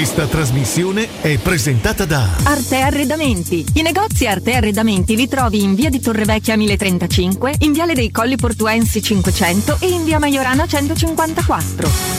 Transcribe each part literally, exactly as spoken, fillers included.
Questa trasmissione è presentata da Arte Arredamenti. I negozi Arte Arredamenti li trovi in via di Torrevecchia mille trentacinque, in viale dei Colli Portuensi cinquecento e in via Maiorana centocinquantaquattro.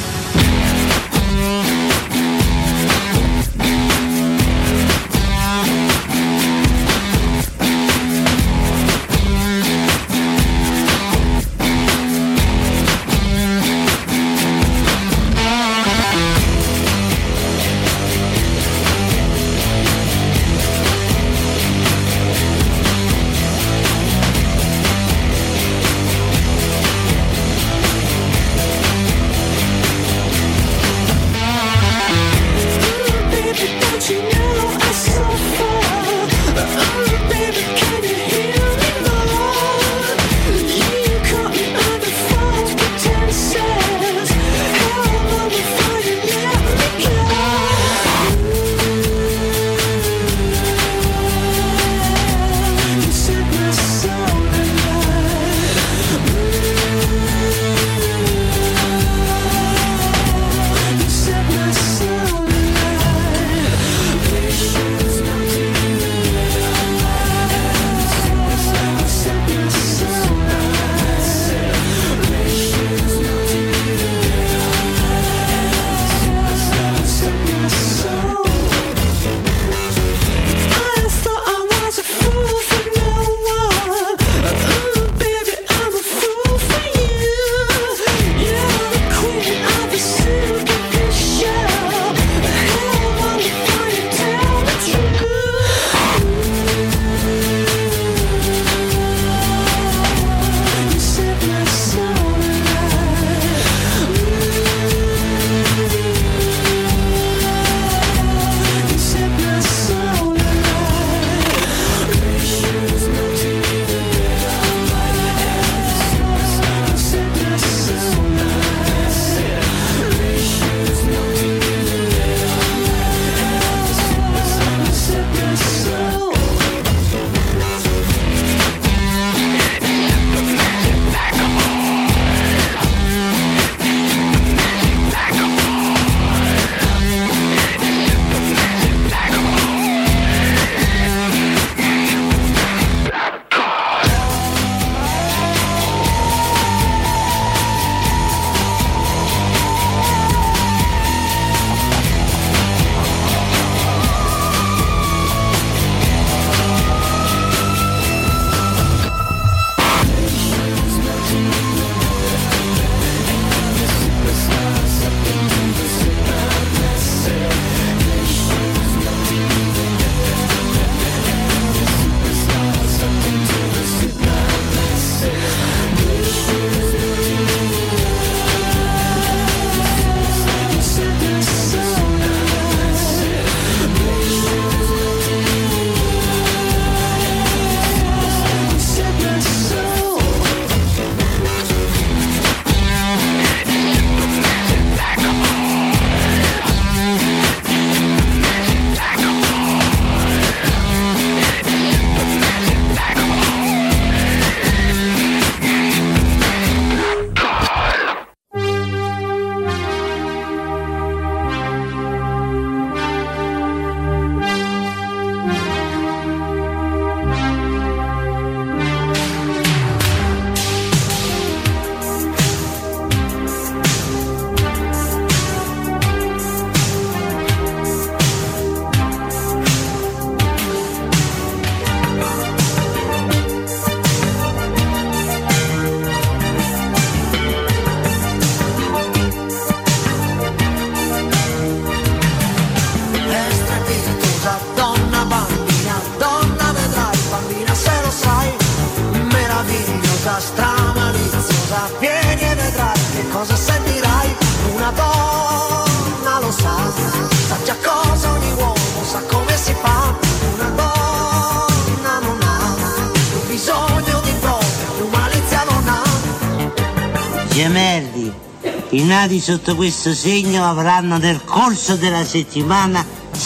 Gemelli, i nati sotto questo segno avranno nel corso della settimana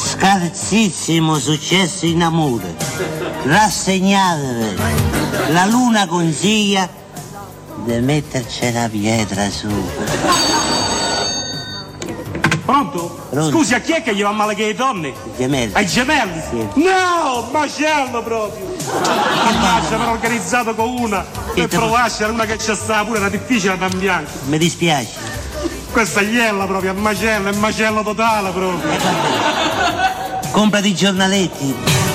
scarsissimo successo in amore. Rassegnatevi, la luna consiglia di metterci la pietra su. Pronto? Pronto? Scusi, a chi è che gli va male che ai donne? Gemelli. Ai gemelli? Sì. No, macello proprio. Che però organizzato con una Che per te- provarci, era una che c'è stata pure, era difficile da bianco. Mi dispiace. Questa è iella proprio, è macello, è macello totale proprio. E vabbè. Comprati i giornaletti.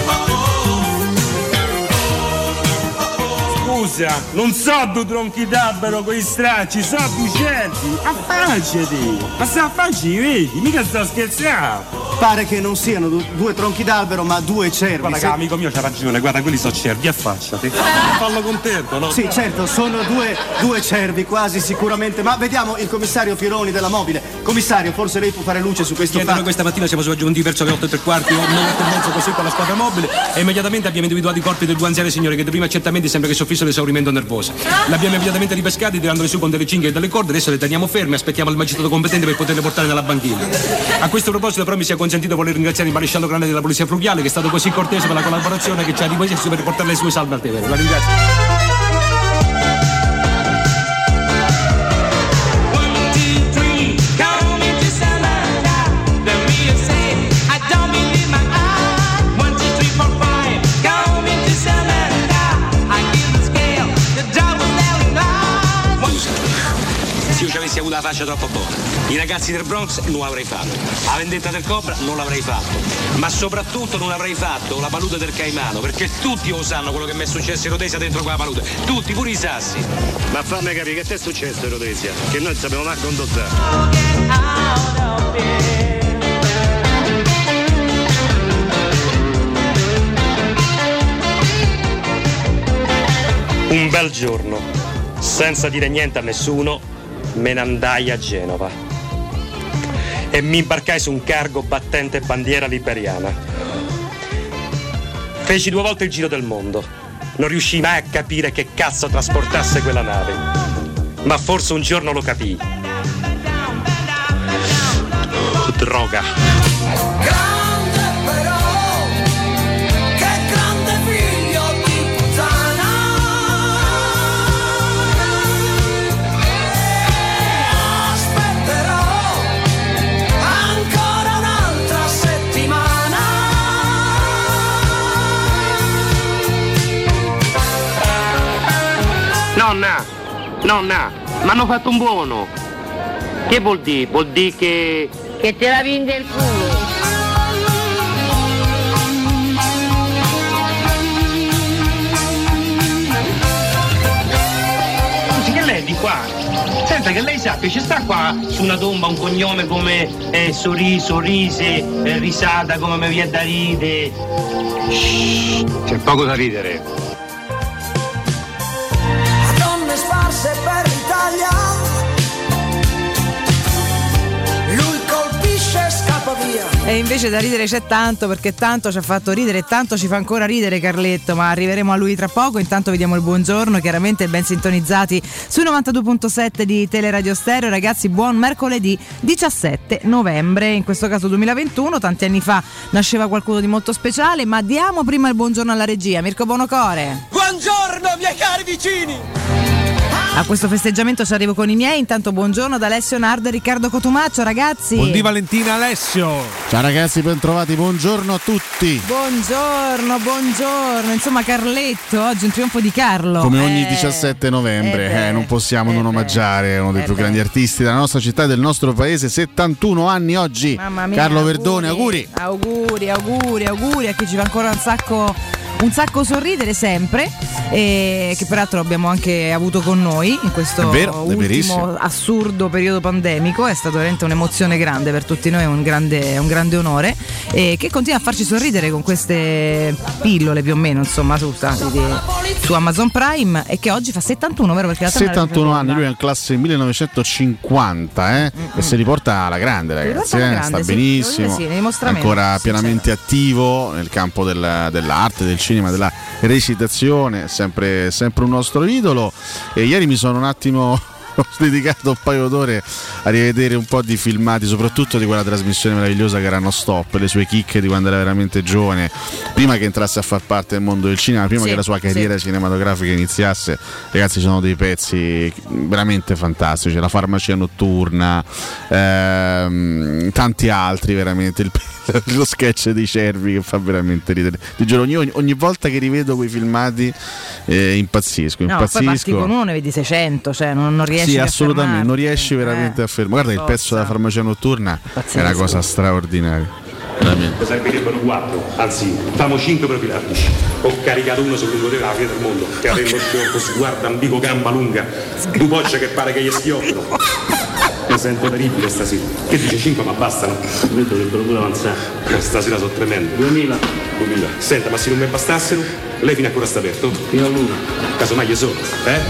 Scusa, non so due tronchi d'albero con i stracci, so due cervi. Affacciati! Ma sta affacci, vedi? Mica sto scherzando! Pare che non siano du- due tronchi d'albero, ma due cervi. Guarda Se- che amico mio c'ha ragione, guarda, quelli sono cervi, affacciati. Fallo contento, no? Sì, certo, sono due, due cervi, quasi sicuramente. Ma vediamo il commissario Pironi della Mobile. Commissario, forse lei può fare luce su questo Niente, noi fatto. questa mattina siamo raggiunti verso le otto e tre quarti, nove e mezzo così con la squadra mobile e immediatamente abbiamo individuato i corpi dei due anziani signori che da prima accertamenti sembra che soffrissero di esaurimento nervoso. L'abbiamo immediatamente ripescati tirandoli su con delle cinghie e delle corde, adesso le teniamo ferme, aspettiamo il magistrato competente per poterle portare nella banchina. A questo proposito però mi sia consentito voler ringraziare il maresciallo Granelli della Polizia Fluviale che è stato così cortese per la collaborazione che ci ha richiesta per portare le sue salve al Tevere. La ringrazio. Se io ci avessi avuto la faccia troppo buona, i ragazzi del Bronx non l'avrei fatto, la vendetta del Cobra non l'avrei fatto, ma soprattutto non avrei fatto la palude del Caimano, perché tutti lo sanno quello che mi è successo in Rhodesia dentro quella palude, tutti, pure i sassi. Ma fammi capire che ti è successo in Rhodesia, che noi sappiamo manco condottare. Un bel giorno, senza dire niente a nessuno, me ne andai a Genova e mi imbarcai su un cargo battente bandiera liberiana. Feci due volte il giro del mondo, non riuscii mai a capire che cazzo trasportasse quella nave, ma forse un giorno lo capii. Droga. Nonna, nonna, mi hanno fatto un buono. Che vuol dire? Vuol dire che... Che te la vinde il culo. Scusi, che lei è di qua? Senta che lei sappia, ci sta qua su una tomba un cognome come eh, Sorriso, Rise, eh, Risata, come mi viene da ridere. C'è poco da ridere. Donne sparse per l'Italia, lui colpisce e scappa via. E invece da ridere c'è tanto, perché tanto ci ha fatto ridere e tanto ci fa ancora ridere Carletto, ma arriveremo a lui tra poco. Intanto vediamo il buongiorno, chiaramente ben sintonizzati sui novantadue virgola sette di Teleradio Stereo. Ragazzi, buon mercoledì diciassette novembre, in questo caso duemilaventuno. Tanti anni fa nasceva qualcuno di molto speciale, ma diamo prima il buongiorno alla regia. Mirko Bonocore. Buongiorno miei cari vicini. A questo festeggiamento ci arrivo con i miei. Intanto buongiorno da Alessio Nardo e Riccardo Cotumaccio, ragazzi. Buondì Valentina, Alessio. Ciao ragazzi, ben trovati, buongiorno a tutti. Buongiorno, buongiorno. Insomma, Carletto, oggi un trionfo di Carlo. Come ogni eh, diciassette novembre, eh, eh, non possiamo eh, non omaggiare uno dei eh, più beh. grandi artisti della nostra città e del nostro paese. settantuno anni oggi. Mamma mia, Carlo Verdone, auguri. Auguri, auguri, auguri a chi ci fa ancora un sacco, un sacco sorridere sempre. E che peraltro abbiamo anche avuto con noi in questo È vero, è ultimo verissimo. assurdo periodo pandemico. È stata veramente un'emozione grande per tutti noi, un grande, un grande onore, e che continua a farci sorridere con queste pillole più o meno, insomma, su, di, su Amazon Prime, e che oggi fa settantuno, vero? Perché la settantuno anni, lui è in classe millenovecentocinquanta, eh? Mm-hmm. e si riporta alla grande, ragazzi, riporta alla eh? grande, sta sì, benissimo, devo dire sì, ne dimostra ancora meno, pienamente attivo nel campo del- dell'arte, del cinema, della recitazione, sempre, sempre un nostro idolo. E ieri mi sono un attimo ho dedicato un paio d'ore a rivedere un po' di filmati, soprattutto di quella trasmissione meravigliosa che era Non Stop, le sue chicche di quando era veramente giovane, prima che entrasse a far parte del mondo del cinema, prima sì, che la sua carriera sì. cinematografica iniziasse. Ragazzi, ci sono dei pezzi veramente fantastici, La farmacia notturna, ehm, tanti altri, veramente il, lo sketch dei cervi che fa veramente ridere. Ti giuro, ogni, ogni volta che rivedo quei filmati eh, impazzisco, impazzisco. No, poi parti con uno ne vedi seicento, cioè non, non riesci sì, a assolutamente, non riesci veramente eh, a fermare. Guarda, il pezzo della farmacia notturna pazzesco. È una cosa straordinaria. Veramente. Servirebbero quattro, anzi, famo cinque profilattici. Ho caricato uno sul lungoterra alla fine del mondo, che aveva lo sciocco, sguardo ambiguo, gamba lunga, due bocce che pare che gli schioppano. Mi sento terribile stasera. Che dice cinque ma bastano? Vedo che dovrebbero pure avanzare. Stasera sono tremendo. duemila. duemila. Senta, ma se non mi bastassero, lei fino a che ora sta aperto? Fino a l'una. Casomai gli sono,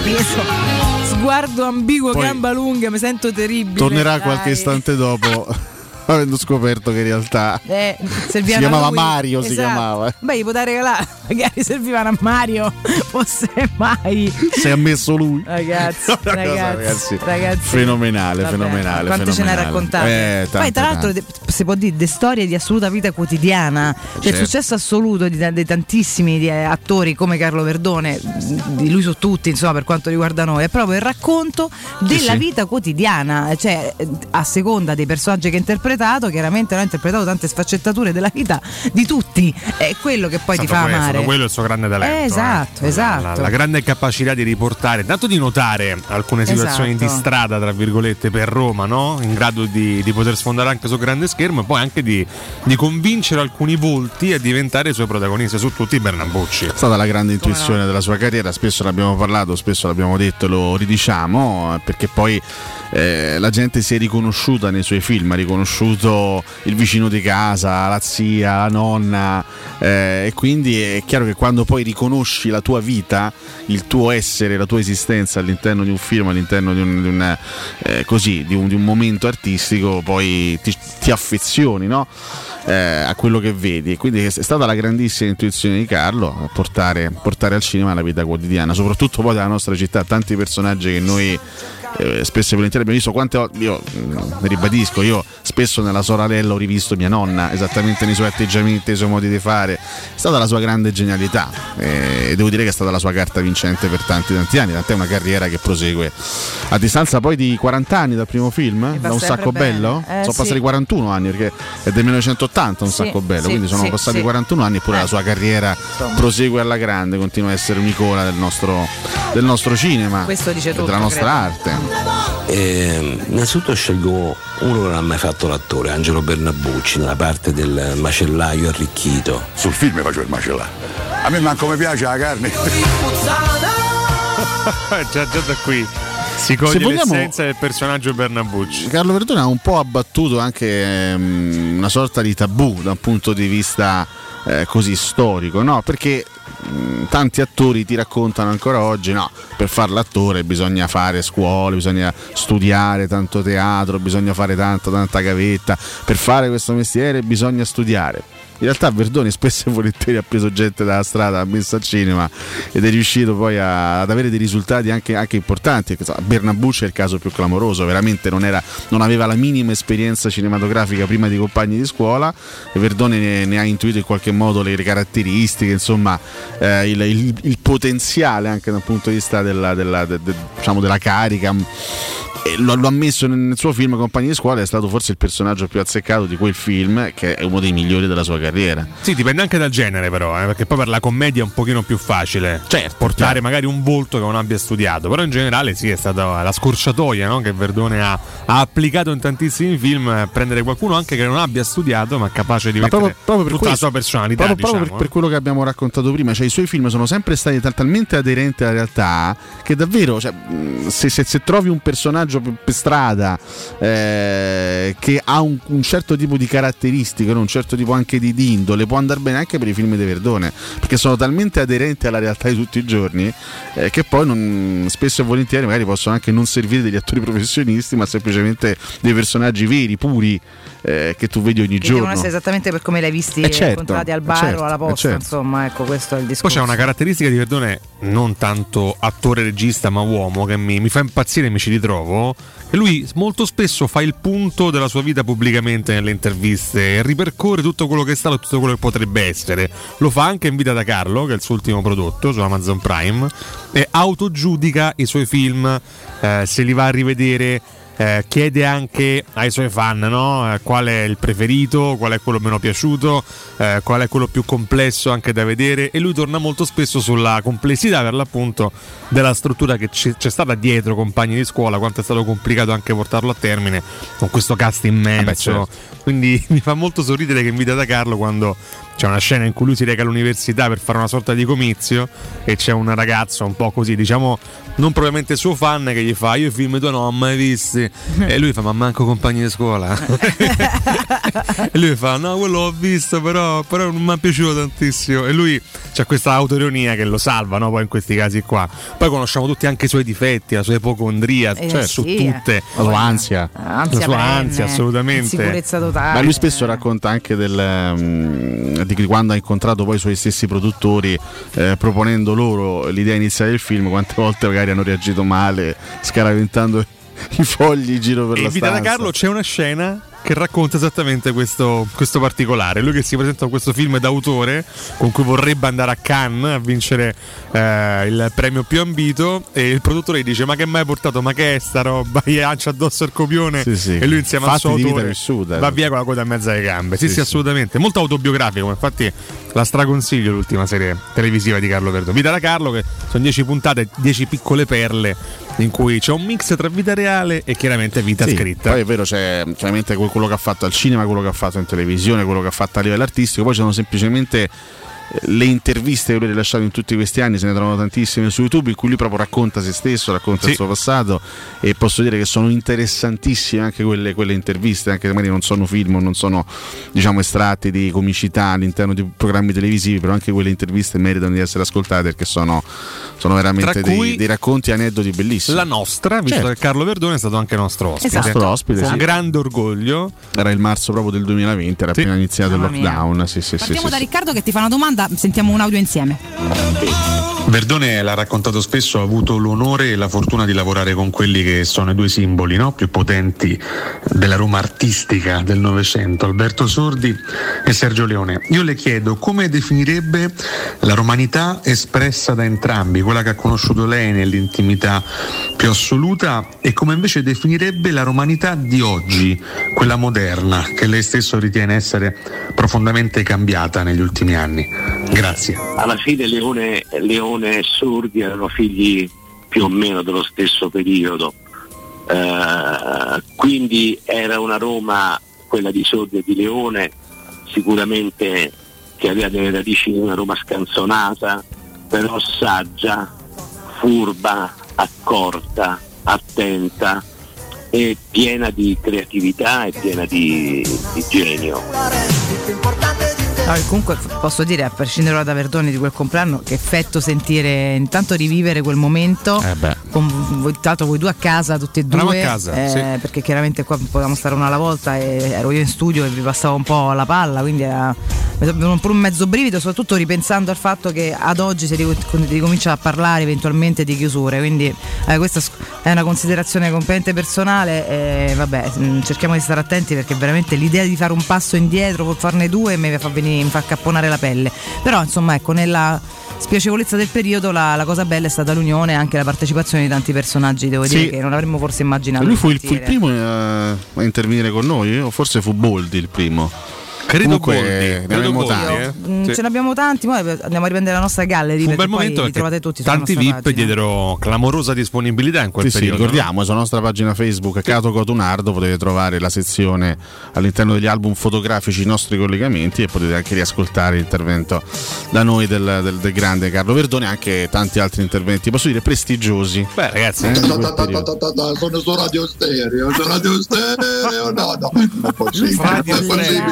eh? Sguardo ambiguo, Poi gamba lunga, mi sento terribile. Tornerà dai. qualche istante dopo. Avendo scoperto che in realtà eh, si chiamava lui. Mario, esatto. si chiamava. Beh, gli poteva regalare, magari servivano a Mario, fosse mai. Si è ammesso lui. Ragazzi, ragazzi, cosa, ragazzi, ragazzi. Fenomenale, Vabbè, fenomenale. Quante fenomenale. ce ne ha raccontate? Eh, tante, Poi tra l'altro tante. si può dire, de storie di assoluta vita quotidiana. Cioè certo. Il successo assoluto di, di tantissimi di, eh, attori come Carlo Verdone, di lui su tutti, insomma, per quanto riguarda noi, è proprio il racconto della sì, sì. vita quotidiana, cioè a seconda dei personaggi che ha interpretato, chiaramente ha interpretato tante sfaccettature della vita di tutti, è quello che poi ti fa questo, amare. Quello è il suo grande talento. Eh, esatto, eh. esatto. La, la, la grande capacità di riportare, tanto di notare alcune situazioni Esatto. di strada, tra virgolette, per Roma, no? In grado di, di poter sfondare anche sul grande schermo, e poi anche di, di convincere alcuni volti a diventare i suoi protagonisti, su tutti Bernabbucci. È stata la grande intuizione no? della sua carriera, spesso l'abbiamo parlato, spesso l'abbiamo detto e lo ridiciamo, perché poi eh, la gente si è riconosciuta nei suoi film, ha riconosciuto il vicino di casa, la zia, la nonna, eh, e quindi è chiaro che quando poi riconosci la tua vita, il tuo essere, la tua esistenza all'interno di un film, all'interno di un, di un, eh, così, di un, di un momento artistico, poi ti, ti affezioni, no? eh, a quello che vedi, e quindi è stata la grandissima intuizione di Carlo a portare, portare al cinema la vita quotidiana, soprattutto poi della nostra città, tanti personaggi che noi Eh, spesso e volentieri abbiamo visto. Quante volte, io mh, ribadisco, io spesso nella sorella ho rivisto mia nonna, esattamente nei suoi atteggiamenti, nei suoi modi di fare. È stata la sua grande genialità, e eh, devo dire che è stata la sua carta vincente per tanti tanti anni, tant'è una carriera che prosegue a distanza poi di quaranta anni dal primo film, da Un sacco bene. bello, eh, sono sì. passati quarantuno anni, perché è del millenovecentottanta Un sì, sacco bello, sì, quindi sono sì, passati sì. quarantuno anni, eppure eh. la sua carriera Insomma. prosegue alla grande, continua a essere un'icona del nostro, del nostro cinema, Questo dice tutto, della nostra credo. arte. Eh, innanzitutto scelgo uno che non ha mai fatto l'attore, Angelo Bernabbucci, nella parte del macellaio arricchito. Sul film faccio il macellaio. A me manco mi piace la carne. già, già da qui si coglie vogliamo, l'essenza del personaggio Bernabbucci. Carlo Verdone ha un po' abbattuto anche um, una sorta di tabù da un punto di vista eh, così storico, no? Perché mh, tanti attori ti raccontano ancora oggi, no, per fare l'attore bisogna fare scuole, bisogna studiare tanto teatro, bisogna fare tanta tanta gavetta, per fare questo mestiere bisogna studiare. In realtà Verdone spesso e volentieri ha preso gente dalla strada, ha messo al cinema ed è riuscito poi a, ad avere dei risultati anche, anche importanti. Bernabbucci è il caso più clamoroso, veramente non, era, non aveva la minima esperienza cinematografica prima di compagni di scuola, e Verdone ne, ne ha intuito in qualche modo le caratteristiche, insomma eh, il, il, il potenziale anche dal punto di vista della, della, de, de, diciamo della carica. E lo, lo ha messo nel suo film Compagni di scuola, è stato forse il personaggio più azzeccato di quel film, che è uno dei migliori della sua carriera. Sì, dipende anche dal genere però, eh, perché poi per la commedia è un pochino più facile, certo, portare certo. magari un volto che non abbia studiato, però in generale sì, è stata la scorciatoia, no? Che Verdone ha, ha applicato in tantissimi film, prendere qualcuno anche che non abbia studiato ma capace di Ma mettere proprio, proprio per tutta questo, la sua personalità, proprio, diciamo, proprio per, per quello che abbiamo raccontato prima, cioè i suoi film sono sempre stati tal- talmente aderenti alla realtà che davvero, cioè, se, se, se trovi un personaggio per, per strada eh, che ha un, un certo tipo di caratteristiche, no? Un certo tipo anche di, di di indole può andare bene anche per i film di Verdone, perché sono talmente aderenti alla realtà di tutti i giorni eh, che poi non, spesso e volentieri magari possono anche non servire degli attori professionisti, ma semplicemente dei personaggi veri, puri, eh, che tu vedi ogni che giorno. Devono essere esattamente per come l'hai visti, eh certo, incontrati al bar certo, o alla posta, certo. insomma, ecco, questo è il discorso. Poi c'è una caratteristica di Verdone, non tanto attore regista ma uomo, che mi, mi fa impazzire e mi ci ritrovo, e lui molto spesso fa il punto della sua vita pubblicamente nelle interviste e ripercorre tutto quello che è stato e tutto quello che potrebbe essere. Lo fa anche in Vita da Carlo, che è il suo ultimo prodotto su Amazon Prime, e autogiudica i suoi film, eh, se li va a rivedere. Eh, chiede anche ai suoi fan, no? eh, qual è il preferito, qual è quello meno piaciuto, eh, qual è quello più complesso anche da vedere, e lui torna molto spesso sulla complessità per l'appunto della struttura che c- c'è stata dietro Compagni di scuola, quanto è stato complicato anche portarlo a termine con questo cast immenso. Vabbè, certo. Quindi mi fa molto sorridere che in Vita da Carlo, quando c'è una scena in cui lui si reca all'università per fare una sorta di comizio e c'è un ragazzo un po' così, diciamo non propriamente suo fan, che gli fa: io i film tuoi non ho mai visti, e lui fa: ma manco Compagni di scuola. E lui fa: no, quello l'ho visto, però, però non mi è piaciuto tantissimo. E lui c'ha questa autoironia che lo salva, no? Poi in questi casi qua poi conosciamo tutti anche i suoi difetti, la sua ipocondria, eh, cioè sì, su tutte, la sua ansia, ansia la sua perenne, ansia, assolutamente, insicurezza totale. Ma lui spesso racconta anche del, um, di quando ha incontrato poi i suoi stessi produttori, eh, proponendo loro l'idea iniziale del film, quante volte magari hanno reagito male, scaraventando i fogli in giro per e la in Vita stanza. da Carlo c'è una scena che racconta esattamente questo, questo particolare. Lui che si presenta con questo film d'autore con cui vorrebbe andare a Cannes a vincere eh, il premio più ambito, e il produttore gli dice: ma che mai hai portato, ma che è sta roba, gli lancia addosso il copione, sì, sì. E lui insieme Fatti al suo di vita autore vissuta, va via con la coda in mezzo alle gambe. Sì, sì, sì, sì, assolutamente, molto autobiografico. Infatti la straconsiglio l'ultima serie televisiva di Carlo Verdone, Vita da Carlo, che sono dieci puntate, dieci piccole perle in cui c'è un mix tra vita reale e chiaramente vita sì, scritta. Poi è vero, c'è chiaramente quello che ha fatto al cinema, quello che ha fatto in televisione, quello che ha fatto a livello artistico, poi ci sono semplicemente le interviste che lui ha rilasciato in tutti questi anni, se ne trovano tantissime su YouTube, in cui lui proprio racconta se stesso, racconta sì. il suo passato, e posso dire che sono interessantissime anche quelle, quelle interviste, anche se magari non sono film, non sono, diciamo, estratti di comicità all'interno di programmi televisivi, però anche quelle interviste meritano di essere ascoltate, perché sono, sono veramente dei, dei racconti e aneddoti bellissimi. La nostra, visto certo. che Carlo Verdone è stato anche nostro ospite, esatto. nostro ospite con sì. grande orgoglio. Era il marzo proprio del duemilaventi, era sì. appena iniziato Mamma il lockdown. Sì, sì, Partiamo sì, da sì, Riccardo che ti fa una domanda, sentiamo un audio insieme. Verdone l'ha raccontato spesso, ha avuto l'onore e la fortuna di lavorare con quelli che sono i due simboli, no? più potenti della Roma artistica del Novecento, Alberto Sordi e Sergio Leone. Io le chiedo come definirebbe la romanità espressa da entrambi, quella che ha conosciuto lei nell'intimità più assoluta, e come invece definirebbe la romanità di oggi, quella moderna, che lei stesso ritiene essere profondamente cambiata negli ultimi anni. Grazie. Alla fine Leone, Leone e Sordi erano figli più o meno dello stesso periodo, eh, quindi era una Roma, quella di Sordi e di Leone, sicuramente che aveva delle radici in una Roma scanzonata, però saggia, furba, accorta, attenta e piena di creatività e piena di, di genio. No, comunque posso dire, a prescindere da Verdone, di quel compleanno, che effetto sentire, intanto rivivere quel momento, eh beh. con voi, tanto voi due a casa, tutti e due, a casa, eh, sì. perché chiaramente qua potevamo stare una alla volta e ero io in studio e vi passavo un po' la palla, quindi era un po' un mezzo brivido, soprattutto ripensando al fatto che ad oggi si ricomincia a parlare eventualmente di chiusure, quindi eh, questa è una considerazione completamente personale, e vabbè, cerchiamo di stare attenti, perché veramente l'idea di fare un passo indietro, farne due, mi fa venire, mi fa capponare la pelle. Però insomma, ecco, nella spiacevolezza del periodo la, la cosa bella è stata l'unione e anche la partecipazione di tanti personaggi, devo sì. dire, che non avremmo forse immaginato. Lui fu il, fu il primo a, a intervenire con noi, o forse fu Boldi il primo. Credo Comunque, Boldi, ne abbiamo tanti. Eh? Mm, sì. Ce ne abbiamo tanti, poi andiamo a riprendere la nostra gallery. Fu un bel momento, li trovate tutti tanti V I P diedero clamorosa disponibilità in quel sì, periodo. Sì, ricordiamo, no? Sulla nostra pagina Facebook sì. Cato Cotunardo potete trovare la sezione all'interno degli album fotografici, i nostri collegamenti, e potete anche riascoltare l'intervento da noi del, del, del grande Carlo Verdone, anche tanti altri interventi, posso dire, prestigiosi. Beh, ragazzi, eh, sono su Radio Stereo, su Radio Stereo, no, no, non è possibile.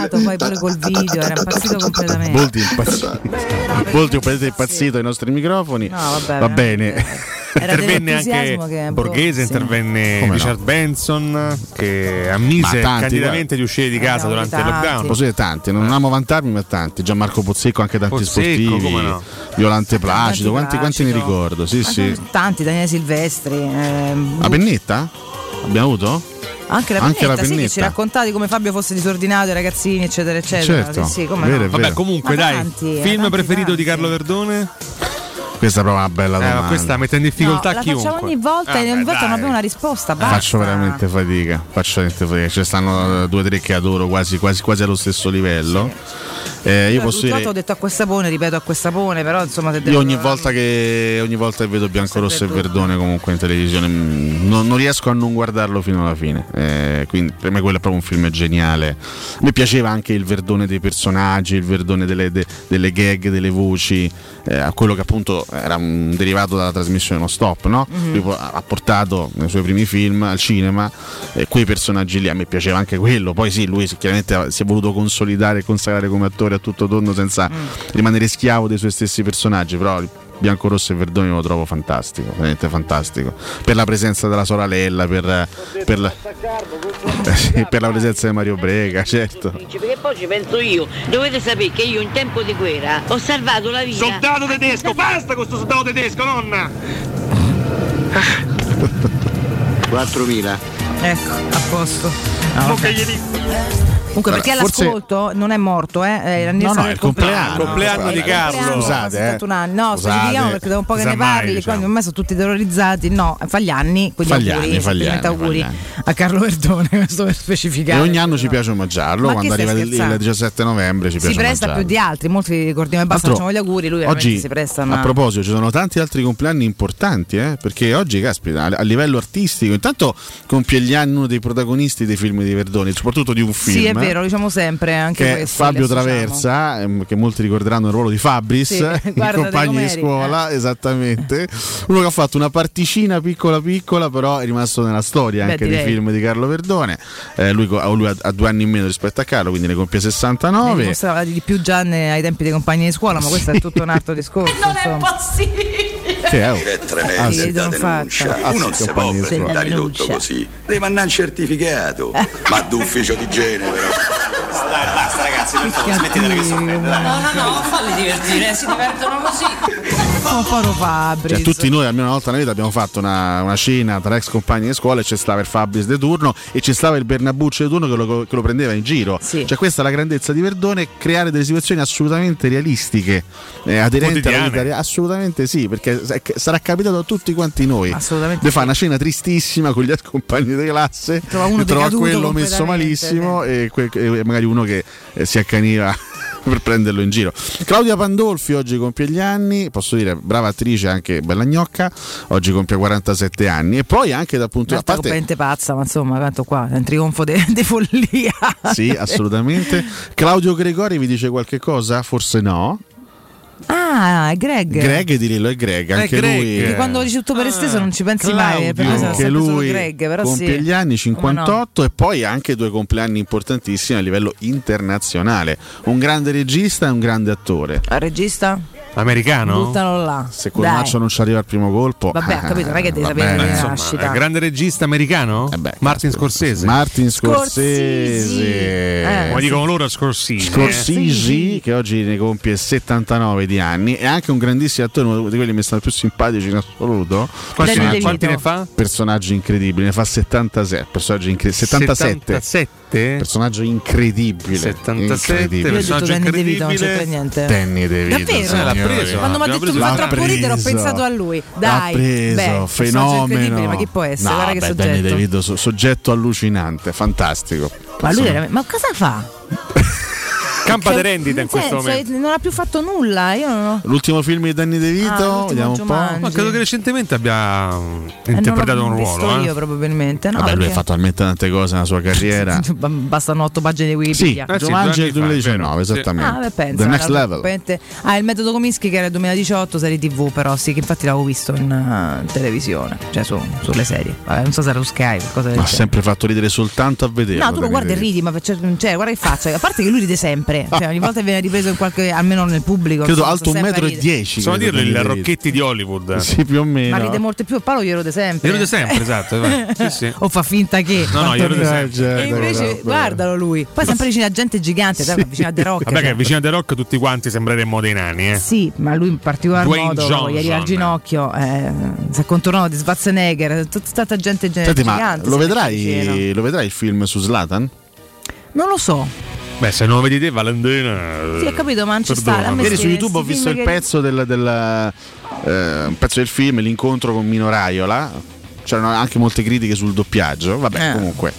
Palle col video, era impazzito completamente. Boldi impazzito. Boldi completamente impazzito ai nostri microfoni. No, vabbè, Va bene. Intervenne anche che, Borghese, boh, sì. intervenne Come Richard no? Benson che ammise Ma tanti, candidamente di uscire di casa Eh, durante il tanti. lockdown. Posso dire tanti, non amo vantarmi, ma tanti. Gianmarco Pozzecco, anche tanti Pozzecco, sportivi. come no? Violante Placido, Tanti quanti, quanti ne Placido. ricordo? Sì, Ma sì. sono tanti, Daniele Silvestri. ehm, La pennetta? Abbiamo avuto? Anche la Anche pennetta, la sì, che pennetta. ci raccontavi come Fabio fosse disordinato, i ragazzini, eccetera, eccetera. Certo, Sì, sì, come vero, no. è Vabbè, vero. comunque Ma dai, tanti, eh, film tanti, preferito tanti. di Carlo Verdone? Questa è proprio una bella Eh, domanda. ma questa mette in difficoltà No, la chiunque. facciamo ogni volta Ah, e ogni beh, volta non dai. abbiamo una risposta. Basta. Faccio veramente fatica, faccio veramente fatica. Ci stanno due o tre che adoro quasi, quasi, quasi allo stesso livello. Eh, io Io posso l'ultima volta dire. ho detto a Questapone, ripeto a Questapone, però insomma se devo Io ogni volta che ogni volta che vedo Biancorosso e Sempre Verdone comunque in televisione mh, non, non riesco a non guardarlo fino alla fine. Eh, quindi per me quello è proprio un film geniale. Mi piaceva anche il Verdone dei personaggi, il Verdone delle, de- delle gag, delle voci, eh, quello che appunto era un derivato dalla trasmissione Non Stop, no? Mhm. Lui po- ha portato nei suoi primi film al cinema eh, quei personaggi lì, a me piaceva anche quello. Poi sì, lui si- chiaramente si è voluto consolidare e consacrare come attore a tutto tondo senza rimanere schiavo dei suoi stessi personaggi, però Biancorosso e Verdone lo trovo fantastico, veramente fantastico, per la presenza della sorella, per, per, la, eh sì, per la presenza di Mario Brega, certo. Perché poi ci penso io, dovete sapere che io in tempo di guerra ho salvato la vita. Soldato tedesco, basta con sto soldato tedesco, nonna! quattromila. Ecco, a posto. No, Mo vabbè. che gli dico? Comunque, perché Allora, forse- all'ascolto non è morto, eh? È l'anniversario No, no, è del il compleanno. Compleanno di Carlo. Compleanno, Scusate, eh. settantuno anni. No, Scusate. specifichiamo perché da un po' che ne Semmai, parli, diciamo. quando ormai sono tutti terrorizzati. No, fa gli anni, quindi Fa gli auguri, anni, fa gli semplicemente anni, auguri fa gli a Carlo Verdone, questo per E specificare. ogni anno ci piace omaggiarlo, Ma quando che stai arriva il, scherzando? il diciassette novembre ci Si piace presta più omaggiarlo. di altri, molti li ricordiamo e basta, Altro- facciamo gli auguri, lui veramente oggi, si presta a a una... proposito, ci sono tanti altri compleanni importanti, eh? Perché oggi, caspita, a, a livello artistico, intanto compie gli anni uno dei protagonisti dei film di Verdone, soprattutto di un film. Sì, è vero, diciamo sempre anche Che è questo. Fabio li associamo. Traversa, ehm, che molti ricorderanno il ruolo di Fabris, Sì, i guarda, compagni dei di numeri, scuola, esattamente. Uno che ha fatto una particina piccola piccola, però è rimasto nella storia Beh, anche dei direi. film di Carlo Verdone. Eh, lui, co- lui ha, ha due anni in meno rispetto a Carlo, quindi ne compie Ne sessantanove. dimostrava di più già ne- ai tempi dei compagni di scuola, ma questo è tutto un altro discorso. Non è possibile. Che è, oh. È Ah, tremenda sì, sta non denuncia. faccia. Uno non Ah, si sì, può compagni di presentare scuola. tutto Denuncia. così. Devi mandare un certificato. Ma d'ufficio di genere. Dai, basta ragazzi, per favore, smettetela che sorprende. No, no, no, falli divertire, si divertono così. Oh, povero Fabris. Cioè, tutti noi almeno una volta nella vita abbiamo fatto una, una cena tra ex compagni di scuola e c'è stava il Fabris de turno e c'è stava il Bernabucci de turno che lo, che lo prendeva in giro. Sì. Cioè, questa è la grandezza di Verdone, creare delle situazioni assolutamente realistiche, eh, aderenti alla Quotidiane. vita reale. Assolutamente sì, perché è- sarà capitato a tutti quanti noi. Assolutamente De fa sì. una cena tristissima con gli ex compagni di classe, Trova uno e trova decaduto quello messo completamente, malissimo e, que- e magari uno che eh, si accaniva per prenderlo in giro. Claudia Pandolfi oggi compie gli anni, posso dire brava attrice, anche bella gnocca, oggi compie quarantasette anni e poi anche dal punto di Un'altra vista completamente pazza, ma insomma, tanto qua è un trionfo di follia. sì, assolutamente. Claudio Gregori vi dice qualche cosa? Forse no. Ah, è Greg. Greg di Lillo e Greg, anche Greg. lui Che quando dici tutto per esteso non ci pensi mai, per me sarà anche sempre solo lui Greg, però compie sì. gli anni cinquantotto Come e poi anche due compleanni importantissimi a livello internazionale. Un grande regista e un grande attore. no. Al regista? Americano? Buttalo là. Se col Dai. Maccio non ci arriva al primo colpo, Vabbè, ho capito, non è che devi va sapere bene. la Insomma, nascita. è grande regista americano? Eh beh, Martin caspita. Scorsese. Martin Scorsese. Scorsese. Eh, Come sì. dicono loro, Scorsese. Scorsese, che oggi ne compie settantanove di anni, è anche un grandissimo attore, uno di quelli che mi stanno più simpatici in assoluto. Quanti, Danny ne- quanti DeVito. ne fa? Personaggio incredibile, ne fa settantasei, personaggio incre- settantasette. settantasette? Personaggio incredibile. settantasette, incredibile. Io ho detto personaggio Danny DeVito, non incredibile. c'entra niente. Danny DeVito. Davvero? signori. l'ha preso. Quando mi ha Abbiamo detto mi preso- fa L'ha troppo ridere ho preso. pensato a lui. L'ha Dai, preso, beh, personaggio incredibile, fenomeno. ma chi può essere? No, Guarda che beh, soggetto. Danny DeVito, so- soggetto allucinante, fantastico. Ma lui Sono- era... Ma cosa fa? Campa di rendita in questo senso, momento. non ha più fatto nulla. Io non ho... L'ultimo film di Danny De Vito, Ah, vediamo un po'. Ma credo che recentemente abbia Eh, interpretato non un l'ho visto ruolo. io Eh. probabilmente. No, Vabbè, lui ha perché- fatto talmente tante cose nella sua carriera. Bastano otto pagine di Sì, Wikipedia. Eh sì, Jumanji due anni fa, duemiladiciannove, vero. esattamente. Ah, beh, pensa, The Next era Level. probabilmente- Ah, il metodo Kominsky che era il duemiladiciotto, serie tivù, però sì, che infatti l'avevo visto in uh, televisione, cioè su, sulle serie. Vabbè, non so se era su Sky, qualcosa del Ma ha genere. sempre fatto ridere soltanto a vederlo. No, tu lo Danny guardi e De Vito. ridi, ma cioè, cioè, guarda che faccia. A parte che lui ride sempre, cioè, ogni volta che viene ripreso in qualche, almeno nel pubblico. Credo insomma, alto un sta sempre metro a e ridere. dieci. Possiamo credo, dirlo, il Danny De Vito. Rocchetti di Hollywood. Sì, più o meno. Ma ride molto più, Paolo io rode sempre. Io ride sempre, esatto. eh. Sì, sì. O fa finta che. No, no, io ride sempre. E invece guardalo lui. Poi sempre vicino a gente gigante, sì. Vicino a The Rock. Vabbè, cioè. che vicino a The Rock tutti quanti sembreremmo dei nani, eh. Sì, ma lui in particolar Dwayne modo Johnson. gli arriva al ginocchio, eh, si è contornato di Schwarzenegger, tutta stata gente ge- Senti, gigante. ma lo si mette vicino. vedrai, lo vedrai il film su Zlatan? Non lo so. Beh, se non lo vedi te, Valentina. Sì, ho capito, ma non ci sta. A me Ieri sti- su YouTube ho sti visto film il che- pezzo del, del eh, un pezzo del film, l'incontro con Mino Raiola. C'erano anche molte critiche sul doppiaggio. Vabbè, Eh. comunque.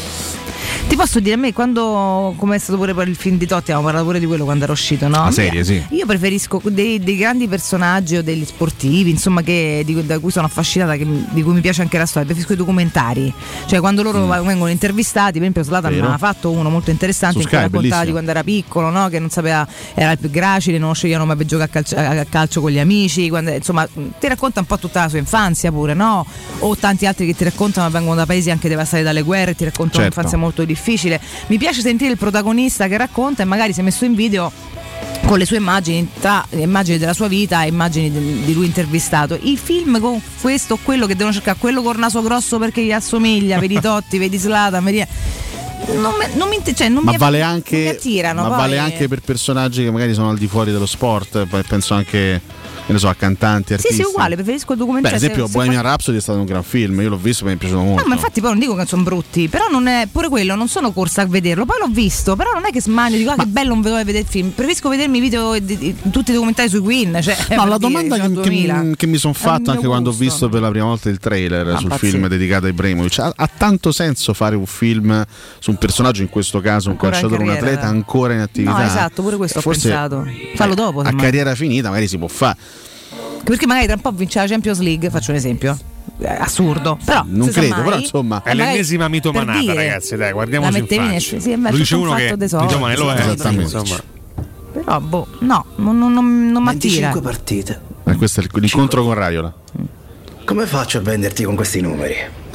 Ti posso dire, a me quando, come è stato pure per il film di Totti, abbiamo parlato pure di quello quando era uscito, no? La serie, sì. Io preferisco dei, dei grandi personaggi o degli sportivi, insomma, che, di, da cui sono affascinata, che, di cui mi piace anche la storia. Preferisco i documentari, cioè quando loro Mm. vengono intervistati. Per esempio, Zlatan Vero. ne ha fatto uno molto interessante Su in cui Sky, raccontava bellissimo. di quando era piccolo, no? Che non sapeva, era il più gracile, non lo sceglievano mai per giocare a calcio, a calcio con gli amici. Quando, insomma, ti racconta un po' tutta la sua infanzia pure, no? O tanti altri che ti raccontano, vengono da paesi anche devastati dalle guerre, ti raccontano Certo. un'infanzia molto difficile. Mi piace sentire il protagonista che racconta e magari si è messo in video con le sue immagini, tra immagini della sua vita e immagini de- di lui intervistato. Il film con questo o quello che devono cercare, quello col naso grosso perché gli assomiglia, vedi Totti, vedi Zlatan, vedi... Non, me, non mi, cioè, non Ma mi, vale non mi anche, attirano. ma poi- vale anche per personaggi che magari sono al di fuori dello sport. Poi penso anche, che ne so, a cantanti, Sì, artisti. sì, uguale, preferisco il Beh, documentario. ad esempio, se- se Bohemian fa- Rhapsody è stato un gran film. Io l'ho visto, mi è piaciuto molto. No, ma infatti poi non dico che sono brutti, però non è pure quello, non sono corsa a vederlo. Poi l'ho visto, però non è che smanio, dico ah, che bello non vedo vedere il film. Preferisco vedermi i video di, di- tutti i documentari sui Queen, cioè, No, per la dire, domanda sono che, che duemila. mi, che mi sono È il fatta mio anche quando ho gusto. visto per la prima volta il trailer Ah, sul pazzesco. film dedicato a Ibrahimovic, ha, ha tanto senso fare un film su un personaggio, in questo caso un Ancora in calciatore, un carriera. atleta ancora in attività? No, esatto, pure questo ho Forse, pensato. Fallo dopo, a semmai. carriera finita magari si può fare. Perché magari tra un po' vince la Champions League, faccio un esempio. Eh, assurdo, però Non si sa credo, mai. però insomma È magari l'ennesima per mitomanata, dire, ragazzi, dai, la guardiamoci in mettevi nel- faccia. sì, è vero, Lo dice tutto un uno che fatto tesoro. mitomane lo è, Esattamente. insomma. Però boh, no, non, non, non, non mi attira. venticinque partite. Eh, questo è il- l'incontro con Raiola. Come faccio a venderti con questi numeri?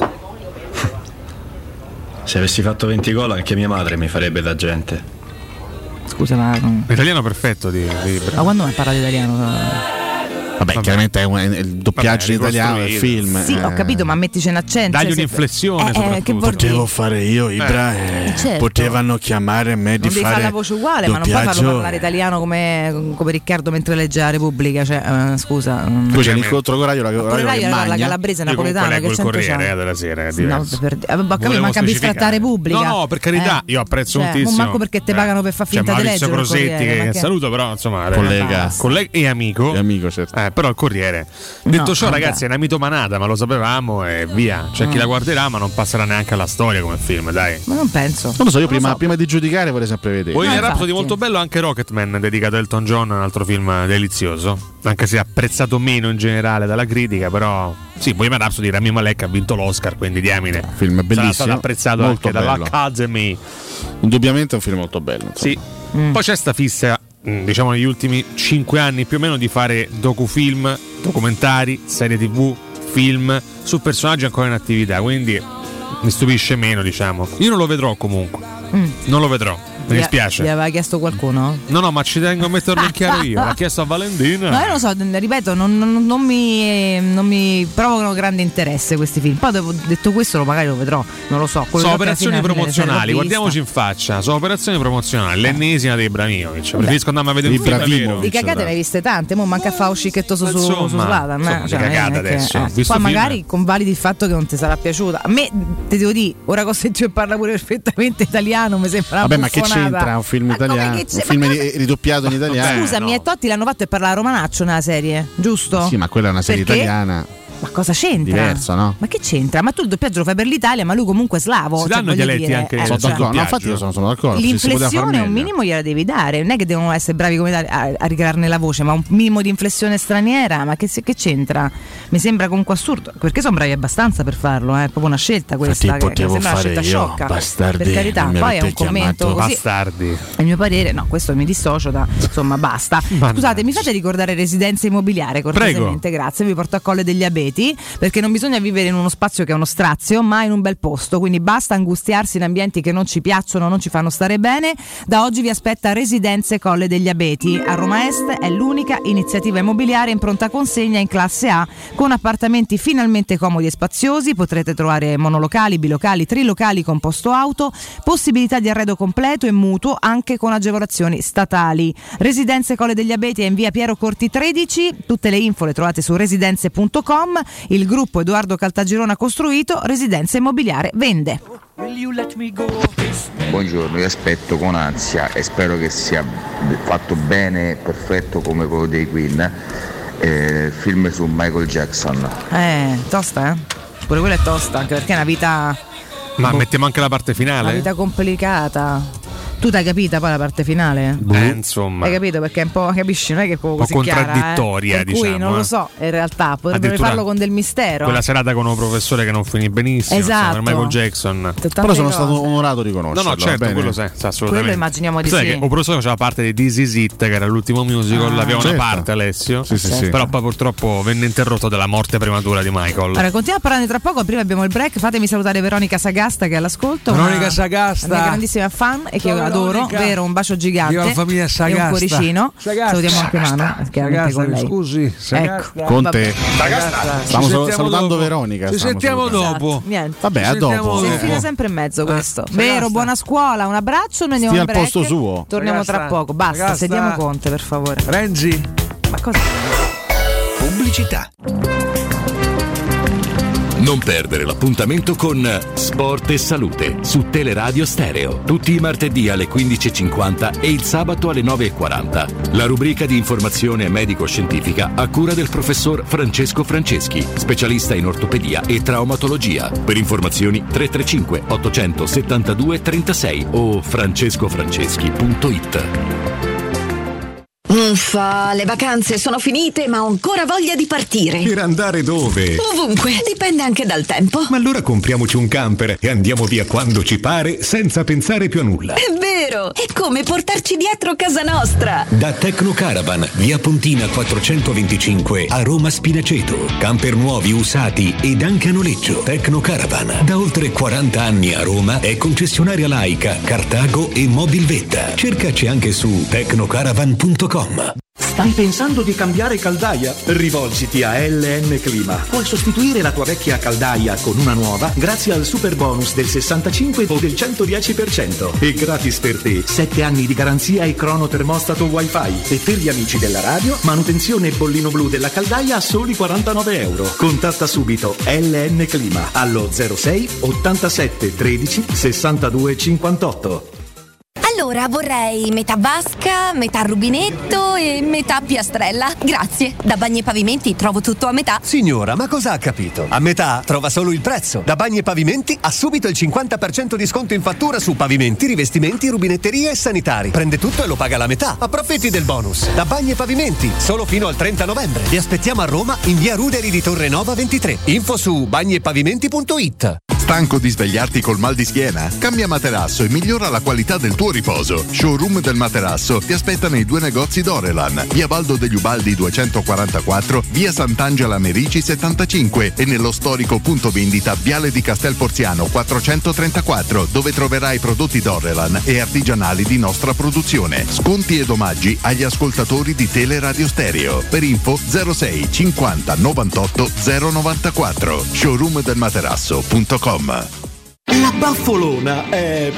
Se avessi fatto venti gol anche mia madre mi farebbe da gente. Scusa, ma, L'italiano perfetto di, di ma quando mi parla italiano? Vabbè, chiaramente è, un, è il doppiaggio in Vabbè, italiano del ricostruito. film. Sì, ho eh. capito, ma mettici un accento. Dagli cioè, se- un'inflessione eh, eh, soprattutto. che vuol dire? Potevo fare io, Ibra, Eh, e certo. potevano chiamare me di Non devi fare fare la voce uguale, ma non puoi farlo doppiaggio. parlare italiano come, come Riccardo mentre legge la Repubblica. Cioè, eh, scusa. mm. Poi c'è l'incontro con Raiola che Pure Raiola che Raiola era la magna. calabrese Io comunque napoletano. leggo Che il c'entro Corriere c'ha? eh, della sera, è No, diverso. per, eh, vabbè, ho capito, Volevo manca a specificare. bistrattare Repubblica. No, no, per carità, io apprezzo Cioè, moltissimo. non manco perché te Eh, pagano per far c'è finta di Maurizio leggere il Crosetti Corriere, che ma che- saluto, però insomma, Collega. collega e amico. E amico, certo. Eh, però il Corriere. Detto No, ciò, vabbè. ragazzi, è una mitomanata, ma lo sapevamo e via. C'è chi Mm. la guarderà, ma non passerà neanche alla storia come film, dai. Ma non penso. Non lo so, io Non lo prima, so. prima di giudicare vorrei sempre vedere. Poi No, nel Rhapsody infatti. molto bello anche Rocketman, dedicato a Elton John, un altro film delizioso. Anche se apprezzato meno in generale dalla critica, però. Sì, Bohemian Rhapsody, Rami Malek ha vinto l'Oscar, quindi diamine. Film bellissimo, Sarà stato apprezzato molto anche bello. dall'Academy. Indubbiamente è un film molto bello. insomma. Sì. Poi c'è sta fissa, mh, diciamo negli ultimi cinque anni più o meno, di fare docufilm, documentari, serie tv, film su personaggi ancora in attività, quindi mi stupisce meno, diciamo. Io non lo vedrò comunque. Mm. Non lo vedrò. Mi Gli- dispiace. Gli aveva chiesto qualcuno? No, no, ma ci tengo a metterlo in chiaro io. L'ha chiesto a Valentina. No, io lo so, ripeto, non, non- non mi, non mi provocano grande interesse questi film. Poi dopo, detto questo, lo magari lo vedrò, non lo so. quello Sono che operazioni alla fine- promozionali, alla fine l'ho guardiamoci in faccia. Sono operazioni promozionali, l'ennesima dei Ibrahimovic. Preferisco andarmi a vedere un film Ibrahimovic. vero. Di cagate ne hai viste tante, mo manca a fare uscicchettoso su, su Insomma, Zlatan. insomma, eh, di cioè, cagate non è che- adesso. eh. Visto Poi film- magari convalidi il fatto che non ti sarà piaciuta. A me, ti devo dire, ora che ho sentito e parla pure perfettamente italiano, mi sembra una Vabbè, ma che buffonata. c'entra un film Ma come italiano? che Un c'è- film ma- ri- ridoppiato in italiano? Scusami, e Totti l'hanno fatto per parlare romanaccio nella serie, giusto? Sì, ma quella è una serie Perché? italiana. Ma cosa c'entra? Diversa, no? Ma che c'entra? Ma tu il doppiaggio lo fai per l'Italia, ma lui comunque è slavo. Si cioè, danno dialetti dire, anche eh, sono cioè, d'accordo, no, infatti io sono, sono d'accordo. L'inflessione un minimo gliela devi dare, non è che devono essere bravi come a, a ricrearne la voce, ma un minimo di inflessione straniera, ma che, che c'entra? Mi sembra comunque assurdo, perché sono bravi abbastanza per farlo, è eh? proprio una scelta questa, che, che mi sembra una scelta io, sciocca. Bastardi, per carità, poi è un commento così. Bastardi. A mio parere, no, questo mi dissocio da, insomma, basta. Scusate, mi fate ricordare Residenza Immobiliare, cortesemente, grazie, vi porto a Colle degli Abeti, perché non bisogna vivere in uno spazio che è uno strazio, ma in un bel posto, quindi basta angustiarsi in ambienti che non ci piacciono, non ci fanno stare bene. Da oggi vi aspetta Residenze Colle degli Abeti a Roma Est, è l'unica iniziativa immobiliare in pronta consegna in classe A, con appartamenti finalmente comodi e spaziosi. Potrete trovare monolocali, bilocali, trilocali con posto auto, possibilità di arredo completo e mutuo anche con agevolazioni statali. Residenze Colle degli Abeti è in via Piero Corti tredici, tutte le info le trovate su residenze punto com. Il gruppo Edoardo Caltagirone ha costruito, Residenza Immobiliare vende. Buongiorno, io aspetto con ansia e spero che sia fatto bene, perfetto come quello dei Queen, eh, film su Michael Jackson. Eh, tosta, eh? Pure quella è tosta, anche perché è una vita... Ma boh, mettiamo anche la parte finale? Una vita complicata. Tu t'hai capita poi la parte finale? Eh, insomma. Hai capito? Perché è un po', capisci, non è che è un po' così contraddittoria, chiara, eh? Per diciamo. cui non eh. lo so, in realtà potrebbero farlo con del mistero. Quella serata con un professore che non finì benissimo, esatto. Per Michael Jackson. Però sono cose. stato onorato di conoscerlo. No, no, certo, bene. quello sai, assolutamente. Quello immaginiamo di sai sì. Che un professore faceva parte di This Is It, che era l'ultimo musical, ah, aveva certo. una parte, Alessio. Sì, sì, sì. Però poi purtroppo venne interrotto dalla morte prematura di Michael. Allora, continuiamo a parlare tra poco, prima abbiamo il break, fatemi salutare Veronica Sagasta che è all'ascolto. Veronica una, Sagasta. Una mia grandissima fan e che io adoro, vero, un bacio gigante. Io la famiglia Sagasta. E un cuoricino. Sagasta. Salutiamo anche Mano, chiaramente con lei. Scusi, Sagasta. Ecco. Con te. Sagasta. Stiamo salutando dopo. Veronica. Ci sentiamo salutando. dopo. Esatto. Niente. Vabbè, a dopo. Si infila sempre in mezzo questo. Ah, Vero, Sagasta. buona scuola, un abbraccio, noi andiamo Stia al break. al posto suo. Torniamo Sagasta. tra poco. Basta, Sagasta. sediamo Conte, per favore. Renzi. Ma cosa? Pubblicità. Non perdere l'appuntamento con Sport e Salute su Teleradio Stereo. Tutti i martedì alle quindici e cinquanta e il sabato alle nove e quaranta. La rubrica di informazione medico-scientifica a cura del professor Francesco Franceschi, specialista in ortopedia e traumatologia. Per informazioni tre tre cinque ottocentosettantadue trentasei o francescofranceschi punto it. Uffa, le vacanze sono finite, ma ho ancora voglia di partire. Per andare dove? Ovunque, dipende anche dal tempo. Ma allora compriamoci un camper e andiamo via quando ci pare, senza pensare più a nulla. È vero, è come portarci dietro casa nostra. Da Tecno Caravan, via Pontina quattrocentoventicinque a Roma Spinaceto. Camper nuovi, usati ed anche a noleggio. Tecno Caravan, da oltre quaranta anni a Roma, è concessionaria Laika, Cartago e Mobilvetta. Cercaci anche su tecnocaravan punto com. Stai pensando di cambiare caldaia? Rivolgiti a L N Clima. Puoi sostituire la tua vecchia caldaia con una nuova grazie al super bonus del sessantacinque o del centodieci per cento. E gratis per te sette anni di garanzia e crono termostato wifi. E per gli amici della radio, manutenzione e bollino blu della caldaia a soli quarantanove euro. Contatta subito L N Clima allo zero sei ottantasette tredici sessantadue cinquantotto. Allora vorrei metà vasca, metà rubinetto e metà piastrella. Grazie. Da Bagni e Pavimenti trovo tutto a metà. Signora, ma cosa ha capito? A metà trova solo il prezzo. Da Bagni e Pavimenti ha subito il cinquanta per cento di sconto in fattura su pavimenti, rivestimenti, rubinetterie e sanitari. Prende tutto e lo paga la metà. Approfitti del bonus. Da Bagni e Pavimenti, solo fino al trenta novembre. Vi aspettiamo a Roma in via Ruderi di Torrenova ventitré. Info su bagni e pavimenti punto it. Stanco di svegliarti col mal di schiena? Cambia materasso e migliora la qualità del tuo riposo. Showroom del materasso ti aspetta nei due negozi Dorelan, via Baldo degli Ubaldi duecentoquarantaquattro, via Sant'Angela Merici settantacinque e nello storico punto vendita Viale di Castel Porziano quattrocentotrentaquattro, dove troverai prodotti Dorelan e artigianali di nostra produzione. Sconti ed omaggi agli ascoltatori di Teleradio Stereo. Per info zero sei cinquanta novantotto zero novantaquattro. showroom del materasso punto com. La Baffolona è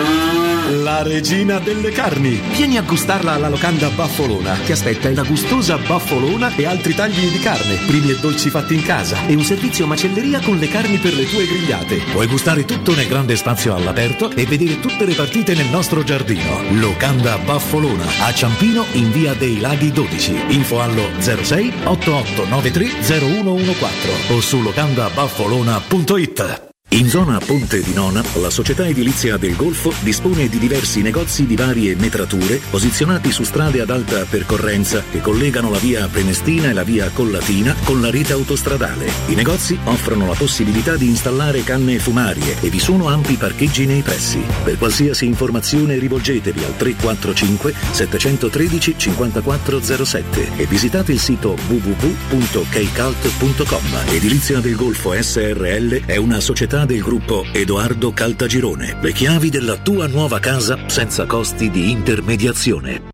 la regina delle carni. Vieni a gustarla alla locanda Baffolona. Ti aspetta una gustosa baffolona e altri tagli di carne, primi e dolci fatti in casa e un servizio macelleria con le carni per le tue grigliate. Puoi gustare tutto nel grande spazio all'aperto e vedere tutte le partite nel nostro giardino. Locanda Baffolona a Ciampino in via dei Laghi dodici. Info allo zero sei otto otto nove tre zero uno uno quattro o su locanda baffolona punto it. In zona Ponte di Nona, la società edilizia del Golfo dispone di diversi negozi di varie metrature posizionati su strade ad alta percorrenza che collegano la via Prenestina e la via Collatina con la rete autostradale. I negozi offrono la possibilità di installare canne fumarie e vi sono ampi parcheggi nei pressi. Per qualsiasi informazione rivolgetevi al tre quattro cinque sette uno tre cinque quattro zero sette e visitate il sito w w w punto keicalt punto com. Edilizia del Golfo S R L è una società del gruppo Edoardo Caltagirone. Le chiavi della tua nuova casa senza costi di intermediazione.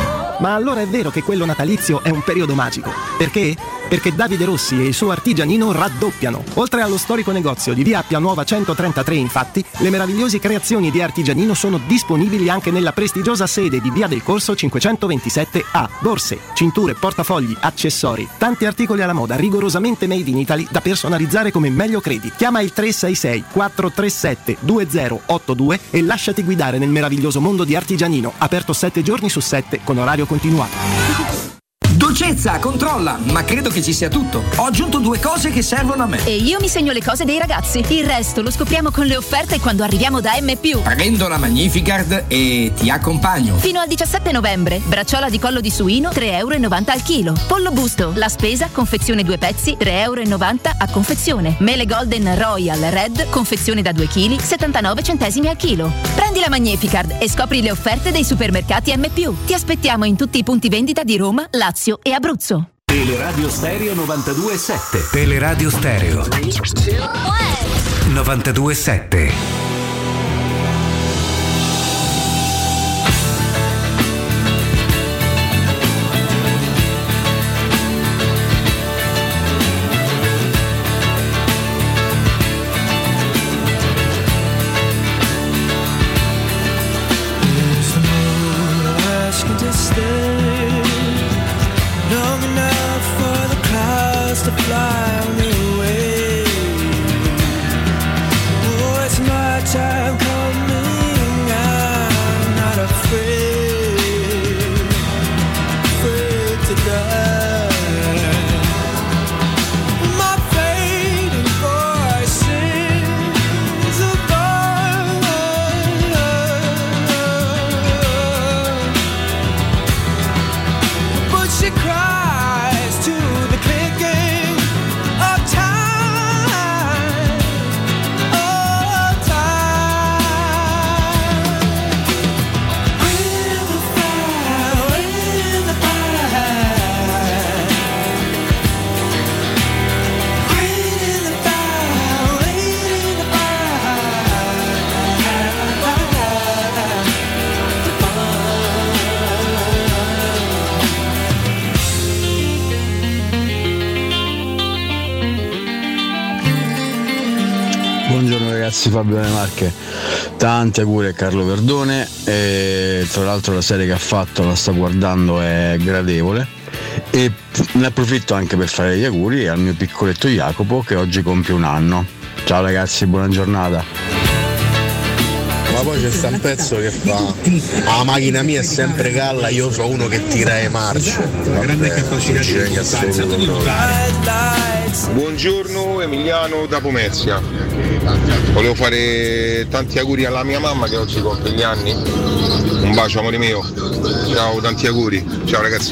Ma allora è vero che quello natalizio è un periodo magico. Perché? Perché Davide Rossi e il suo Artigianino raddoppiano. Oltre allo storico negozio di via Appia Nuova centotrentatré, infatti, le meravigliose creazioni di Artigianino sono disponibili anche nella prestigiosa sede di via del Corso cinquecentoventisette A. Borse, cinture, portafogli, accessori, tanti articoli alla moda rigorosamente made in Italy da personalizzare come meglio credi. Chiama il tre sei sei quattro tre sette due zero otto due e lasciati guidare nel meraviglioso mondo di Artigianino, aperto sette giorni su sette con orario continuato. Dolcezza, controlla, ma credo che ci sia tutto. Ho aggiunto due cose che servono a me. E io mi segno le cose dei ragazzi. Il resto lo scopriamo con le offerte quando arriviamo da M più. Prendo la Magnificard e ti accompagno. Fino al diciassette novembre. Bracciola di collo di suino, tre euro e novanta al chilo. Pollo busto, la spesa, confezione due pezzi, tre euro e novanta a confezione. Mele Golden Royal Red, confezione da due chili, settantanove centesimi al chilo. Prendi la Magnificard e scopri le offerte dei supermercati M più. Ti aspettiamo in tutti i punti vendita di Roma, Lazio e Abruzzo. Teleradio Stereo novantadue e sette. Teleradio Stereo novantadue e sette. Fabio Le Marche, tanti auguri a Carlo Verdone e tra l'altro la serie che ha fatto, la sto guardando, è gradevole e ne approfitto anche per fare gli auguri al mio piccoletto Jacopo che oggi compie un anno. Ciao ragazzi, buona giornata. Ma poi c'è sta un pezzo che fa: la macchina mia è sempre galla, io so uno che tira le marce. Grande capacità di Buongiorno Emiliano da Pomezia. Volevo fare tanti auguri alla mia mamma che oggi compie gli anni. Un bacio amore mio. Ciao, tanti auguri. Ciao ragazzi.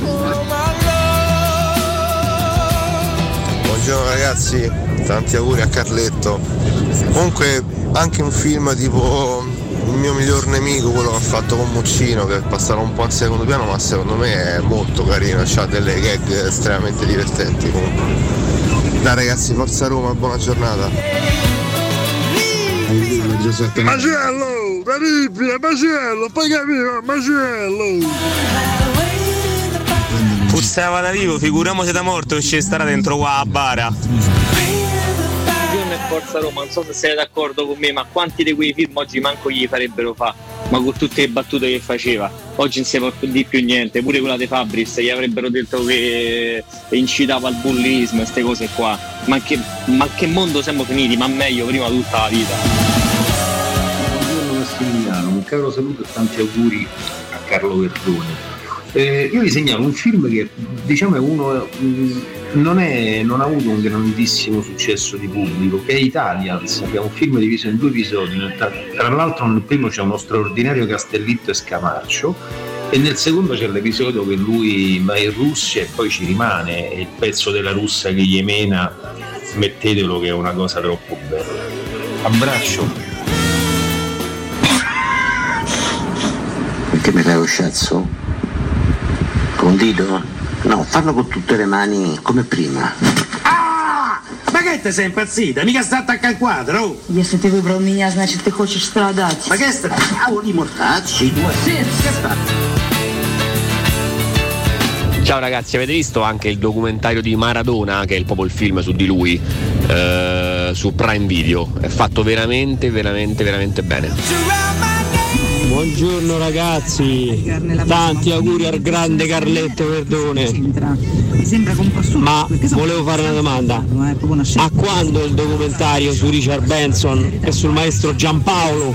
Buongiorno ragazzi, tanti auguri a Carletto. Comunque anche un film tipo Il mio miglior nemico, quello che ha fatto con Muccino, che passerà un po' in secondo piano, ma secondo me è molto carino, c'ha delle gag estremamente divertenti comunque. Dai ragazzi, forza Roma, buona giornata. Macello, terribile, Macello, poi capito, Macello. Stava da vivo, figuriamoci da morto che ci starà dentro qua a bara. Forza Roma, non so se sei d'accordo con me, ma quanti di quei film oggi manco gli farebbero fa, ma con tutte le battute che faceva. Oggi non si può di più niente, pure quella dei Fabris gli avrebbero detto che incitava al bullismo e queste cose qua. Ma che, ma che mondo siamo finiti, ma meglio prima tutta la vita. Buongiorno Massimiliano, un caro saluto e tanti auguri a Carlo Verdone. Eh, io vi segnalo un film che diciamo è uno mh, non, è, non ha avuto un grandissimo successo di pubblico, che è Italians, che è un film diviso in due episodi. Tra, tra l'altro nel primo c'è uno straordinario Castellitto e Scamarcio e nel secondo c'è l'episodio che lui va in Russia e poi ci rimane, e il pezzo della russa che gli mena, mettetelo che è una cosa troppo bella. Abbraccio. Perché mi fai lo scazzo? Con dito? No, farlo con tutte le mani come prima. А! Ma che te sei impazzita? Mica sta attaccato al quadro! Если ты выбрал меня, значит ты хочешь страдать. Ma che sta? Cavoli mortacci! Ciao ragazzi, avete visto anche il documentario di Maradona, che è proprio il film su di lui, eh, su Prime Video? È fatto veramente, veramente, veramente bene. Buongiorno ragazzi, tanti auguri al grande Carletto Verdone. Ma volevo fare una domanda: a quando il documentario su Richard Benson e sul maestro Giampaolo?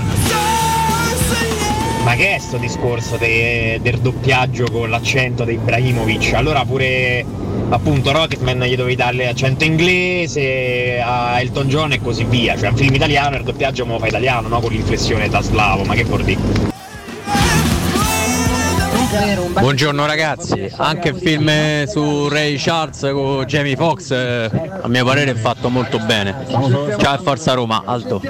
Ma che è sto discorso de, del doppiaggio con l'accento di Ibrahimovic? Allora pure appunto Rocketman gli dovevi dare l'accento inglese, a Elton John e così via. Cioè un film italiano e il doppiaggio me lo fa italiano, no? Con l'inflessione da slavo, ma che vuol dire? Buongiorno ragazzi, anche il film su Ray Charles con Jamie Foxx a mio parere è fatto molto bene. Ciao e Forza Roma, alto.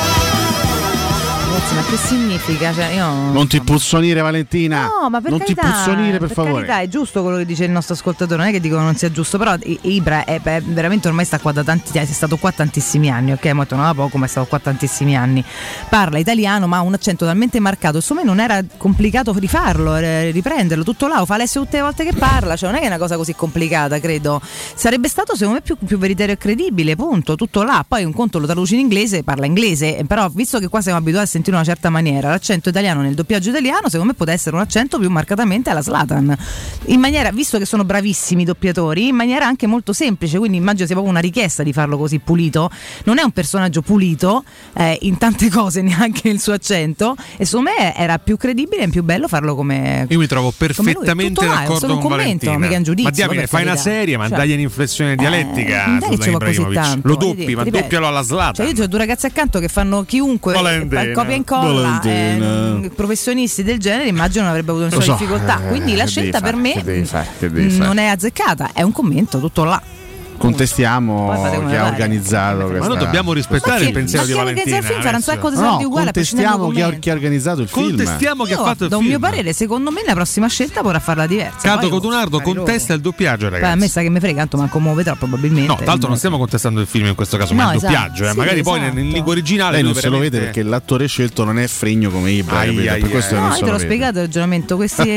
Ragazzi, ma che significa? Cioè, io... Non ti puzzonire Valentina. No, ma per non carità, ti puzzonire per, per favore. carità, è giusto quello che dice il nostro ascoltatore, non è che dico che non sia giusto, però Ibra è, è veramente ormai sta qua da tanti, è stato qua tantissimi anni, ok? Mo' tornava poco, ma è stato qua tantissimi anni. Parla italiano, ma ha un accento talmente marcato, insomma non era complicato rifarlo, riprenderlo, tutto là, lo fa Alessio tutte le volte che parla, cioè non è che è una cosa così complicata, credo. Sarebbe stato secondo me più, più veritiero e credibile, punto, tutto là. Poi un conto lo traduci in inglese, parla inglese, però visto che qua siamo abituati a sentire una certa maniera, l'accento italiano nel doppiaggio italiano secondo me potrebbe essere un accento più marcatamente alla Zlatan, in maniera, visto che sono bravissimi i doppiatori, in maniera anche molto semplice, quindi immagino sia proprio una richiesta di farlo così pulito. Non è un personaggio pulito eh, in tante cose, neanche il suo accento, e secondo me era più credibile e più bello farlo come io mi trovo perfettamente là, d'accordo con commento, Valentina. Mica un giudizio, ma diamine, fai una serie, ma cioè, dagli un'inflessione dialettica, eh, ci vuole così tanto, lo doppi, ma doppialo alla Zlatan. Cioè io ho due ragazzi accanto che fanno chiunque Valentina, copia e incolla, eh, professionisti del genere immagino non avrebbe avuto nessuna so, difficoltà, quindi eh, la scelta per me non è azzeccata, è un commento tutto là. Contestiamo chi ha organizzato questa, ma noi dobbiamo rispettare il pensiero di Valentina. Il film farà un sacco di soldi no, uguali, contestiamo chi ha, chi ha organizzato il film. Contestiamo chi ha fatto il da film. un mio parere, secondo me la prossima scelta potrà farla diversa. Cato Codunardo contesta il doppiaggio, ragazzi. A me sa che mi frega, tanto manco muove troppo probabilmente. No, tra l'altro non stiamo contestando il film in questo caso, ma il doppiaggio, eh. magari poi in lingua originale lei non se lo vede perché l'attore scelto non è Frigno come Ibra, per questo non io te l'ho spiegato il ragionamento, questi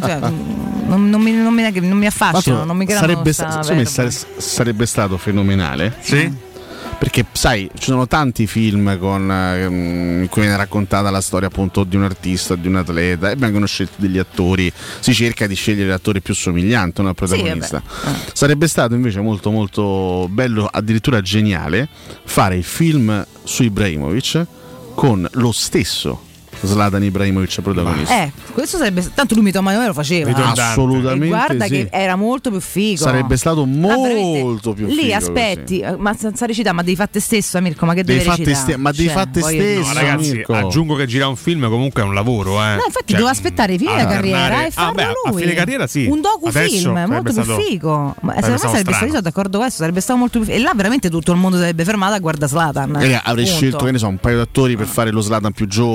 non, non, mi, non, mi, non mi affascinano, non mi creano. Sarebbe, sta, sarebbe stato fenomenale. Sì. Perché sai, ci sono tanti film con, um, in cui viene raccontata la storia appunto di un artista, di un atleta, e vengono scelti degli attori, si cerca di scegliere l'attore più somigliante al protagonista. Sì, sarebbe stato invece molto molto bello, addirittura geniale, fare il film su Ibrahimovic con lo stesso Zlatan Ibrahimovic protagonista. Eh, questo sarebbe, tanto lui Mitoma lo faceva. Assolutamente. E guarda sì. che era molto più figo. Sarebbe stato molto ah, più figo. Lì aspetti, così. Ma senza recitare, ma devi fare te stesso, Mirko, ma che devi devi recitare? Ste- ma devi cioè, fare te stesso. No, ragazzi, Mirko. aggiungo che girare un film comunque è un lavoro, eh. No, infatti cioè, devo aspettare i fine ah, carriera e farlo ah, beh, lui. A fine carriera sì. Un docufilm molto più stato, figo. Ma sarebbe secondo me sarebbe stato, io sono d'accordo con questo, sarebbe stato molto più figo. E là veramente tutto il mondo sarebbe fermato a guardare Zlatan. Eh, avrei punto. scelto, che ne so, un paio di attori per fare lo Zlatan più giovane, magari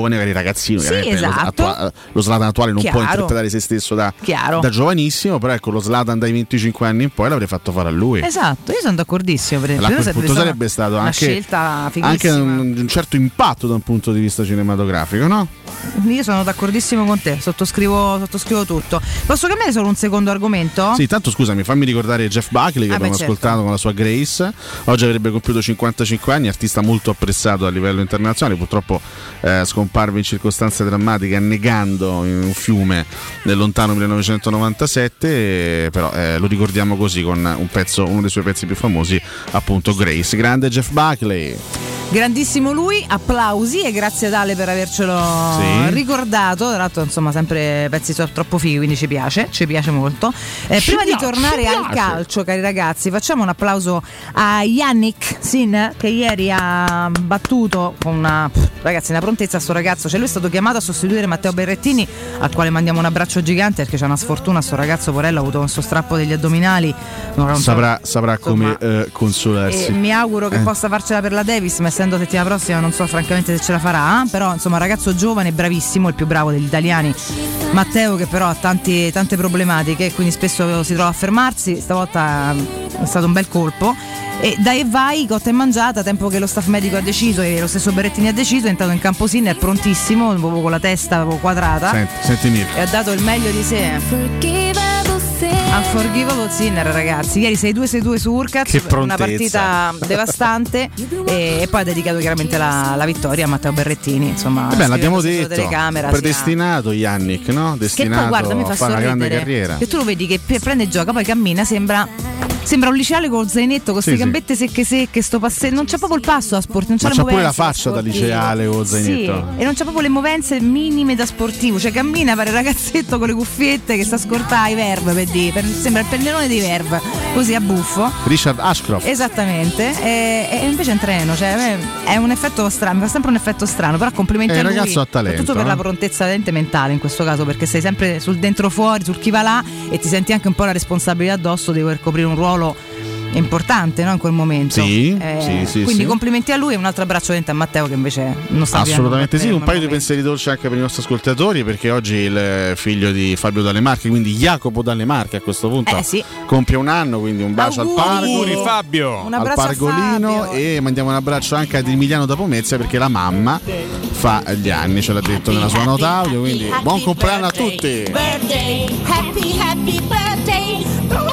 ragazzino, Sì, chiaramente esatto. lo, attua- lo Zlatan attuale non Chiaro. può interpretare se stesso da, Chiaro. da giovanissimo, però ecco lo Zlatan dai venticinque anni in poi l'avrei fatto fare a lui. Esatto, io sono d'accordissimo. Per A esempio, quel punto sarebbe stato una anche, scelta fighissima. anche un, un certo impatto da un punto di vista cinematografico, no? Io sono d'accordissimo con te, sottoscrivo, sottoscrivo tutto. Posso cambiare solo un secondo argomento? Sì, tanto scusami, fammi ricordare Jeff Buckley che Ah, abbiamo beh, certo. ascoltato con la sua Grace. Oggi avrebbe compiuto cinquantacinque anni, artista molto apprezzato a livello internazionale, purtroppo eh, scomparve in circostanze drammatiche annegando in un fiume nel lontano millenovecentonovantasette, eh, però eh, lo ricordiamo così con un pezzo, uno dei suoi pezzi più famosi, appunto Grace. Grande Jeff Buckley. Grandissimo lui, applausi e grazie ad Ale per avercelo Sì. ricordato. Tra l'altro, insomma, sempre pezzi so- troppo fighi, quindi ci piace, ci piace molto. Eh, Ci prima piace, di tornare ci al piace. calcio, cari ragazzi, facciamo un applauso a Yannick Sin che ieri ha battuto con una pff, ragazzi, una prontezza a sto ragazzo. Cioè, lui è stato chiamato a sostituire Matteo Berrettini, al quale mandiamo un abbraccio gigante perché c'è una sfortuna. Sto ragazzo, porello, ha avuto questo strappo degli addominali. Non so- Saprà, saprà come eh, consolarsi. e mi auguro che Eh. possa farcela per la Davis, ma essendo settimana prossima non so francamente se ce la farà, però insomma ragazzo giovane, bravissimo, il più bravo degli italiani. Matteo che però ha tanti, tante problematiche e quindi spesso si trova a fermarsi, stavolta è stato un bel colpo. E dai e vai, cotta e mangiata, tempo che lo staff medico ha deciso e lo stesso Berrettini ha deciso, è entrato in campo Sinner prontissimo, proprio con la testa proprio quadrata. Senti, senti Mirko. E ha dato il meglio di sé. Unforgivable Sinner, ragazzi. Ieri sei due sei due su Urcaz, Che una prontezza. partita devastante e, e poi ha dedicato chiaramente la, la vittoria a Matteo Berrettini. Insomma, Eh beh, l'abbiamo scrivendo sulla detto, telecamera, predestinato Yannick, no? che Destinato poi guarda, mi fa a fare una grande sorridere carriera. che tu lo vedi che pe- prende e gioca, poi cammina, sembra sembra un liceale col zainetto con queste Sì, sì. gambette secche secche, sto passe- non c'è proprio il passo da sport, non c'è Ma le c'ha pure la movenze da faccia da sportivo. liceale con lo zainetto. Sì, e non c'ha proprio le movenze minime da sportivo, cioè cammina, pare il ragazzetto con le cuffiette che sta scortando i Verve per dire, per- sembra il pennellone dei Verve, così a buffo. Richard Ashcroft. Esattamente, e, e invece è in treno, cioè è un effetto strano, mi fa sempre un effetto strano, però complimenti Eh, a il lui. ragazzo ha talento, Soprattutto per eh. la prontezza veramente mentale in questo caso, perché sei sempre sul dentro fuori, sul chi va là e ti senti anche un po' la responsabilità addosso di dover coprire un ruolo importante, no, in quel momento. Sì, Eh, sì, sì, quindi sì. complimenti a lui e un altro abbraccio a Matteo che invece non sta Assolutamente sì, vivendo un paio di pensieri dolci anche per i nostri ascoltatori, perché oggi il figlio di Fabio Dalle Marche, quindi Jacopo Dalle Marche a questo punto Eh, sì. compie un anno, quindi un bacio Auguri. al Pargo, Auguri, Fabio. Un al abbraccio a Pargolino Fabio. e mandiamo un abbraccio anche ad Emiliano da Pomezia perché la mamma fa gli anni, ce l'ha detto nella sua nota audio, quindi buon compleanno a tutti. Birthday, happy, happy birthday.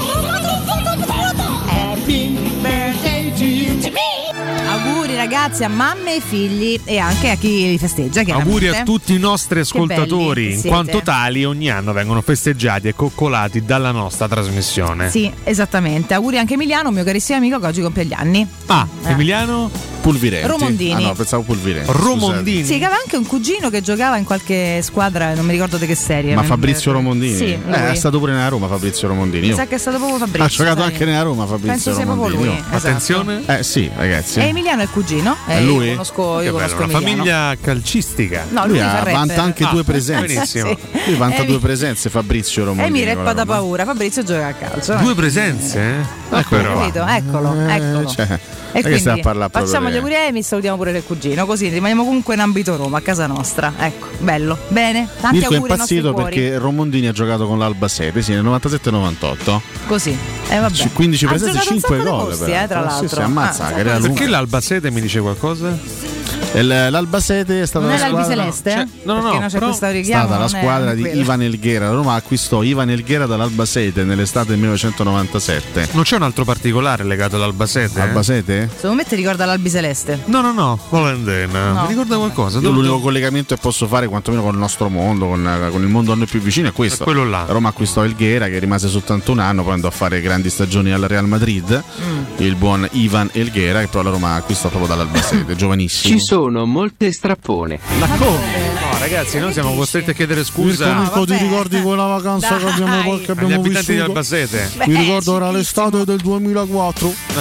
Happy birthday to you, to me. Auguri ragazzi a mamme e figli e anche a chi li festeggia, chiaramente. Auguri a tutti i nostri ascoltatori, belli in siete. quanto tali ogni anno vengono festeggiati e coccolati dalla nostra trasmissione. Sì, esattamente. Auguri anche a Emiliano, mio carissimo amico che oggi compie gli anni. Ah, Eh. Emiliano Pulvirenti. Romondini. Ah no, pensavo Pulvirenti. Romondini. Sì, che aveva anche un cugino che giocava in qualche squadra, non mi ricordo di che serie. Ma non- Fabrizio Romondini? Sì, eh, lui. è stato pure nella Roma Fabrizio Romondini. Mi Io- sa che è stato proprio Fabrizio. ha giocato sai. anche nella Roma Fabrizio Penso sia proprio Romondini. lui. Io- esatto. Attenzione. Eh sì, ragazzi. E Emiliano è il cugino. È eh, lui? Io conosco, io Che bello, conosco una Emiliano. famiglia calcistica. No, lui lui fa ha, rapper. vanta anche Ah, due presenze. benissimo. Sì. Lui vanta Emi- due presenze Fabrizio Romondini. E mi con la reppa da Roma. paura. Fabrizio gioca a calcio. Due presenze? eh? Ecco Però. Capito? Eccolo, Eh, eccolo. cioè, E ma che stai a quindi parlare proprio facciamo di- gli auguri a Emi, salutiamo pure il cugino, così rimaniamo comunque in ambito Roma, a casa nostra. Ecco, bello, bene. Tanti Mirko è auguri ai nostri impazzito cuori. perché Romondini ha giocato con l'Alba Sete, sì, nel novantasette novantaotto. Così. Eh vabbè. C- quindici Ha presenze, giocato un cinque sacco di gol, posti, però. eh, tra Eh, sì, l'altro. sì, ammazza, Ah, che era Perché lunga. l'Albacete mi dice qualcosa? E l- L'Albacete è stata Non la è l'Albi squadra, Celeste? Cioè, no, no, Perché no, non c'è però questo è richiamo. stata la non è squadra di quello. Ivan Elghera. La Roma acquistò Ivan Elghera dall'Albacete nell'estate del millenovecentonovantasette. Non c'è un altro particolare legato all'Albacete? eh? Albacete? Secondo me ti ricorda l'Albi Celeste. No, no, no, Volendena. No. Mi ricorda qualcosa? Io Dove- l'unico collegamento che posso fare quantomeno con il nostro mondo, con, con il mondo a noi più vicino è questo. È quello là. La Roma acquistò Elghera che rimase soltanto un anno, poi andò a fare grandi stagioni al Real Madrid, Mm. il buon Ivan Elghera, che però la Roma acquistò proprio dall'Albacete, giovanissimo. Ci sono molte strappone. Ma come? No, ragazzi, noi siamo costretti a chiedere scusa Mirko, Mirko, ti vabbè. ricordi quella vacanza che abbiamo, che agli abbiamo abitanti di vissuto? Albacete. Beh, Mi ricordo era fighissimo. l'estate del duemilaquattro. Eh.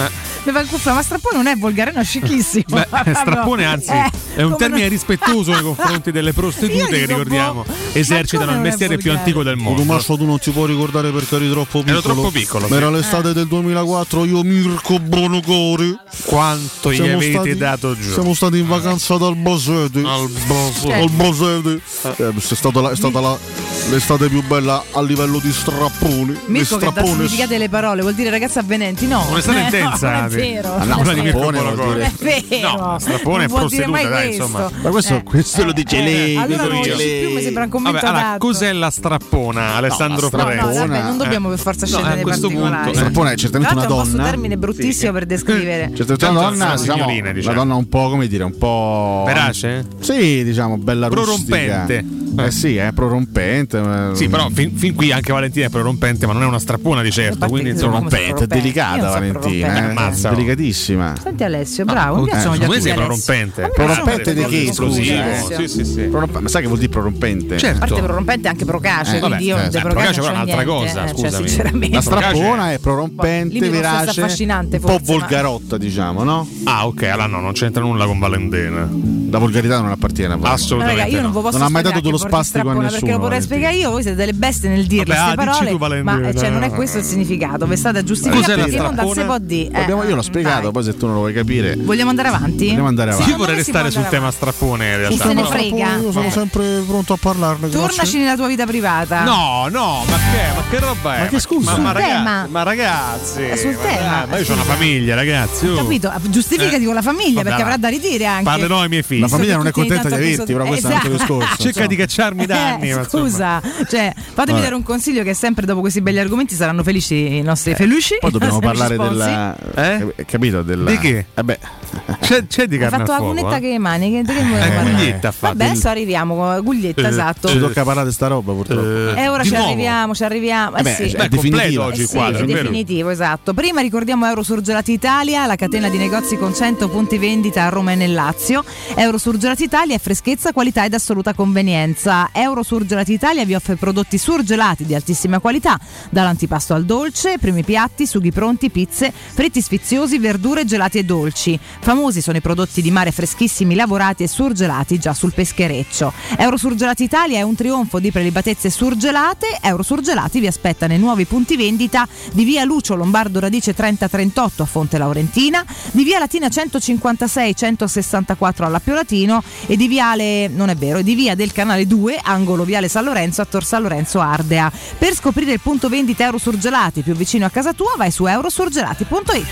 mi fa il cuffio, ma strappone non è volgare, no, scicchissimo. Beh, strappone anzi Eh, è un termine non... rispettoso nei confronti delle prostitute che ricordiamo esercitano il mestiere più antico del mondo. Tommaso, tu non ti puoi ricordare perché eri troppo piccolo. Ero troppo piccolo. Ma sì. era l'estate eh. del duemilaquattro, io Mirko Bonocore. Quanto siamo gli avete stati, dato giù? Siamo stati in vacanza dal Bosete. Al Bosete. Al Bosete. Eh, è stata, la, è stata la, l'estate più bella a livello di strapponi. Mirko che dà significate le parole, vuol dire ragazza avvenenti, no? Un'estate intensa. No, non è vero. Ah, no, non è vero. non è vero. No, strappone è prostituta, dai, insomma. Ma questo, Eh, questo eh, lo dice eh, lei. allora non dice lo dici lei. più, mi sembra un commento Vabbè, allora, adatto. cos'è la strappona, Alessandro No, no, Florenzi? vabbè, non dobbiamo per forza scendere No, a nei questo particolari. punto, strappona è certamente una Tra l'altro è un donna. termine bruttissimo per descrivere. Certamente una donna, una diciamo, signorina, diciamo. una donna un po', come dire, un po'. Verace? Sì, diciamo, bella prorompente. rustica. Eh sì, è prorompente. Sì, però fin, fin qui anche Valentina è prorompente, ma non è una strappona di certo. Quindi insomma, prorompente, è delicata Valentina, eh, Ammazza. delicatissima. Senti Alessio, bravo, mi Eh, piacciono gli secondo me occhi sei di Alessio. prorompente. Prorompente di che? Esplosivo. Scusa, Sì, sì, sì. Proromp- ma sai che vuol dire prorompente? Certo. A parte prorompente anche procace, Eh, quindi vabbè, io eh, non sì, de procace procace però è non un'altra niente, cosa, eh, cioè, scusami. sinceramente. La strappona è prorompente, Lì mi fosse verace, affascinante, un po' forse, ma- volgarotta, diciamo, no? Ah, ok, allora no, non c'entra nulla con Valentina. La volgarità non appartiene a voi. Assolutamente. Raga, io non vi posso Non ha mai spiegare dato dello che porti spastico a strappona, nessuno, perché lo vorrei Valentina. spiegare io, voi siete delle bestie nel dirle Vabbè, queste ah, dici parole, tu, Valentina. ma cioè, non è questo il significato, vi state a giustificare Cos'è la perché non strappona? si può dire. Eh, Abbiamo- io l'ho spiegato, dai. poi se tu non lo vuoi capire. Vogliamo andare avanti? Vogliamo andare avanti. Io vorrei me si restare può sul andare tema strappone in realtà. se ne però. frega. Io sono Eh. sempre pronto a parlarne. Tornaci grazie. nella tua vita privata. No, no, ma che, ma che roba è? Ma che scusa? Ma, ma, Sul ragazzi, tema. ma ragazzi, È sul ma, tema. ma io ho una famiglia, ragazzi. Ho oh. capito, giustificati Eh. con la famiglia Vabbè, perché va. avrà da ridire anche. Parlerò ai miei figli. La famiglia non è Tutti contenta di intanto averti, però questo è un altro esatto. discorso. Cerca di cacciarmi danni. Eh, ma insomma. scusa, cioè, fatemi Vabbè. dare un consiglio che sempre dopo questi belli argomenti saranno felici i nostri feluci. Poi dobbiamo i nostri parlare sposi. della. Eh? eh, Capito? Della. Di che? Eh beh. C'è, c'è di Hai carne fatto al la fuoco, cunetta eh? che le mani, che, di che vuoi Eh, parlare? Guglietta ha fatto. Vabbè, adesso arriviamo, Guglietta, Eh, esatto. Ci tocca parlare di sta roba, purtroppo. Eh, E ora di ci nuovo? arriviamo, ci arriviamo. Eh, Eh beh, sì. è Beh, completo definitivo. oggi Eh il sì, quadro, è è vero? definitivo, esatto. Prima ricordiamo Eurosurgelati Italia, la catena di negozi con cento punti vendita a Roma e nel Lazio. Eurosurgelati Italia è freschezza, qualità ed assoluta convenienza. Eurosurgelati Italia vi offre prodotti surgelati di altissima qualità, dall'antipasto al dolce, primi piatti, sughi pronti, pizze, fritti sfiziosi, verdure, gelati e dolci. Famosi sono i prodotti di mare freschissimi, lavorati e surgelati già sul peschereccio. Eurosurgelati Italia è un trionfo di prelibatezze surgelate. Eurosurgelati vi aspetta nei nuovi punti vendita di via Lucio Lombardo Radice trenta trentotto a Fonte Laurentina, di via Latina centocinquantasei centosessantaquattro all'Appio Latino e di viale, non è vero, di via del Canale due, angolo viale San Lorenzo a Tor San Lorenzo Ardea. Per scoprire il punto vendita Eurosurgelati più vicino a casa tua vai su eurosurgelati punto it.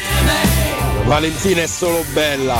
Valentina è solo bella.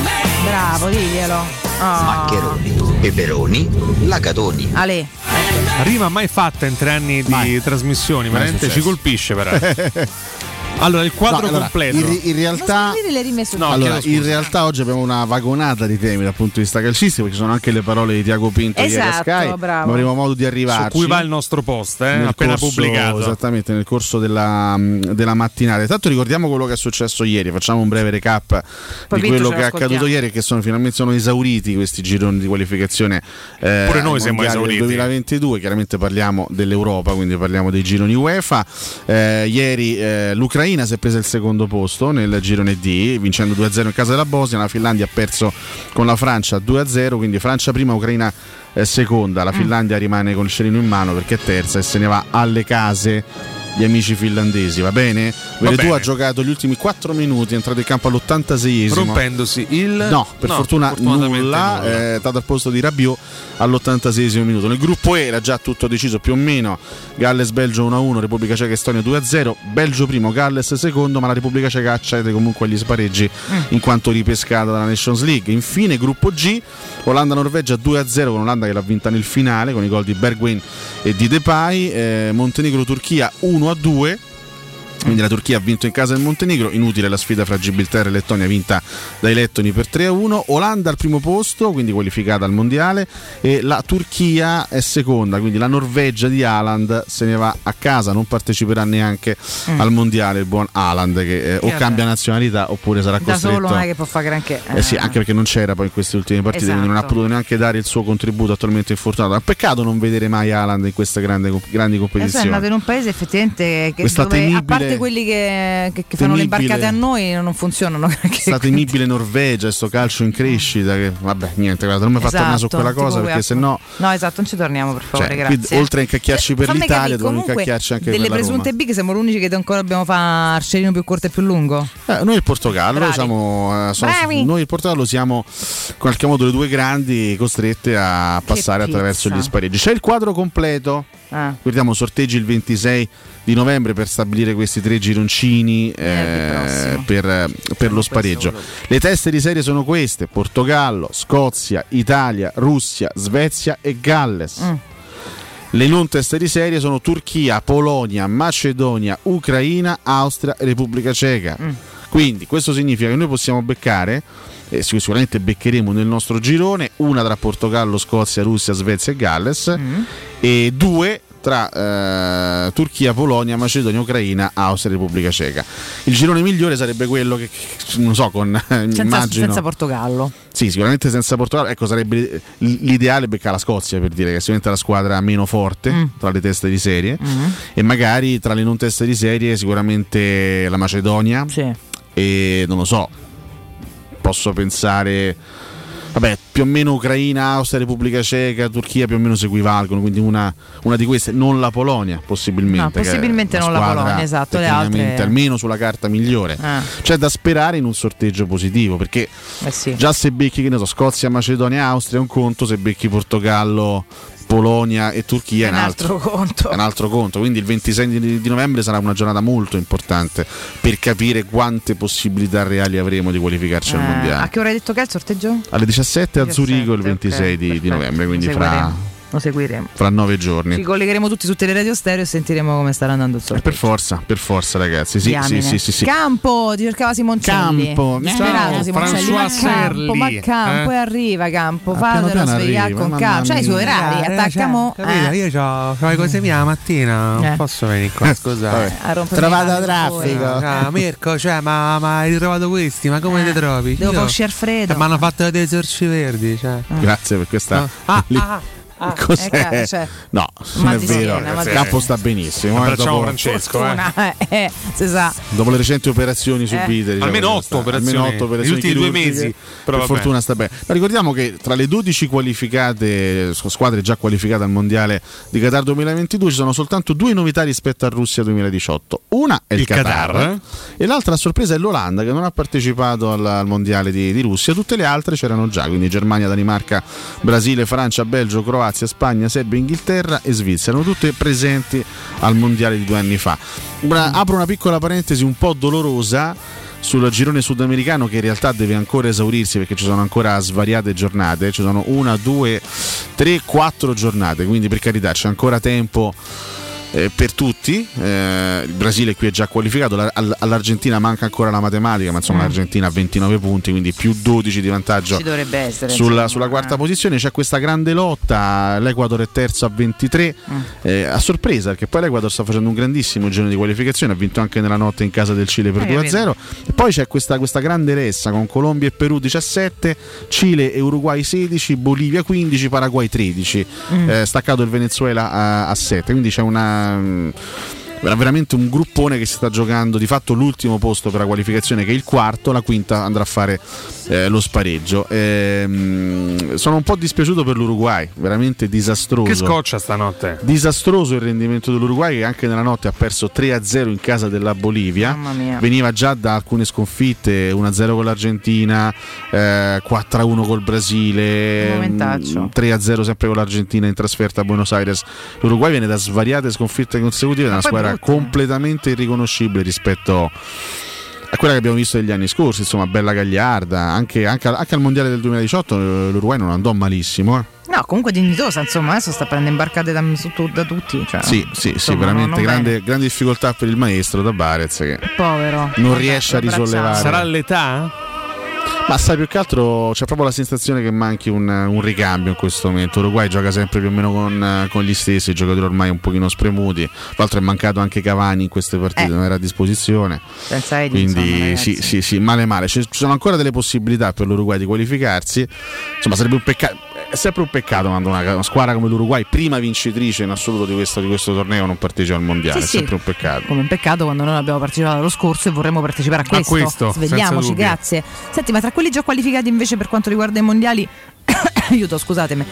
Bravo, diglielo. Oh. Maccheroni, peperoni, lacatoni. Ale. Rima mai fatta in tre anni di Mai. trasmissioni, Mai veramente ci successo. colpisce però. Allora, il quadro No, allora, completo. In, in realtà, Non dire le rime su No, allora, chiedo in scusa. realtà oggi abbiamo una vagonata di temi dal punto di vista calcistico, perché ci sono anche le parole di Tiago Pinto ieri a Esatto, Sky, bravo. ma avremo modo di arrivarci. Su cui va il nostro post, eh? nel appena corso- pubblicato. Esattamente, nel corso della, della mattinata. Intanto ricordiamo quello che è successo ieri, facciamo un breve recap Poi di Pinto quello ce che è lo accaduto ascoltiamo. ieri, che sono finalmente sono esauriti questi gironi di qualificazione. eh, Pure noi ai siamo mondiali esauriti. del duemilaventidue, chiaramente parliamo dell'Europa, quindi parliamo dei gironi UEFA. Eh, ieri eh, l'Ucraina si è presa il secondo posto nel girone D, vincendo due a zero in casa della Bosnia. La Finlandia ha perso con la Francia due a zero, quindi Francia prima, Ucraina eh, seconda. La Finlandia rimane con il scerino in mano perché è terza e se ne va alle case gli amici finlandesi, va bene? Veretù bene. ha giocato gli ultimi quattro minuti, è entrato in campo all'ottantaseiesimo. Rompendosi il. No, per no, fortuna fortunatamente nulla, nulla. è stato al posto di Rabiot all'ottantaseiesimo minuto. Nel gruppo E era già tutto deciso più o meno: Galles-Belgio uno a uno, Repubblica Ceca Estonia due a zero, Belgio primo, Galles secondo, ma la Repubblica Ceca accede comunque agli spareggi in quanto ripescata dalla Nations League. Infine gruppo G, Olanda-Norvegia due a zero con Olanda che l'ha vinta nel finale con i gol di Bergwijn e di Depay, eh, Montenegro-Turchia uno a due. Quindi la Turchia ha vinto in casa del Montenegro, inutile la sfida fra Gibilterra e Lettonia vinta dai lettoni per tre a uno. Olanda al primo posto, quindi qualificata al mondiale, e la Turchia è seconda, quindi la Norvegia di Haaland se ne va a casa, non parteciperà neanche Mm. al mondiale il buon Haaland, che eh, o vabbè. cambia nazionalità oppure sarà Da costretto. solo non è che può fare granché. Eh sì, anche perché non c'era poi in queste ultime partite, Esatto. quindi non ha potuto neanche dare il suo contributo, attualmente infortunato. È un peccato non vedere mai Haaland in queste grandi, grandi Adesso è competizioni. nato in un paese effettivamente che Questa dove, a temibile- parte pure quelli che, che, che fanno le imbarcate a noi non funzionano. È stata temibile Norvegia, sto calcio in crescita che vabbè niente, guarda, non mi ha fatto esatto, naso quella cosa perché sennò no esatto, non ci torniamo per favore, cioè, grazie. Qui, oltre a incacchiarci per Fammi l'Italia capire, dobbiamo incacchiarci anche per la delle presunte Roma. big siamo l'unici che ancora dobbiamo fare Arcerino più corto e più lungo. Eh, noi il Portogallo siamo, eh, sono, noi il Portogallo siamo in qualche modo le due grandi costrette a passare pizza. attraverso gli spareggi. C'è il quadro completo. Ah. Guardiamo sorteggi il ventisei di novembre per stabilire questi tre gironcini eh, per, per lo spareggio. Le teste di serie sono queste: Portogallo, Scozia, Italia, Russia, Svezia e Galles. Mm. Le non teste di serie sono Turchia, Polonia, Macedonia, Ucraina, Austria e Repubblica Ceca. Mm. Quindi questo significa che noi possiamo beccare, eh, sicuramente beccheremo nel nostro girone, una tra Portogallo, Scozia, Russia, Svezia e Galles Mm. e due tra eh, Turchia, Polonia, Macedonia, Ucraina, Austria e Repubblica Ceca. Il girone migliore sarebbe quello che, che non so, con senza, immagino senza Portogallo. sì, sicuramente senza Portogallo. Ecco, sarebbe l'ideale beccare la Scozia, per dire che è sicuramente la squadra meno forte mm. tra le teste di serie mm. e magari tra le non teste di serie sicuramente la Macedonia sì. E non lo so, posso pensare vabbè, più o meno Ucraina, Austria, Repubblica Ceca, Turchia più o meno si equivalgono, quindi una, una di queste, non la Polonia possibilmente. No, possibilmente non la Polonia, esatto, le altre almeno sulla carta migliore. Ah. C'è da sperare in un sorteggio positivo, perché eh sì. già se becchi, che ne so, Scozia, Macedonia, Austria è un conto, se becchi Portogallo, Polonia e Turchia è un altro, altro conto. È un altro conto. Quindi il ventisei di, di novembre sarà una giornata molto importante per capire quante possibilità reali avremo di qualificarci eh, al mondiale. A che ora hai detto che è il sorteggio? Alle diciassette a Zurigo il ventisei okay, di, di novembre, quindi fra lo seguiremo. Fra nove giorni. Ci collegheremo tutti su Teleradio Stereo e sentiremo come starà andando il sorteggio. Per forza, per forza ragazzi. Sì, sì, sì, sì, sì. Campo, ti cercava Simoncelli. Campo, disperato Simoncelli. Ma Campo, ma Campo, e arriva Campo, Ah, fatelo piano piano svegliare arriva, con mamma Campo. C'hai i suoi mia. orari, Eh, attaccamo. cioè, capito? eh. Io ho le cose mie la mattina, non Eh. posso venire qua, scusate. A rompere Trovato le palle traffico. Ah, Mirko, cioè, ma, ma hai ritrovato questi? Ma come Eh, li trovi? devo Io- far uscire Alfredo. Eh, ma hanno fatto dei sorci verdi, cioè. Grazie per questa. No. Ah, li- ah, ah. Cos'è? Eh, cioè, no, non mal è di vero. schiena, mal di Campo schiena. sta benissimo. eh, Abbracciamo dopo, Francesco, eh. Fortuna, eh, si sa. dopo le recenti operazioni subite, diciamo, Almeno che otto sta- operazioni. almeno otto operazioni Negli ultimi due chirurgiche, mesi, però per vabbè. fortuna sta bene. Ma ricordiamo che tra le dodici qualificate, squadre già qualificate al mondiale di Qatar duemilaventidue, ci sono soltanto due novità rispetto a Russia duemiladiciotto. Una è il, Il Qatar, Qatar. e l'altra a sorpresa è l'Olanda, che non ha partecipato al, al mondiale di, di Russia. Tutte le altre c'erano già, quindi Germania, Danimarca, Brasile, Francia, Belgio, Croazia, Spagna, Serbia, Inghilterra e Svizzera, erano tutte presenti al mondiale di due anni fa. Ora, apro una piccola parentesi un po' dolorosa sul girone sudamericano, che in realtà deve ancora esaurirsi perché ci sono ancora svariate giornate, ci sono una, due, tre, quattro giornate, quindi per carità c'è ancora tempo eh, per tutti. Eh, il Brasile qui è già qualificato, la, all, all'Argentina manca ancora la matematica, ma insomma Mm. l'Argentina ha ventinove punti, quindi più dodici di vantaggio Ci dovrebbe essere. sulla, insomma. sulla quarta posizione. C'è questa grande lotta, l'Ecuador è terzo a ventitré, Mm. eh, a sorpresa, perché poi l'Ecuador sta facendo un grandissimo girone di qualificazione, ha vinto anche nella notte in casa del Cile per Eh, due a zero, e poi c'è questa, questa grande ressa con Colombia e Perù diciassette, Cile e Uruguay sedici, Bolivia quindici, Paraguay tredici, Mm. eh, staccato il Venezuela a, a sette, quindi c'è una... mh, era veramente un gruppone che si sta giocando di fatto l'ultimo posto per la qualificazione, che è il quarto, la quinta andrà a fare eh, lo spareggio. Ehm, sono un po' dispiaciuto per l'Uruguay, veramente disastroso. Che scoccia stanotte. Disastroso il rendimento dell'Uruguay, che anche nella notte ha perso tre a zero in casa della Bolivia. Mamma mia. Veniva già da alcune sconfitte, uno a zero con l'Argentina, eh, quattro a uno col Brasile, Un momentaccio. tre a zero sempre con l'Argentina in trasferta a Buenos Aires. L'Uruguay viene da svariate sconfitte consecutive, da una poi squadra brutte. completamente irriconoscibile rispetto a quella che abbiamo visto negli anni scorsi, insomma, bella gagliarda. Anche, anche, anche al mondiale del duemiladiciotto l'Uruguay non andò malissimo, eh. No, comunque dignitosa, insomma, adesso sta prendendo imbarcate da, su, da tutti. Cioè, Sì, sì, sì, insomma, veramente non- non grande, bene. grande difficoltà per il maestro da Barez, che Povero. non Vabbè, riesce a lo abbracciamo. risollevare. Sarà l'età? Ma sai, più che altro c'è proprio la sensazione che manchi un, un ricambio in questo momento. L'Uruguay gioca sempre più o meno con, con gli stessi giocatori ormai un pochino spremuti. Tra l'altro è mancato anche Cavani in queste partite, Eh. non era a disposizione. Senza Edinson, Quindi ragazzi. sì, sì, sì, male male. Ci ci sono ancora delle possibilità per l'Uruguay di qualificarsi. Insomma, sarebbe un peccato. è sempre un peccato quando una, una squadra come l'Uruguay, prima vincitrice in assoluto di questo, di questo torneo, non partecipa al mondiale. Sì, è sì. sempre un peccato. Come un peccato quando noi abbiamo partecipato l'anno scorso e vorremmo partecipare a questo. A questo, Svegliamoci, grazie. Senti, ma tra quelli già qualificati invece per quanto riguarda i mondiali, aiuto, scusatemi,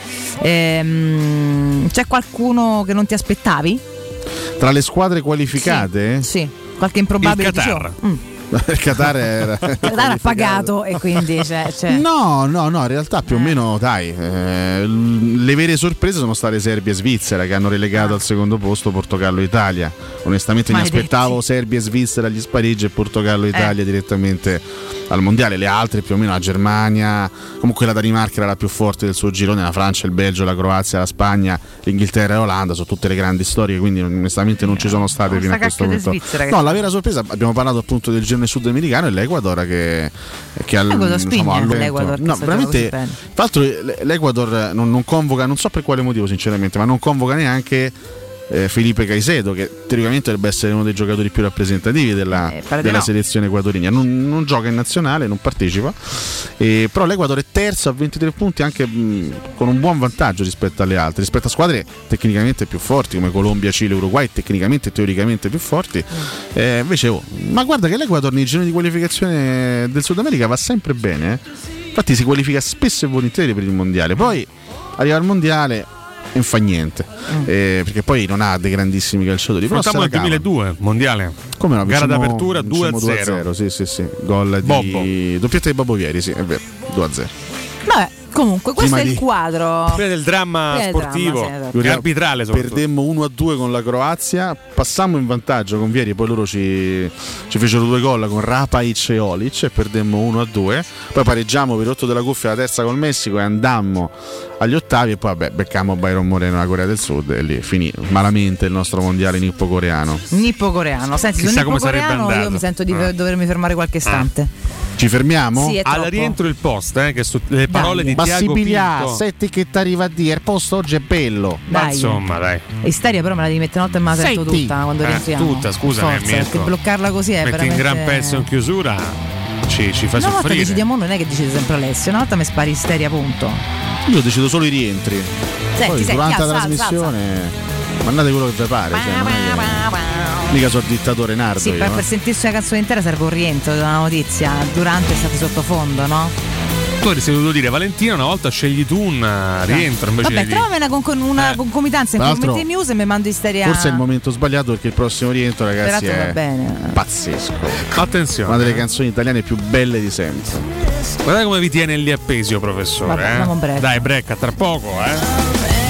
ehm, c'è qualcuno che non ti aspettavi? Tra le squadre qualificate? Sì, sì. Qualche improbabile. Il Qatar. Dicevo, mm. Il Qatar era Il Qatar ha pagato e quindi c'è, c'è. No, no, no, in realtà più o meno dai, eh, le vere sorprese sono state Serbia e Svizzera che hanno relegato al secondo posto Portogallo e Italia. Onestamente mi Maledetti. aspettavo Serbia e Svizzera agli spareggi e Portogallo e Italia Eh. direttamente al mondiale. Le altre più o meno la Germania, comunque la Danimarca era la più forte del suo girone, la Francia, il Belgio, la Croazia, la Spagna, l'Inghilterra e l'Olanda, sono tutte le grandi storie, quindi onestamente non ci sono state fino a questo cacchio di momento. Svizzera che No, c'è. la vera sorpresa, abbiamo parlato appunto del girone sudamericano, e l'Ecuador che, che al, L'Ecuador spinge, diciamo, al l'Ecuador, che no, sta veramente. giocando Tra l'altro l'Ecuador non, non convoca, non so per quale motivo sinceramente, ma non convoca neanche eh, Felipe Caicedo, che teoricamente dovrebbe essere uno dei giocatori più rappresentativi della, Eh, pare di della no. selezione equatoriana. Non, non gioca in nazionale, non partecipa, eh, però l'Ecuador è terzo a ventitré punti, anche mh, con un buon vantaggio rispetto alle altre, rispetto a squadre tecnicamente più forti come Colombia, Cile, Uruguay, tecnicamente e teoricamente più forti. Eh, invece, oh, ma guarda che l'Ecuador nei gironi di qualificazione del Sud America va sempre bene, eh. Infatti si qualifica spesso e volentieri per il mondiale, poi arriva al mondiale e non fa niente, eh, perché poi non ha dei grandissimi calciatori. Però Affrontiamo se la il cava. duemiladue mondiale. Come no, Gara vinciamo- d'apertura due a vinciamo zero. Sì, sì, sì. Gol Bobbo. di doppietta di Babbo Vieri, sì, è vero. due a zero. Vabbè, comunque questo Prima è il di- quadro. Prima del dramma Prima del sportivo, dramma, sì, esatto. e arbitrale soprattutto. Perdemmo uno a due con la Croazia, passammo in vantaggio con Vieri, poi loro ci, ci fecero due gol con Rapaic e Olic e perdemmo uno a due. Poi pareggiamo per rotto della cuffia la terza col Messico e andammo agli ottavi, e poi vabbè, beccammo Byron Moreno la Corea del Sud e lì finì malamente il nostro mondiale nippo-coreano. Nippo-coreano. Senti, Chissà su come sarebbe nippo-coreano io andato. mi sento di Ah. dovermi fermare qualche istante. Ci fermiamo? Sì, è Al troppo. rientro il post, eh, che su, le parole di Ma Tiago si piglia, Pinto. senti che ti arriva a dire, il posto oggi è bello. Ma Dai. insomma, dai. Isteria però me la devi mettere notte e me la sento Senti. tutta quando Eh, rientriamo. tutta, scusami, Forza, ammetto. perché bloccarla così è Metti veramente in gran pezzo in chiusura, ci, ci fa Una volta soffrire. decidiamo noi, non è che decide sempre Alessio, una volta mi spari Isteria, punto. Io decido solo i rientri. Senti, Poi senti, durante alza, la alza, trasmissione mandate quello che vi pare, cioè, non è che- mica sono dittatore nardo Sì, io, per, eh. per sentirsi la canzone intera serve un rientro di una notizia. Durante state sottofondo, no? Tu avresti dovuto dire Valentina, una volta scegli tu un uh, rientro invece Vabbè, di trovami una, con, una concomitanza in Tra l'altro, Commenti News e mi mando Isteria. Forse è il momento sbagliato perché il prossimo rientro, ragazzi, Peraltro va è bene. pazzesco. Attenzione. Una delle canzoni italiane più belle di sempre. Guardate come vi tiene lì appesio, professore. Vabbè, eh. andiamo in break. Dai, break, tra poco, eh.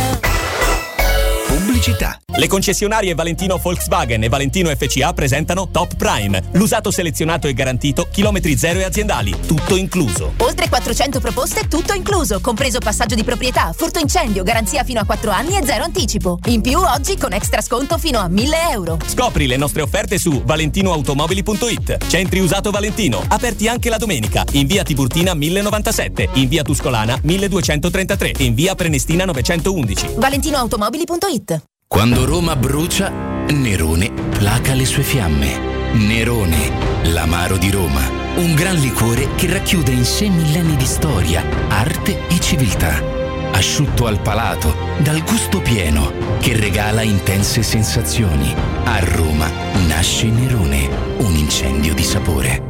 Pubblicità. Le concessionarie Valentino Volkswagen e Valentino F C A presentano Top Prime, l'usato selezionato e garantito, chilometri zero e aziendali, tutto incluso. Oltre quattrocento proposte, tutto incluso, compreso passaggio di proprietà, furto incendio, garanzia fino a quattro anni e zero anticipo. In più oggi con extra sconto fino a mille euro. Scopri le nostre offerte su valentinoautomobili punto it. Centri usato Valentino, aperti anche la domenica, in via Tiburtina mille novantasette, in via Tuscolana milleduecentotrentatré e in via Prenestina novecentoundici. valentinoautomobili punto it. Quando Roma brucia, Nerone placa le sue fiamme. Nerone, l'amaro di Roma. Un gran liquore che racchiude in sé millenni di storia, arte e civiltà. Asciutto al palato, dal gusto pieno, che regala intense sensazioni. A Roma nasce Nerone, un incendio di sapore.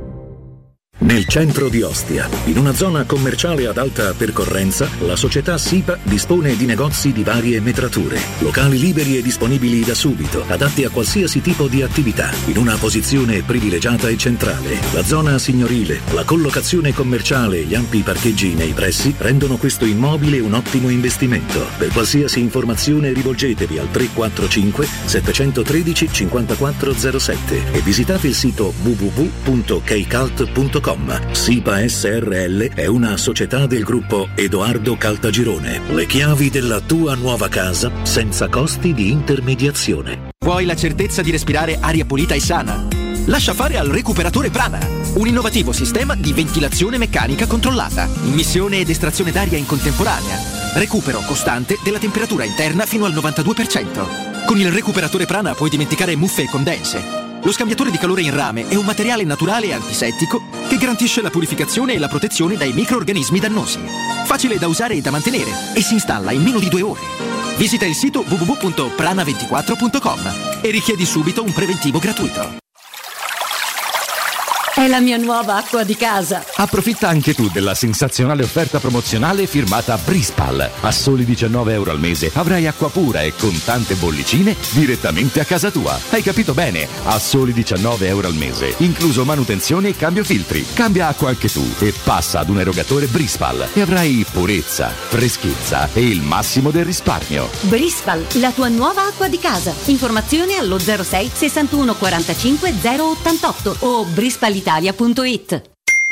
Nel centro di Ostia, in una zona commerciale ad alta percorrenza, la società SIPA dispone di negozi di varie metrature, locali liberi e disponibili da subito, adatti a qualsiasi tipo di attività, in una posizione privilegiata e centrale. La zona signorile, la collocazione commerciale e gli ampi parcheggi nei pressi rendono questo immobile un ottimo investimento. Per qualsiasi informazione rivolgetevi al tre quattro cinque sette uno tre cinque zero sette e visitate il sito w w w punto keicalt punto com. SIPA S R L è una società del gruppo Edoardo Caltagirone. Le chiavi della tua nuova casa senza costi di intermediazione. Vuoi la certezza di respirare aria pulita e sana? Lascia fare al Recuperatore Prana, un innovativo sistema di ventilazione meccanica controllata, immissione ed estrazione d'aria in contemporanea, recupero costante della temperatura interna fino al novantadue per cento. Con il Recuperatore Prana puoi dimenticare muffe e condense. Lo scambiatore di calore in rame è un materiale naturale e antisettico che garantisce la purificazione e la protezione dai microrganismi dannosi. Facile da usare e da mantenere e si installa in meno di due ore. Visita il sito w w w punto prana ventiquattro punto com e richiedi subito un preventivo gratuito. È la mia nuova acqua di casa. Approfitta anche tu della sensazionale offerta promozionale firmata Brispal. A soli diciannove euro al mese avrai acqua pura e con tante bollicine direttamente a casa tua. Hai capito bene? A soli diciannove euro al mese, incluso manutenzione e cambio filtri. Cambia acqua anche tu e passa ad un erogatore Brispal e avrai purezza, freschezza e il massimo del risparmio. Brispal, la tua nuova acqua di casa. Informazioni allo zero sei sessantuno quarantacinque zero ottantotto o brispalitalia punto it.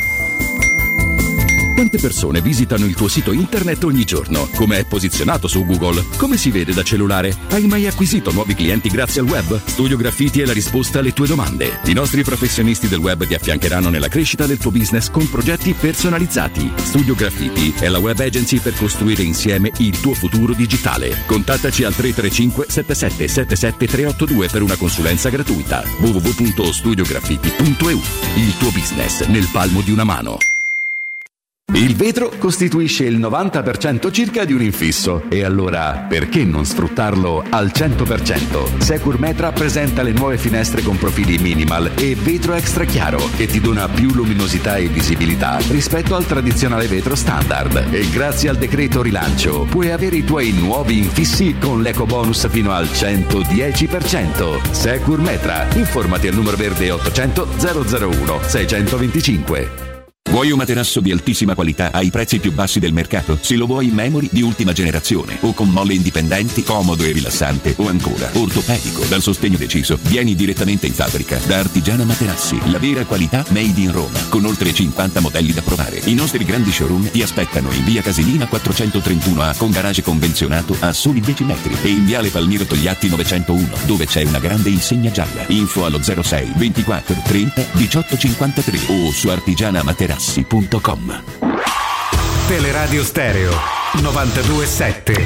Quante persone visitano il tuo sito internet ogni giorno? Come è posizionato su Google? Come si vede da cellulare? Hai mai acquisito nuovi clienti grazie al web? Studio Graffiti è la risposta alle tue domande. I nostri professionisti del web ti affiancheranno nella crescita del tuo business con progetti personalizzati. Studio Graffiti è la web agency per costruire insieme il tuo futuro digitale. Contattaci al tre tre cinque sette sette sette sette tre otto due per una consulenza gratuita. w w w punto studio graffiti punto e u. Il tuo business nel palmo di una mano. Il vetro costituisce il novanta per cento circa di un infisso e allora perché non sfruttarlo al cento per cento? Securmetra presenta le nuove finestre con profili minimal e vetro extra chiaro che ti dona più luminosità e visibilità rispetto al tradizionale vetro standard e grazie al decreto rilancio puoi avere i tuoi nuovi infissi con l'eco bonus fino al centodieci per cento. Securmetra, informati al numero verde ottocento zero zero uno seicentoventicinque. Vuoi un materasso di altissima qualità ai prezzi più bassi del mercato? Se lo vuoi in memory di ultima generazione o con molle indipendenti, comodo e rilassante o ancora ortopedico dal sostegno deciso, vieni direttamente in fabbrica da Artigiana Materassi, la vera qualità made in Roma, con oltre cinquanta modelli da provare. I nostri grandi showroom ti aspettano in via Casilina quattrocentotrentuno A con garage convenzionato a soli dieci metri e in viale Palmiro Togliatti novecentouno dove c'è una grande insegna gialla. Info allo zero sei ventiquattro trenta diciotto cinquantatré o su artigiana materassi punto com. Teleradio Stereo novantadue sette.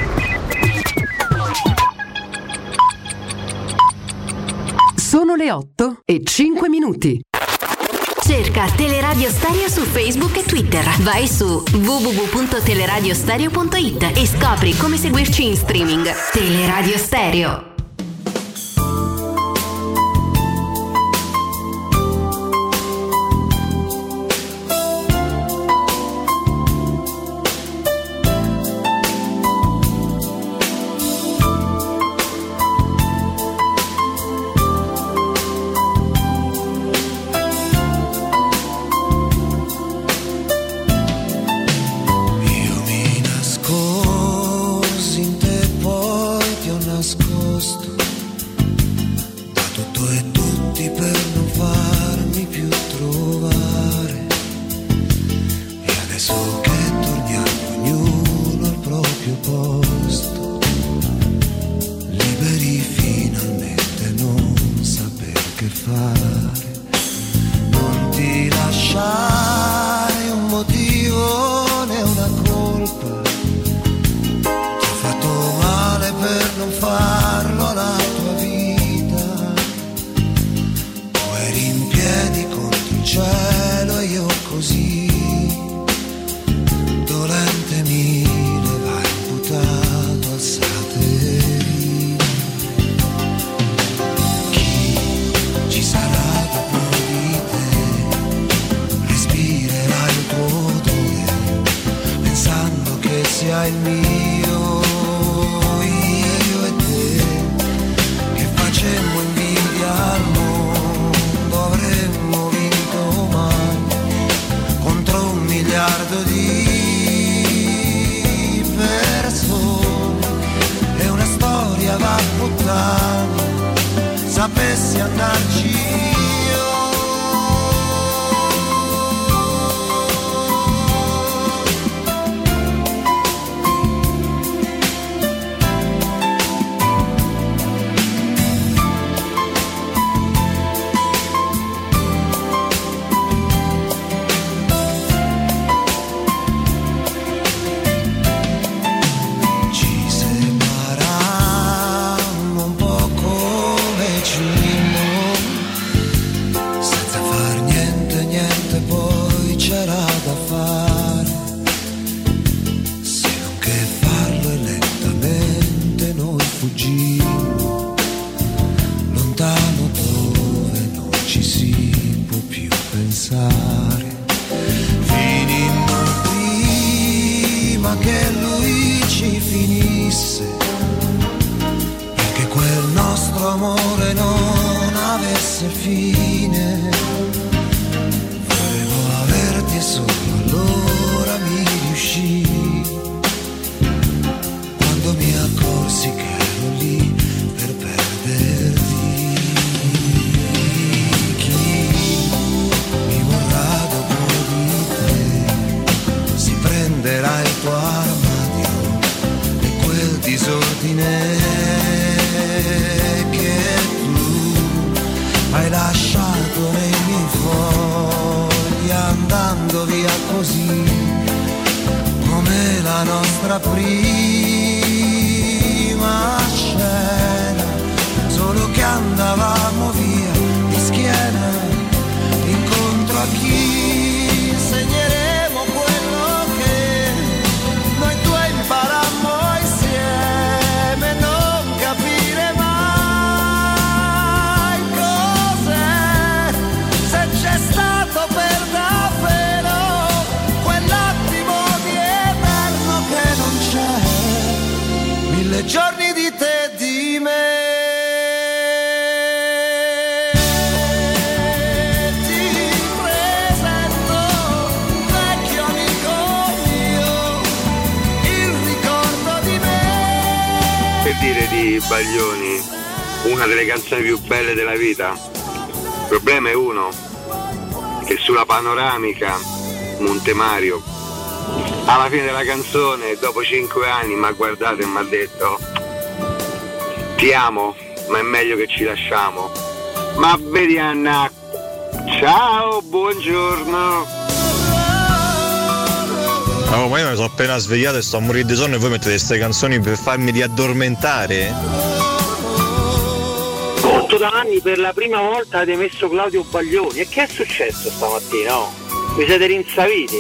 Sono le otto e cinque minuti. Cerca Teleradio Stereo su Facebook e Twitter. Vai su w w w punto teleradiostereo punto it e scopri come seguirci in streaming. Teleradio Stereo. Sapessi andarci non avesse fine. Volevo averti solo, allora mi riuscì. Quando mi accorsi che ero lì per perderti. Chi mi vorrà dopo di te si prenderà il tuo armadio e quel disordine che tu hai lasciato nei miei fogli, andando via così come la nostra prima scena, solo che andavamo via di schiena incontro a chi segneremo quello che noi due imparammo insieme, non capire mai cos'è, se c'è stato per davvero quell'attimo di eterno che non c'è, mille giorni di te e di me. Ti presento, vecchio amico mio, il ricordo di me. Per dire di Baglioni, una delle canzoni più belle della vita. Il problema è uno, che sulla panoramica Monte Mario, alla fine della canzone, dopo cinque anni, mi ha guardato e mi ha detto: ti amo, ma è meglio che ci lasciamo. Ma vedi Anna, ciao, buongiorno. Oh, ma io mi sono appena svegliato e sto a morire di sonno e voi mettete queste canzoni per farmi riaddormentare? Otto da anni per la prima volta avete messo Claudio Baglioni. E che è successo stamattina? Oh? Vi siete rinsaviti?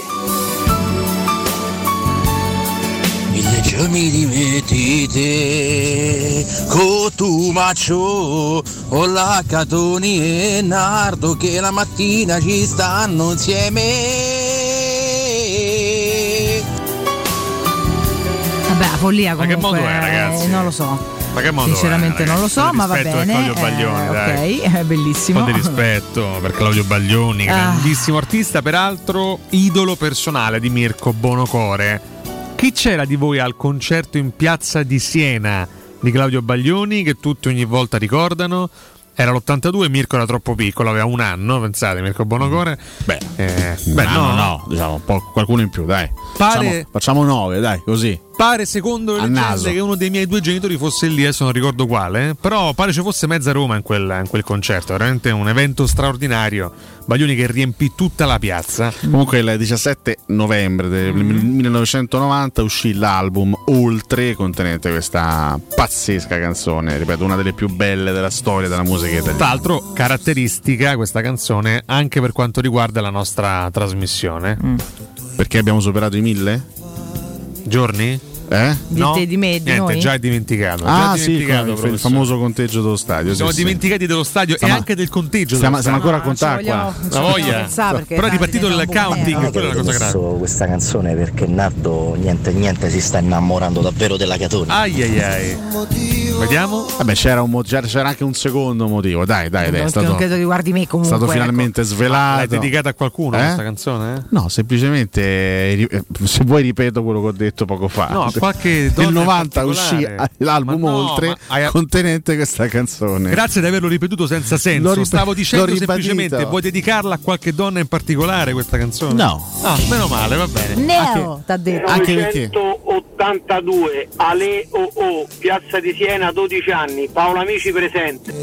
Mille giorni di metite con tu maccio o la Catoni e Nardo che la mattina ci stanno insieme. Vabbè, la follia comunque. Ma che modo è, ragazzi? Eh, non lo so. Ma che modo Sinceramente è, non lo so, ma va bene. Claudio Baglioni, eh, dai. ok, è bellissimo. Un po' di rispetto per Claudio Baglioni, Ah. grandissimo artista, peraltro idolo personale di Mirko Bonocore. Chi c'era di voi al concerto in piazza di Siena di Claudio Baglioni, che tutti ogni volta ricordano? Era l'ottantadue, Mirko era troppo piccolo, aveva un anno, pensate, Mirko Bonocore. Beh, eh, beh beh no, no, no, diciamo un po' qualcuno in più, dai. Pare- Facciamo, facciamo nove, dai, così. Pare, secondo le Al leggende, naso. che uno dei miei due genitori fosse lì, adesso non ricordo quale, eh, però pare ci fosse mezza Roma in quel, in quel concerto, veramente un evento straordinario. Baglioni che riempì tutta la piazza. Comunque il diciassette novembre del millenovecentonovanta uscì l'album Oltre, contenente questa pazzesca canzone, ripeto, una delle più belle della storia della musica italiana. Tra l'altro caratteristica questa canzone anche per quanto riguarda la nostra trasmissione. Perché abbiamo superato i mille giorni? Eh? Di te, di me, di Niente, noi? già è dimenticato. Ah già sì, dimenticato, con il professore. famoso conteggio dello stadio. Ci siamo sì, sì. dimenticati dello stadio Stiamo- e anche del conteggio. stiamo- dello stiamo stadio. ancora a contare qua. La voglia. Però è ripartito il counting, quella è una cosa grave. Questa canzone perché Nardo niente niente si sta innamorando davvero della Catoni. Ai ai ai. Vediamo. Vabbè, c'era, un mo- c'era c'era anche un secondo motivo. Dai, dai, dai. È Non, stato, non credo riguardi me è comunque. stato finalmente svelato. L'hai dedicata a qualcuno Eh? questa canzone? Eh? No, semplicemente eh, se vuoi ripeto quello che ho detto poco fa. No, qualche donna Nel in novanta particolare. uscì l'album Ma no, Oltre ma hai- contenente questa canzone. Grazie di averlo ripetuto senza senso. L'ho rip- Stavo dicendo l'ho ribadito. semplicemente, vuoi dedicarla a qualche donna in particolare questa canzone? No. Ah, meno male, va bene. Neo, t'ha detto. millenovecentottantadue, Ale O O, Piazza di Siena, dodici anni, Paolo Amici presente.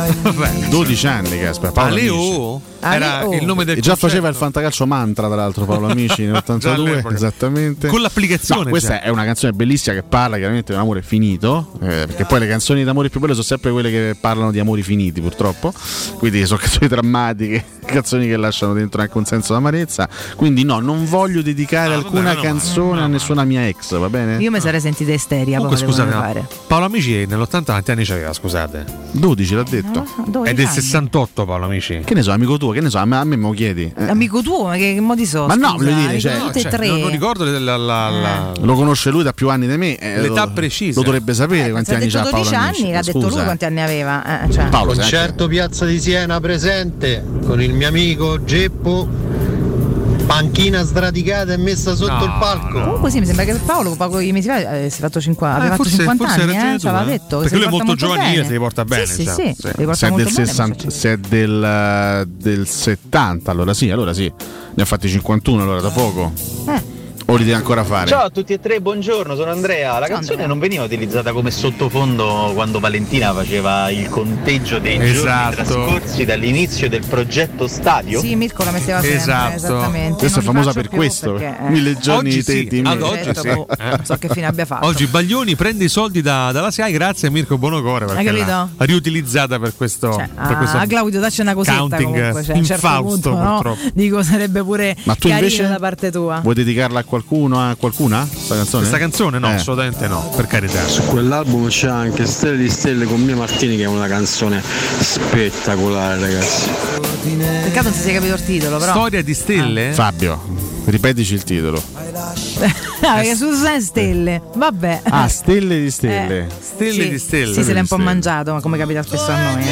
dodici anni, Gaspar. Paolo Ale Amici. O? Era Ale O. il nome del E già concerto. faceva il fantacalcio mantra, tra l'altro, Paolo Amici Già nell'ottantadue, all'epoca. esattamente. Con l'applicazione, No, questa già. è una canzone bellissima che parla chiaramente di un amore finito, eh, perché poi le canzoni d'amore più belle sono sempre quelle che parlano di amori finiti, purtroppo. Quindi sono canzoni drammatiche canzoni che lasciano dentro anche un senso d'amarezza. Quindi no, non voglio dedicare no, alcuna vabbè, canzone no, no, a nessuna mia ex, va bene? Io mi sarei sentita isteria. Comunque scusate, no. Paolo Amici nell'ottanta quanti anni c'aveva, scusate? dodici, l'ha detto. No, è del sessantotto Paolo Amici. Che ne so, amico tuo, che ne so, a me, a me me lo chiedi. Eh. Amico tuo, ma che modi so? Ma scusa, no, voglio dire, cioè, tutte e cioè, tre. Non, non ricordo la, la, la, la... Lo conosce lui da più anni di me. Eh, L'età lo, precisa. Lo dovrebbe sapere eh, quanti anni c'ha Paolo Amici. dodici anni, l'ha detto lui quanti anni aveva. Eh, cioè. Paolo, concerto Piazza di Siena presente con il mio amico Geppo. Panchina sradicata e messa sotto no, il palco. No. Comunque sì, mi sembra che Paolo pochi mesi fa eh, si è fatto cinquanta, aveva eh, fatto cinquanta anni, eh, ci aveva detto. Perché lui è molto giovanile, si riporta bene. Sì, cioè. sì, sì, sì. si riporta se è molto del, bene, sessanta, se è del, del settanta, allora sì, allora sì. Ne ha fatti cinquantuno allora da poco. Eh. O li devi ancora fare? Ciao a tutti e tre, buongiorno, sono Andrea. La Ciao, canzone Andrea. non veniva utilizzata come sottofondo quando Valentina faceva il conteggio dei esatto. giorni trascorsi dall'inizio del progetto Stadio? Sì, Mirko la metteva sempre, esatto. esattamente. Questa è famosa per questo, perché, eh. mille giorni oggi di sì, tetti. ad oggi certo, sì. boh, non so che fine abbia fatto. Oggi Baglioni prende i soldi da, dalla S I A I grazie a Mirko Bonocore perché l'ha riutilizzata per questo, cioè, per a, questo a Claudio dacci una cosetta comunque, cioè, a un certo infausto, punto, no? purtroppo. Dico sarebbe pure Ma tu carino invece da parte tua. Vuoi dedicarla a qualcuno, a qualcuna? Questa canzone? Questa canzone no, eh. assolutamente no, per carità. Su quell'album c'è anche Stelle di Stelle con Mia Martini, che è una canzone spettacolare, ragazzi. Peccato non si sia capito il titolo, però. Storia di stelle? Ah. Fabio, ripetici il titolo. Ah, perché su sei stelle. Vabbè. Ah, Stelle di Stelle. Eh, Stelle sì, di Stelle. Sì, se l'è un po' stelle. mangiato, ma come capita spesso a noi.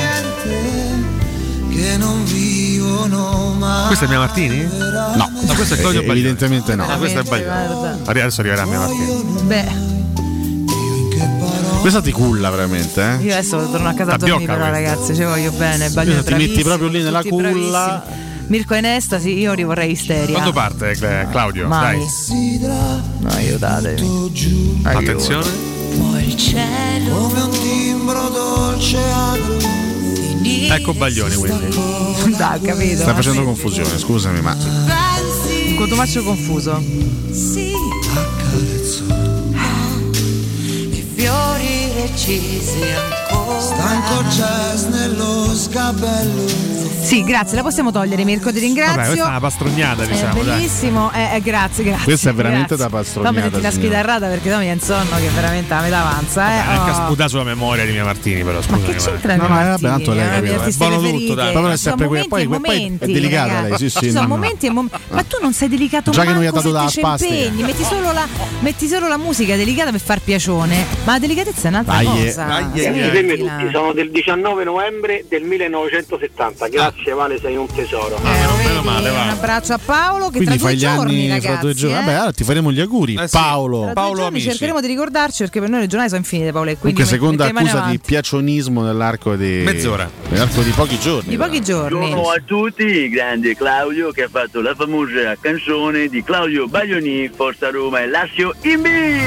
Eh. Che non vivono mai. Questa è Mia Martini? No, no, questo è Claudio eh, Baglioni. evidentemente no. Ah, questo è Baglioni. Adesso arriverà Mia Martini. Beh, Questa ti culla veramente, eh? io adesso torno a casa a dormire, però, ragazzi, ci voglio bene. Baglioni Ti metti proprio lì nella tutti culla. bravissimi. Mirko è in estasi, io rivorrei isteria. Quando parte Cla- Claudio? Mai. Dai. No, aiutatemi. Attenzione. Poi il cielo come un timbro dolce agro. Ecco Baglioni quindi. Dai, ho capito. Sta facendo confusione, scusami, ma. Un cotomaccio confuso. Sì, accarezzo i fiori recisi ancora. Stanco jazz nello sgabello. Sì, grazie, la possiamo togliere, Mirko, ti ringrazio. Vabbè, questa è una pastrugnata, diciamo. È bellissimo, eh, eh, grazie, grazie. Questa è veramente grazie. da pastrugnata. Fammi metti la schitarrata perché no mi è insonno che veramente a metà avanza. Eh. Vabbè, anche a Oh. sputare sulla memoria di Mia Martini, però Ma scusami. che c'entra No, Mia no, eh, Martini? vabbè, tanto lei È una capito, mia è artista buono tutto, preferita. dai. Però è Ma sempre sono que- poi- momenti e poi è momenti, delicata ragazzi. lei, sì, sì, Ci sono no, no. momenti e mom- ma tu non sei delicato Già che non gli ha manco dato se da ti ci spastica. impegni, metti solo la metti solo la musica delicata per far piacione, ma la delicatezza è un'altra Dai, cosa. dai, Sì, dai. Fermi la- tutti, sono del diciannove novembre del millenovecentosettanta. Grazie Vale, sei un tesoro. Eh, vedi, male, va. un abbraccio a Paolo che Quindi tra fai due gli giorni, anni ragazzi, fra due giorni. eh. Vabbè, allora ti faremo gli auguri, Eh sì. Paolo. Tra due Paolo giorni Amici. cercheremo di ricordarci perché per noi le giornate sono infinite, Paolo, e quindi Comunque, seconda mettiamo accusa di avanti. piacionismo nell'arco di Mezz'ora. Nell'arco di pochi giorni. Di pochi giorni. Buongiorno a tutti, grande Claudio che ha fatto la famosa canzone di Claudio Baglioni, Forza Roma e Lazio in B.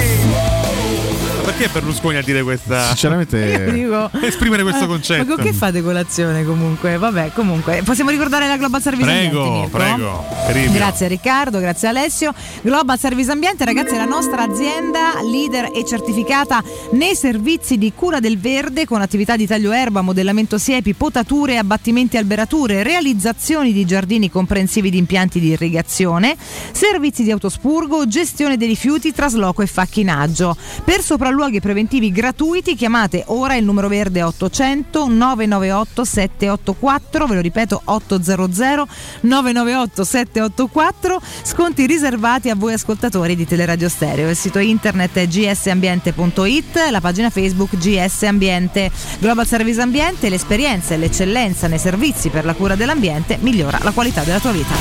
Ma perché Berlusconi a dire questa? Sinceramente Io dico, esprimere questo eh, concetto. Ma con che fate colazione comunque? Vabbè, comunque possiamo ricordare la Global Service Prego, Ambiente, Mirko? prego, Rivio. Grazie a Riccardo, grazie a Alessio. Global Service Ambiente, ragazzi, è la nostra azienda leader e certificata nei servizi di cura del verde con attività di taglio erba, modellamento siepi, potature, abbattimenti alberature, realizzazioni di giardini comprensivi di impianti di irrigazione, servizi di autospurgo, gestione dei rifiuti, trasloco e facchinaggio. Per sopralluoghi preventivi gratuiti chiamate ora il numero verde ottocento nove nove otto sette otto quattro, ve lo ripeto ottocento nove nove otto sette otto quattro, sconti riservati a voi ascoltatori di Teleradio Stereo. Il sito internet è g s ambiente punto i t, la pagina Facebook G S Ambiente. Global Service Ambiente, l'esperienza e l'eccellenza nei servizi per la cura dell'ambiente migliora la qualità della tua vita.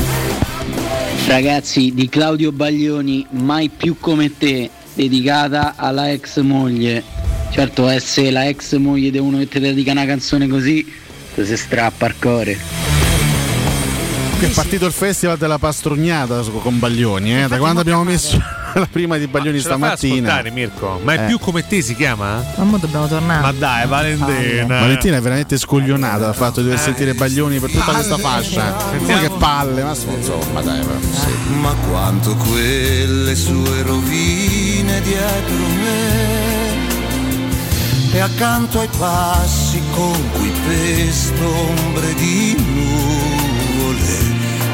Ragazzi, di Claudio Baglioni, Mai più come te, dedicata alla ex moglie. Certo, eh, se la ex moglie di uno che ti dedica una canzone così, ti si strappa al cuore. È partito il festival della pastrugnata con Baglioni, eh? Da quando abbiamo messo la prima di Baglioni Ce la fai stamattina. ascoltare, Mirko? Ma è Eh. più come te si chiama? Ma mo dobbiamo tornare. Ma dai, Valentina. Valentina è veramente scoglionata dal fatto di dover sentire Baglioni per tutta questa fascia. Ma che palle, ma insomma dai, però, sì. Ma quanto quelle sue rovine dietro me, e accanto ai passi con cui pesto ombre di nuvole,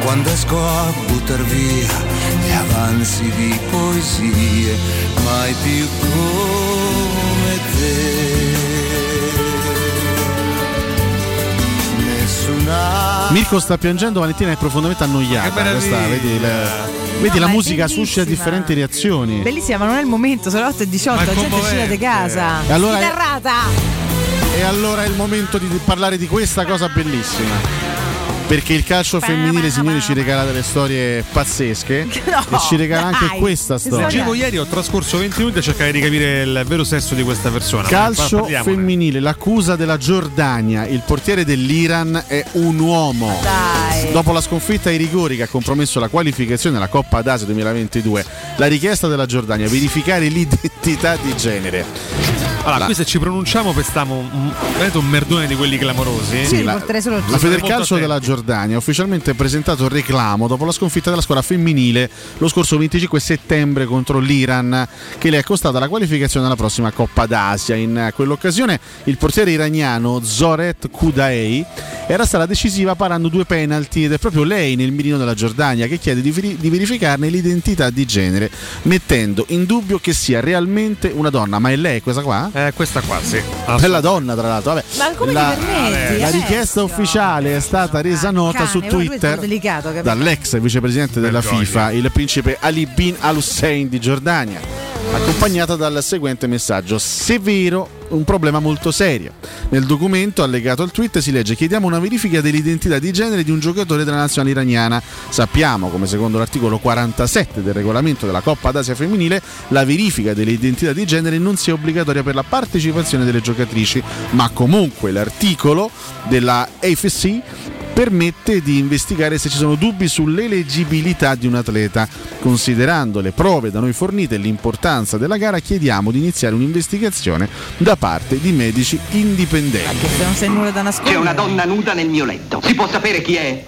quando esco a buttar via gli avanzi di poesie, mai più come te. Nessuna. Mirko sta piangendo, Valentina è profondamente annoiata. Questa, vedi, le, vedi No, la ma è musica suscita differenti reazioni. Bellissima, ma non è il momento, sono le otto e diciotto, la gente uscita di casa. E allora è- Chitarrata! E allora è il momento di parlare di questa cosa bellissima. Perché il calcio femminile, signori, ci regala delle storie pazzesche. No, e ci regala anche dai. questa storia. Leggevo ieri, ho trascorso venti minuti a cercare di capire il vero sesso di questa persona. Calcio Parliamone. femminile, l'accusa della Giordania, il portiere dell'Iran è un uomo. Dai. Dopo la sconfitta ai rigori che ha compromesso la qualificazione alla Coppa d'Asia duemilaventidue, la richiesta della Giordania verificare l'identità di genere. Allora, La- qui se ci pronunciamo pestiamo un, un, veramente un merdone di quelli clamorosi. Sì, la, porterei solo il La titolo. Federcalcio della Giordania ha ufficialmente presentato il reclamo dopo la sconfitta della squadra femminile lo scorso venticinque settembre contro l'Iran, che le è costata la qualificazione alla prossima Coppa d'Asia. In quell'occasione il portiere iraniano Zoret Khudaei era stata decisiva parando due penalty ed è proprio lei nel mirino della Giordania che chiede di, veri- di verificarne l'identità di genere, mettendo in dubbio che sia realmente una donna. Ma è lei questa qua? Eh, questa qua, sì. Bella donna, tra l'altro. Vabbè. Ma come la, ti permetti? la Eh, richiesta ufficiale è stata resa nota cane, su poi lui è Twitter stato delicato, capito? dall'ex vicepresidente della Vergogna. FIFA, il principe Ali bin Al-Hussein di Giordania, accompagnata dal seguente messaggio: severo, un problema molto serio. Nel documento allegato al tweet si legge: chiediamo una verifica dell'identità di genere di un giocatore della nazionale iraniana. Sappiamo, come secondo l'articolo quarantasette del regolamento della Coppa d'Asia femminile, la verifica dell'identità di genere non sia obbligatoria per la partecipazione delle giocatrici, ma comunque l'articolo della A F C permette di investigare se ci sono dubbi sull'eleggibilità di un atleta. Considerando le prove da noi fornite e l'importanza della gara, chiediamo di iniziare un'investigazione da parte di medici indipendenti. Anche se non c'è nulla da nascondere. C'è una donna nuda nel mio letto. Si può sapere chi è?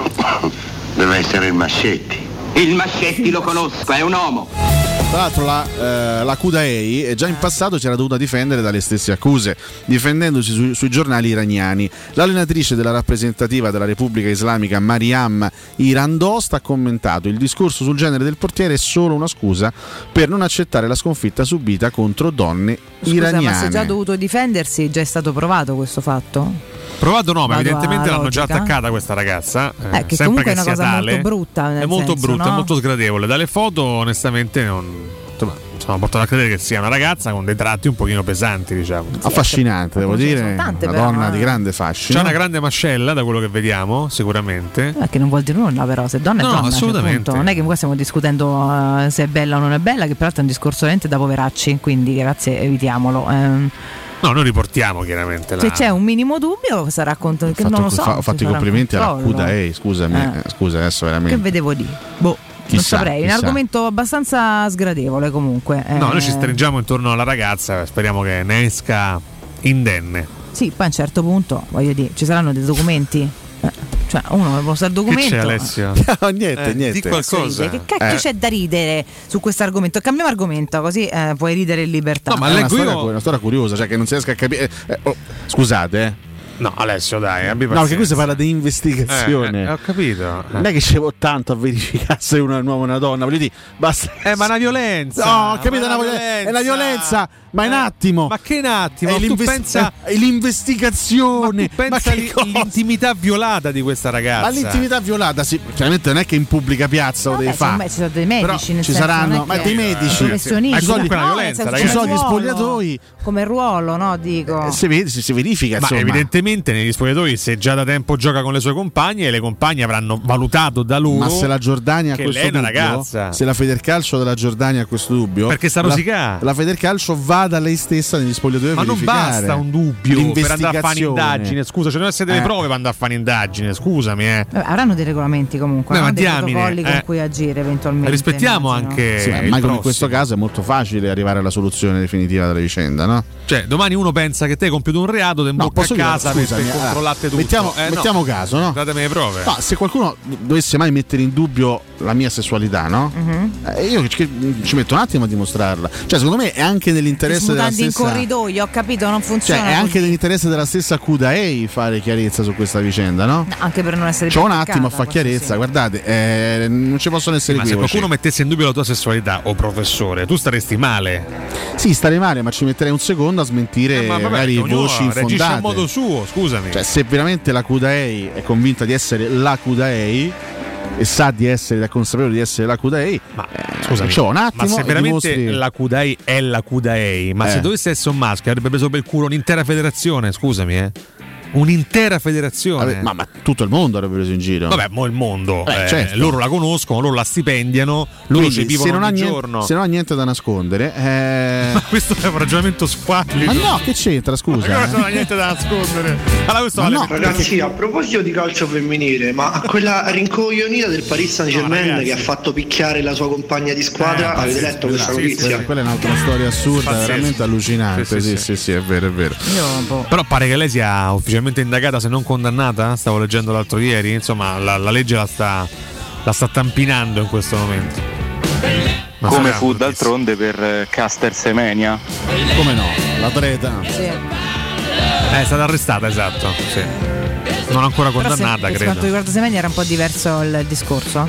Deve essere il Mascetti. Il Mascetti lo conosco, è un uomo. Tra l'altro la, eh, la Khudaei eh, già in passato si era dovuta difendere dalle stesse accuse, difendendosi su- sui giornali iraniani. L'allenatrice della rappresentativa della Repubblica Islamica Mariam Irandost ha commentato: il discorso sul genere del portiere è solo una scusa per non accettare la sconfitta subita contro donne Scusa, iraniane. ma se già ha dovuto difendersi, già è stato provato questo fatto? Provato no, ma Vado evidentemente a l'hanno già logica. attaccata questa ragazza. Eh, che sempre comunque che è una sia cosa tale, molto brutta, nel È molto senso, brutta, no? è molto sgradevole. Dalle foto, onestamente, non. Insomma, sono portato a credere che sia una ragazza con dei tratti un pochino pesanti, diciamo. Affascinante, devo dire, tante, una però, donna eh. di grande fascino. C'è una grande mascella, da quello che vediamo, sicuramente. Eh, che non vuol dire nulla, però se donna è No, donna, cioè, assolutamente. punto. Non è che qua stiamo discutendo eh, se è bella o non è bella, che peraltro è un discorso veramente da poveracci, quindi grazie, evitiamolo. Ehm, No, noi riportiamo chiaramente la. se c'è un minimo dubbio sarà contro che Ho fatto- non lo so. fa- ho si fatto i farà un complimenti alla controllo. Khudaei, scusami, Eh. eh, scusa adesso Che veramente. vedevo di? Boh, non Chissà, saprei, è un chissà. argomento abbastanza sgradevole comunque. No, eh. noi ci stringiamo intorno alla ragazza, speriamo che ne esca indenne. Sì, poi a un certo punto, voglio dire, ci saranno dei documenti. Eh, cioè, uno può stare il documento. Che c'è, Alessio? No, niente, Eh, niente. di qualcosa. Che cacchio Eh. c'è da ridere su questo argomento? Cambiamo argomento, così eh, puoi ridere in libertà. No, ma È una leggo storia, io- una storia curiosa, cioè che non si riesca a capire. eh, oh, scusate, eh. No, Alessio, dai, abbi No, perché qui si pazienza. parla di investigazione. Eh, eh, ho capito. Non è che ci vuole tanto a verificare se uno è un uomo o una donna, voglio dire, basta. Eh, ma è una violenza. No, ho capito, Ma è una, violenza. È una violenza, ma è un Eh, attimo. Ma che un attimo? È, Tu l'invest- pensa, è l'investigazione. tu pensa Ma che li- cosa? l'intimità violata di questa ragazza. Ma l'intimità violata, sì, chiaramente non è che in pubblica piazza lo Vabbè, deve ci sono- fare. ci sono dei medici, Però nel ci senso, saranno, non è ma che- dei medici. professionisti. Ci sono, Comunque è una No, violenza, nel senso, ci sono gli come ruolo, spogliatoi. come ruolo, no? Dico. Eh, si, vede, si, si verifica, Ma insomma. evidentemente negli spogliatoi, se già da tempo gioca con le sue compagne, e le compagne avranno valutato da loro Ma se la Giordania ha che questo lei è una dubbio, ragazza. se la Federcalcio della Giordania ha questo dubbio, Perché sta la, rosicà. la Federcalcio va da lei stessa negli spogliatoi a Ma non verificare. basta un dubbio per andare a fare L'investigazione. un'indagine. Scusa, ci devono essere delle Eh. prove per andare a fare un'indagine. Scusami, eh. Vabbè, avranno dei regolamenti comunque, Beh, no? ma Dei diamine, protocolli con eh. cui agire eventualmente. Rispettiamo immagino. anche. Sì, ma il mai come in prossimo. questo caso è molto facile arrivare alla soluzione definitiva della vicenda, no? Cioè, domani uno pensa che te hai compiuto un reato, te No, imbocca posso a dire, casa per, scusami, per allora, controllate tutto. Mettiamo, Eh, no. mettiamo caso, no? Datemi le prove. No, se qualcuno dovesse mai mettere in dubbio la mia sessualità, no? Mhm. Eh, io ci, ci metto un attimo a dimostrarla. Cioè, secondo me è anche nell'interesse della Smutandi in stessa. corridoio, ho capito, non funziona. Cioè, è anche così. nell'interesse della stessa Kudaei fare chiarezza su questa vicenda, no? No, anche per non essere C'ho un beccata, attimo a fare questo chiarezza, sì. guardate, eh, non ci possono essere Ma se equivoci. qualcuno mettesse in dubbio la tua sessualità, o professore, tu staresti male. Sì, stare male, ma ci metterei un secondo a smentire Eh, ma vabbè, magari ognuno voci reagisce infondate. a modo suo, scusami. Cioè, se veramente la Kudaei è convinta di essere la Kudaei e sa di essere, è consapevole di essere la Kudaei, ma Scusami, c'ho un attimo ma se e veramente dimostri- la Kudaei è la Kudaei, ma Eh. se dovesse essere un maschio avrebbe preso per il culo un'intera federazione, scusami, eh. Un'intera federazione. Vabbè, ma, ma tutto il mondo avrebbe preso in giro. Vabbè, mo il mondo, Eh, eh, certo. loro la conoscono, loro la stipendiano, loro Quindi, ci se vivono non, ha ogni niente, giorno. se non ha niente da nascondere, eh... Ma questo è un ragionamento squallido. ma no, che c'entra, scusa? Ma eh? non ha niente da nascondere. Allora, questo Ma vale no, per- Ragazzi, a proposito di calcio femminile, ma quella rincoglionita del Paris Saint Germain ragazzi. che ha fatto picchiare la sua compagna di squadra, Eh, avete sì, letto sì, questa sì, notizia? Quella, quella è un'altra storia assurda, Pazzesco. veramente allucinante. Sì, Sì sì, sì, sì. sì, è vero, è vero. Io, boh. Però pare che lei sia ufficialmente indagata, se non condannata. Stavo leggendo l'altro ieri. Insomma, la, la legge la sta, la sta tampinando in questo momento. Ma Come sarà fu notizia. d'altronde per eh, Caster Semenya. Come no? L'atleta. Sì. Eh, è stata arrestata, esatto. Sì. Non ancora Però se- condannata, per credo. quanto riguarda Semenya era un po' diverso il discorso.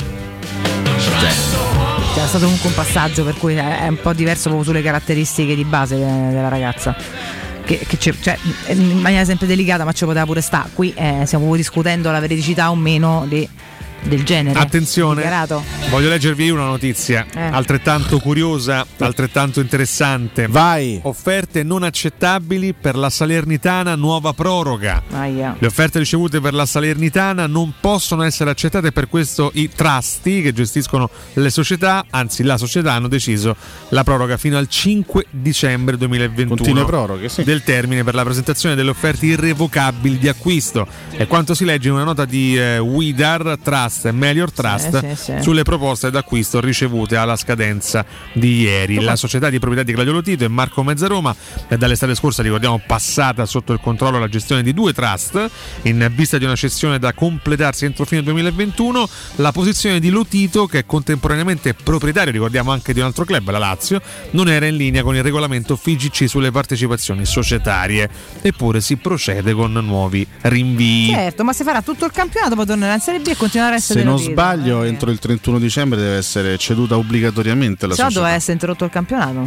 Cioè, è stato comunque un passaggio per cui è un po' diverso proprio sulle caratteristiche di base de- della ragazza. Che, che c'è- cioè, in maniera sempre delicata, ma ci poteva pure sta. Qui eh, stiamo proprio discutendo la veridicità o meno di, del genere. Attenzione, Dichiarato. voglio leggervi una notizia Eh. altrettanto curiosa, altrettanto interessante. Vai. Offerte non accettabili per la Salernitana, nuova proroga. Aia. Le offerte ricevute per la Salernitana non possono essere accettate, per questo i trusti che gestiscono le società, anzi la società, hanno deciso la proroga fino al cinque dicembre duemilaventuno Continue proroghe, sì. del termine per la presentazione delle offerte irrevocabili di acquisto. È quanto si legge in una nota di eh, Widar Trust e Melior Trust Sì, sì, sì. sulle proposte d'acquisto ricevute alla scadenza di ieri. La società di proprietà di Claudio Lotito e Marco Mezzaroma è dall'estate scorsa, ricordiamo, passata sotto il controllo e la gestione di due trust in vista di una cessione da completarsi entro fine duemilaventuno. La posizione di Lotito, che è contemporaneamente proprietario, ricordiamo, anche di un altro club, la Lazio, non era in linea con il regolamento F I G C sulle partecipazioni societarie, eppure si procede con nuovi rinvii. Certo, ma se farà tutto il campionato poi tornerà in Serie B e continuerà a essere Se non Lotito. sbaglio, entro il trentuno dicembre deve essere ceduta obbligatoriamente la Se no società. doveva essere interrotto il campionato.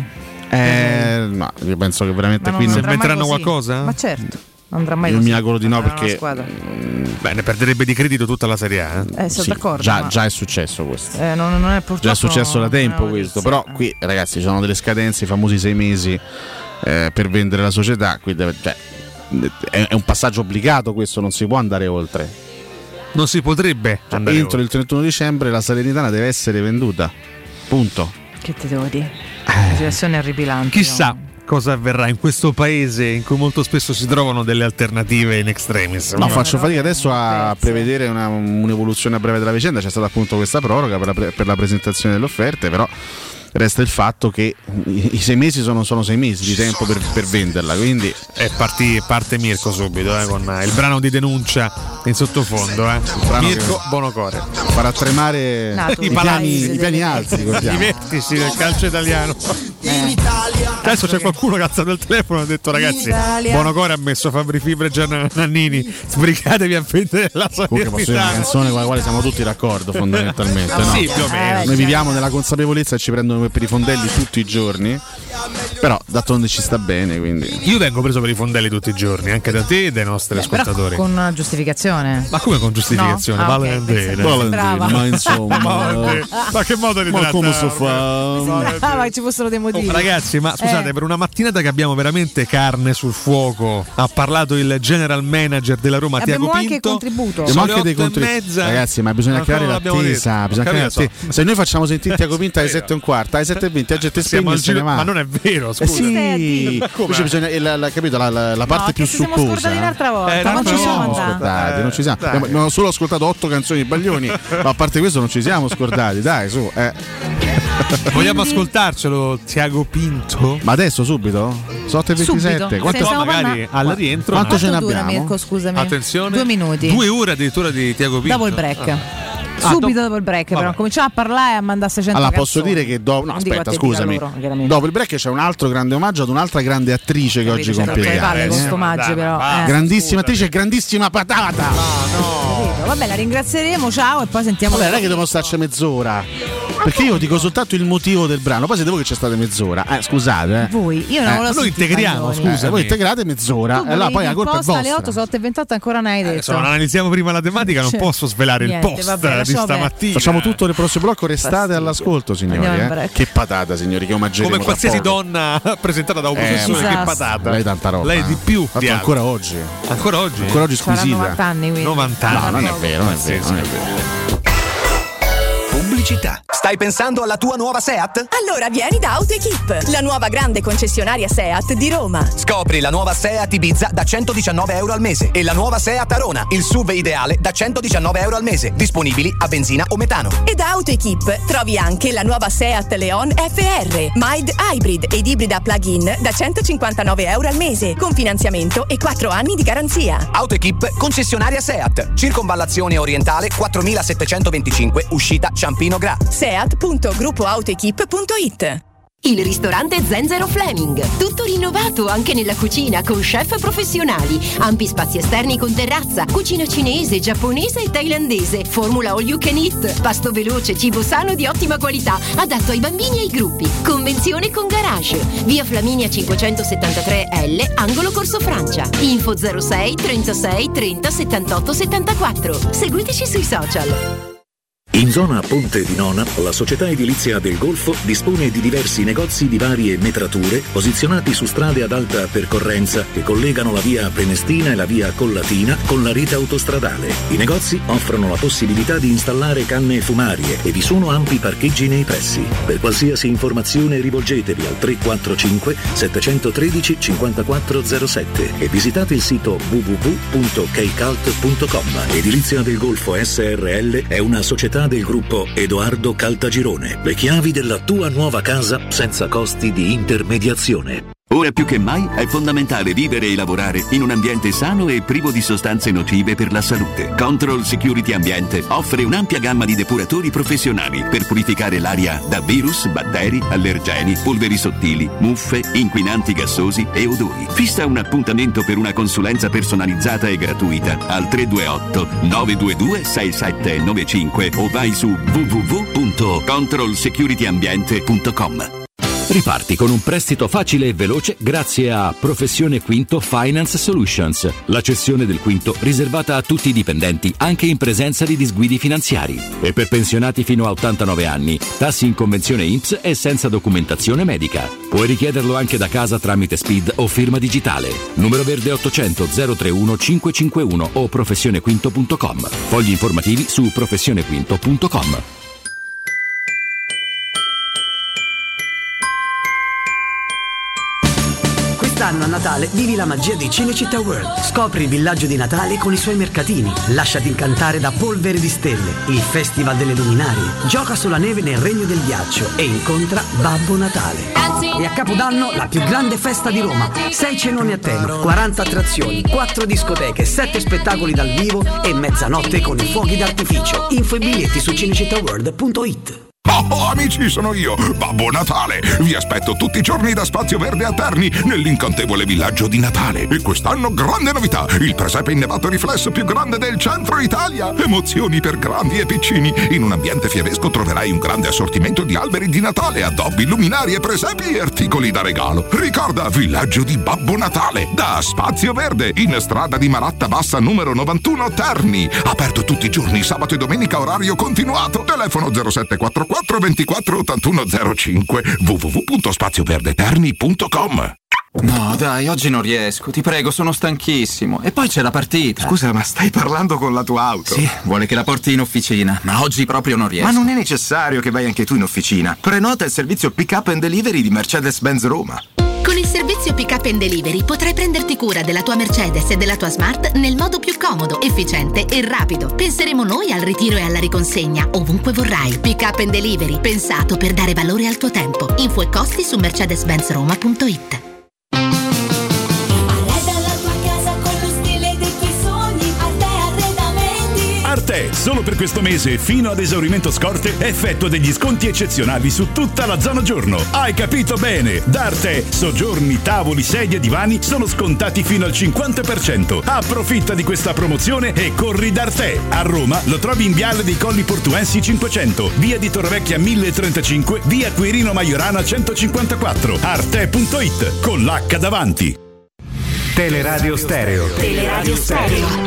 Eh, no, io penso che veramente Ma qui non non- andrà mai così. qualcosa? Ma certo, non andrà mai io così. mi auguro di no, Sarà una perché squadra. Beh, ne perderebbe di credito tutta la Serie A. Eh, sono sì, d'accordo. già, ma- già è successo questo. Eh, non, non è purtroppo Già è successo da non è tempo una questo, notizia. però qui ragazzi ci sono delle scadenze, i famosi sei mesi eh, per vendere la società, qui deve- cioè, è, è un passaggio obbligato questo, non si può andare oltre. Non si potrebbe Cioè, andare entro oltre. il trentuno dicembre la Salernitana deve essere venduta, punto. Che ti devo dire? La situazione è orripilante. Chissà cosa avverrà in questo paese in cui molto spesso si trovano delle alternative in extremis. No, faccio fatica adesso a prevedere una- un'evoluzione a breve della vicenda. C'è stata appunto questa proroga per la, pre- per la presentazione delle offerte, però resta il fatto che i, i sei mesi sono, sono sei mesi di tempo per, per venderla, quindi E partì, parte Mirko subito eh, con il brano di denuncia in sottofondo. Eh. brano Mirko che- Bonocore. farà tremare Nato, i, i piani, palazzi i piani alti, I ricordiamo. vertici del calcio italiano. Eh. Adesso c'è qualcuno che ha alzato il telefono e ha detto: ragazzi, Bonocore ha messo Fabri Fibra e Gian Nannini, sbrigatevi a vendere la Comunque posso dire una Salernitana. canzone con la quale siamo tutti d'accordo fondamentalmente, no? Sì, più o meno. Noi viviamo nella consapevolezza e ci prendono per i fondelli tutti i giorni, però d'altronde ci sta bene, quindi Io vengo preso per i fondelli tutti i giorni, anche da te e dai nostri Eh, però ascoltatori. con una giustificazione. Ma come con giustificazione? No? Ah, ok, Valentine. pensavo- Brava. ma insomma Valentine. Ma che modo di ma come trattarmi? si fa? Ah, ma ci fossero dei motivi. Oh, ragazzi, ma scusate, Eh. per una mattinata che abbiamo veramente carne sul fuoco, ha parlato il general manager della Roma, Abbiamo Tiago anche il Pinto. contributo. Abbiamo Sono anche dei le otto e contributi, mezza. ragazzi, ma bisogna Ancora creare non l'abbiamo l'attesa. detto. Bisogna Ho creare capito, l'attesa. Se noi facciamo sentire Tiago Pinto alle sette e un quarto, alle sette e venti, a gente Siamo spegne al e se ne giro- va. ma non è vero, Eh scusa. sì, Ma com'è? invece bisogna, la, la, capito, la, la, la parte No, più che ci siamo succosa. scordati l'altra volta. Eh, ma l'altra non ci siamo volta. andati. Dai, non ci siamo. Dai. Abbiamo, abbiamo solo ascoltato otto canzoni di Baglioni, ma a parte questo non ci siamo scordati, dai, su. Eh. Vogliamo ascoltarcelo, Tiago Pinto? Ma adesso subito? otto e ventisette. Subito. Quanto, Se stiamo magari parlando- al rientro. quanto ce ne Quanto dura, abbiamo? Mirko, scusami? Attenzione, Due minuti. Due ore addirittura di Tiago Pinto. Dopo il break. Ah. Subito dopo il break, però cominciamo a parlare e a mandare seicento Allora canzoni. posso dire che dopo, no, Non dico aspetta, a te, dica scusami. loro, Dopo il break c'è un altro grande omaggio ad un'altra grande attrice che Capito, oggi c'è compie le gli palle anni. con sto omaggio, però. eh. Grandissima attrice e grandissima patata. Capito? Vabbè, la ringrazieremo, ciao, e poi sentiamo. Vabbè, non è che dobbiamo starci mezz'ora. Perché io dico soltanto il motivo del brano, poi se devo che c'è state mezz'ora. Eh, scusate, eh. Voi, io non Eh, volevo noi integriamo, scusa, voi integrate mezz'ora. Tu E allora poi la colpa è posta alle vostra. otto, sono otto e ventotto, ancora non hai detto. Insomma, non analizziamo prima la tematica, non Cioè, posso svelare niente, il post vabbè, di lasciamo stamattina. Facciamo tutto nel prossimo blocco, restate Fastidio. all'ascolto, signori. Andiamo in Eh. break. Che patata, signori, che omaggeremo Come qualsiasi tra poco. donna presentata da un Eh, professore, ma- che patata. Lei tanta roba. Lei di eh. più. Fatto di altro. ancora oggi. Ancora oggi? Ancora oggi Saranno squisita. novanta anni, quindi. novanta anni. No, non è vero, non è vero, non è vero. Pubblicità. Stai pensando alla tua nuova Seat? Allora vieni da AutoEquip, la nuova grande concessionaria Seat di Roma. Scopri la nuova Seat Ibiza da centodiciannove euro al mese e la nuova Seat Arona, il S U V ideale da centodiciannove euro al mese, disponibili a benzina o metano. E da AutoEquip trovi anche la nuova Seat Leon F R, mild hybrid ed ibrida plug-in da centocinquantanove euro al mese, con finanziamento e quattro anni di garanzia. AutoEquip, concessionaria Seat, circonvallazione orientale quattromilasettecentoventicinque, uscita Ciampino Gra. seat punto gruppo autoequip punto it. Il ristorante Zenzero Fleming, tutto rinnovato anche nella cucina con chef professionali, ampi spazi esterni con terrazza, cucina cinese, giapponese e thailandese, formula all you can eat, pasto veloce, cibo sano di ottima qualità, adatto ai bambini e ai gruppi, convenzione con garage, via Flaminia cinquecentosettantatré L, angolo Corso Francia, info zero sei trentasei trenta settantotto settantaquattro, seguiteci sui social. In zona Ponte di Nona, la società edilizia del Golfo dispone di diversi negozi di varie metrature posizionati su strade ad alta percorrenza che collegano la via Prenestina e la via Collatina con la rete autostradale. I negozi offrono la possibilità di installare canne fumarie e vi sono ampi parcheggi nei pressi. Per qualsiasi informazione rivolgetevi al tre quattro cinque sette uno tre cinque zero sette e visitate il sito w w w punto keicalt punto com. Edilizia del Golfo S R L è una società del gruppo Edoardo Caltagirone. Le chiavi della tua nuova casa senza costi di intermediazione. Ora più che mai è fondamentale vivere e lavorare in un ambiente sano e privo di sostanze nocive per la salute. Control Security Ambiente offre un'ampia gamma di depuratori professionali per purificare l'aria da virus, batteri, allergeni, polveri sottili, muffe, inquinanti gassosi e odori. Fissa un appuntamento per una consulenza personalizzata e gratuita al tre due otto nove due due sei sette nove cinque o vai su w w w punto control security ambiente punto com. Riparti con un prestito facile e veloce grazie a Professione Quinto Finance Solutions, la cessione del quinto riservata a tutti i dipendenti anche in presenza di disguidi finanziari. E per pensionati fino a ottantanove anni, tassi in convenzione I N P S e senza documentazione medica. Puoi richiederlo anche da casa tramite S P I D o firma digitale. Numero verde ottocento zero trentuno cinquecentocinquantuno o professionequinto punto com. Fogli informativi su professionequinto punto com. Quest'anno a Natale vivi la magia di Cinecittà World. Scopri il villaggio di Natale con i suoi mercatini. Lasciati incantare da Polvere di Stelle, il festival delle luminarie. Gioca sulla neve nel regno del ghiaccio e incontra Babbo Natale. E a Capodanno la più grande festa di Roma. sei cenoni a tema, quaranta attrazioni, quattro discoteche, sette spettacoli dal vivo e mezzanotte con i fuochi d'artificio. Info e biglietti su cinecittàworld punto it. Oh, amici, sono io, Babbo Natale. Vi aspetto tutti i giorni da Spazio Verde a Terni, nell'incantevole villaggio di Natale. E quest'anno grande novità, il presepe innevato riflesso più grande del centro Italia. Emozioni per grandi e piccini. In un ambiente fiabesco troverai un grande assortimento di alberi di Natale, addobbi, luminari e presepi e articoli da regalo. Ricorda, villaggio di Babbo Natale, da Spazio Verde, in strada di Maratta Bassa numero novantuno Terni. Aperto tutti i giorni, sabato e domenica, orario continuato. Telefono zero sette quattro quattro ventiquattro ottantuno zero cinque w w w punto spazio verde terni punto com. No, dai, oggi non riesco, ti prego, sono stanchissimo. E poi c'è la partita. Scusa, ma stai parlando con la tua auto? Sì, vuole che la porti in officina, ma oggi proprio non riesco. Ma non è necessario che vai anche tu in officina. Prenota il servizio Pick Up and Delivery di Mercedes-Benz Roma. Con il servizio Pick Up and Delivery potrai prenderti cura della tua Mercedes e della tua Smart nel modo più comodo, efficiente e rapido. Penseremo noi al ritiro e alla riconsegna ovunque vorrai. Pick Up and Delivery, pensato per dare valore al tuo tempo. Info e costi su mercedes benz roma punto it. Arte Arte. Solo per questo mese, fino ad esaurimento scorte, effettua degli sconti eccezionali su tutta la zona giorno. Hai capito bene? Da Arte, soggiorni, tavoli, sedie e divani sono scontati fino al cinquanta per cento. Approfitta di questa promozione e corri da Arte. A Roma lo trovi in Viale dei Colli Portuensi cinquecento, via di Torrevecchia mille trentacinque, via Quirino Maiorana centocinquantaquattro. Arte punto it con l'H davanti. Teleradio Stereo. Teleradio Stereo.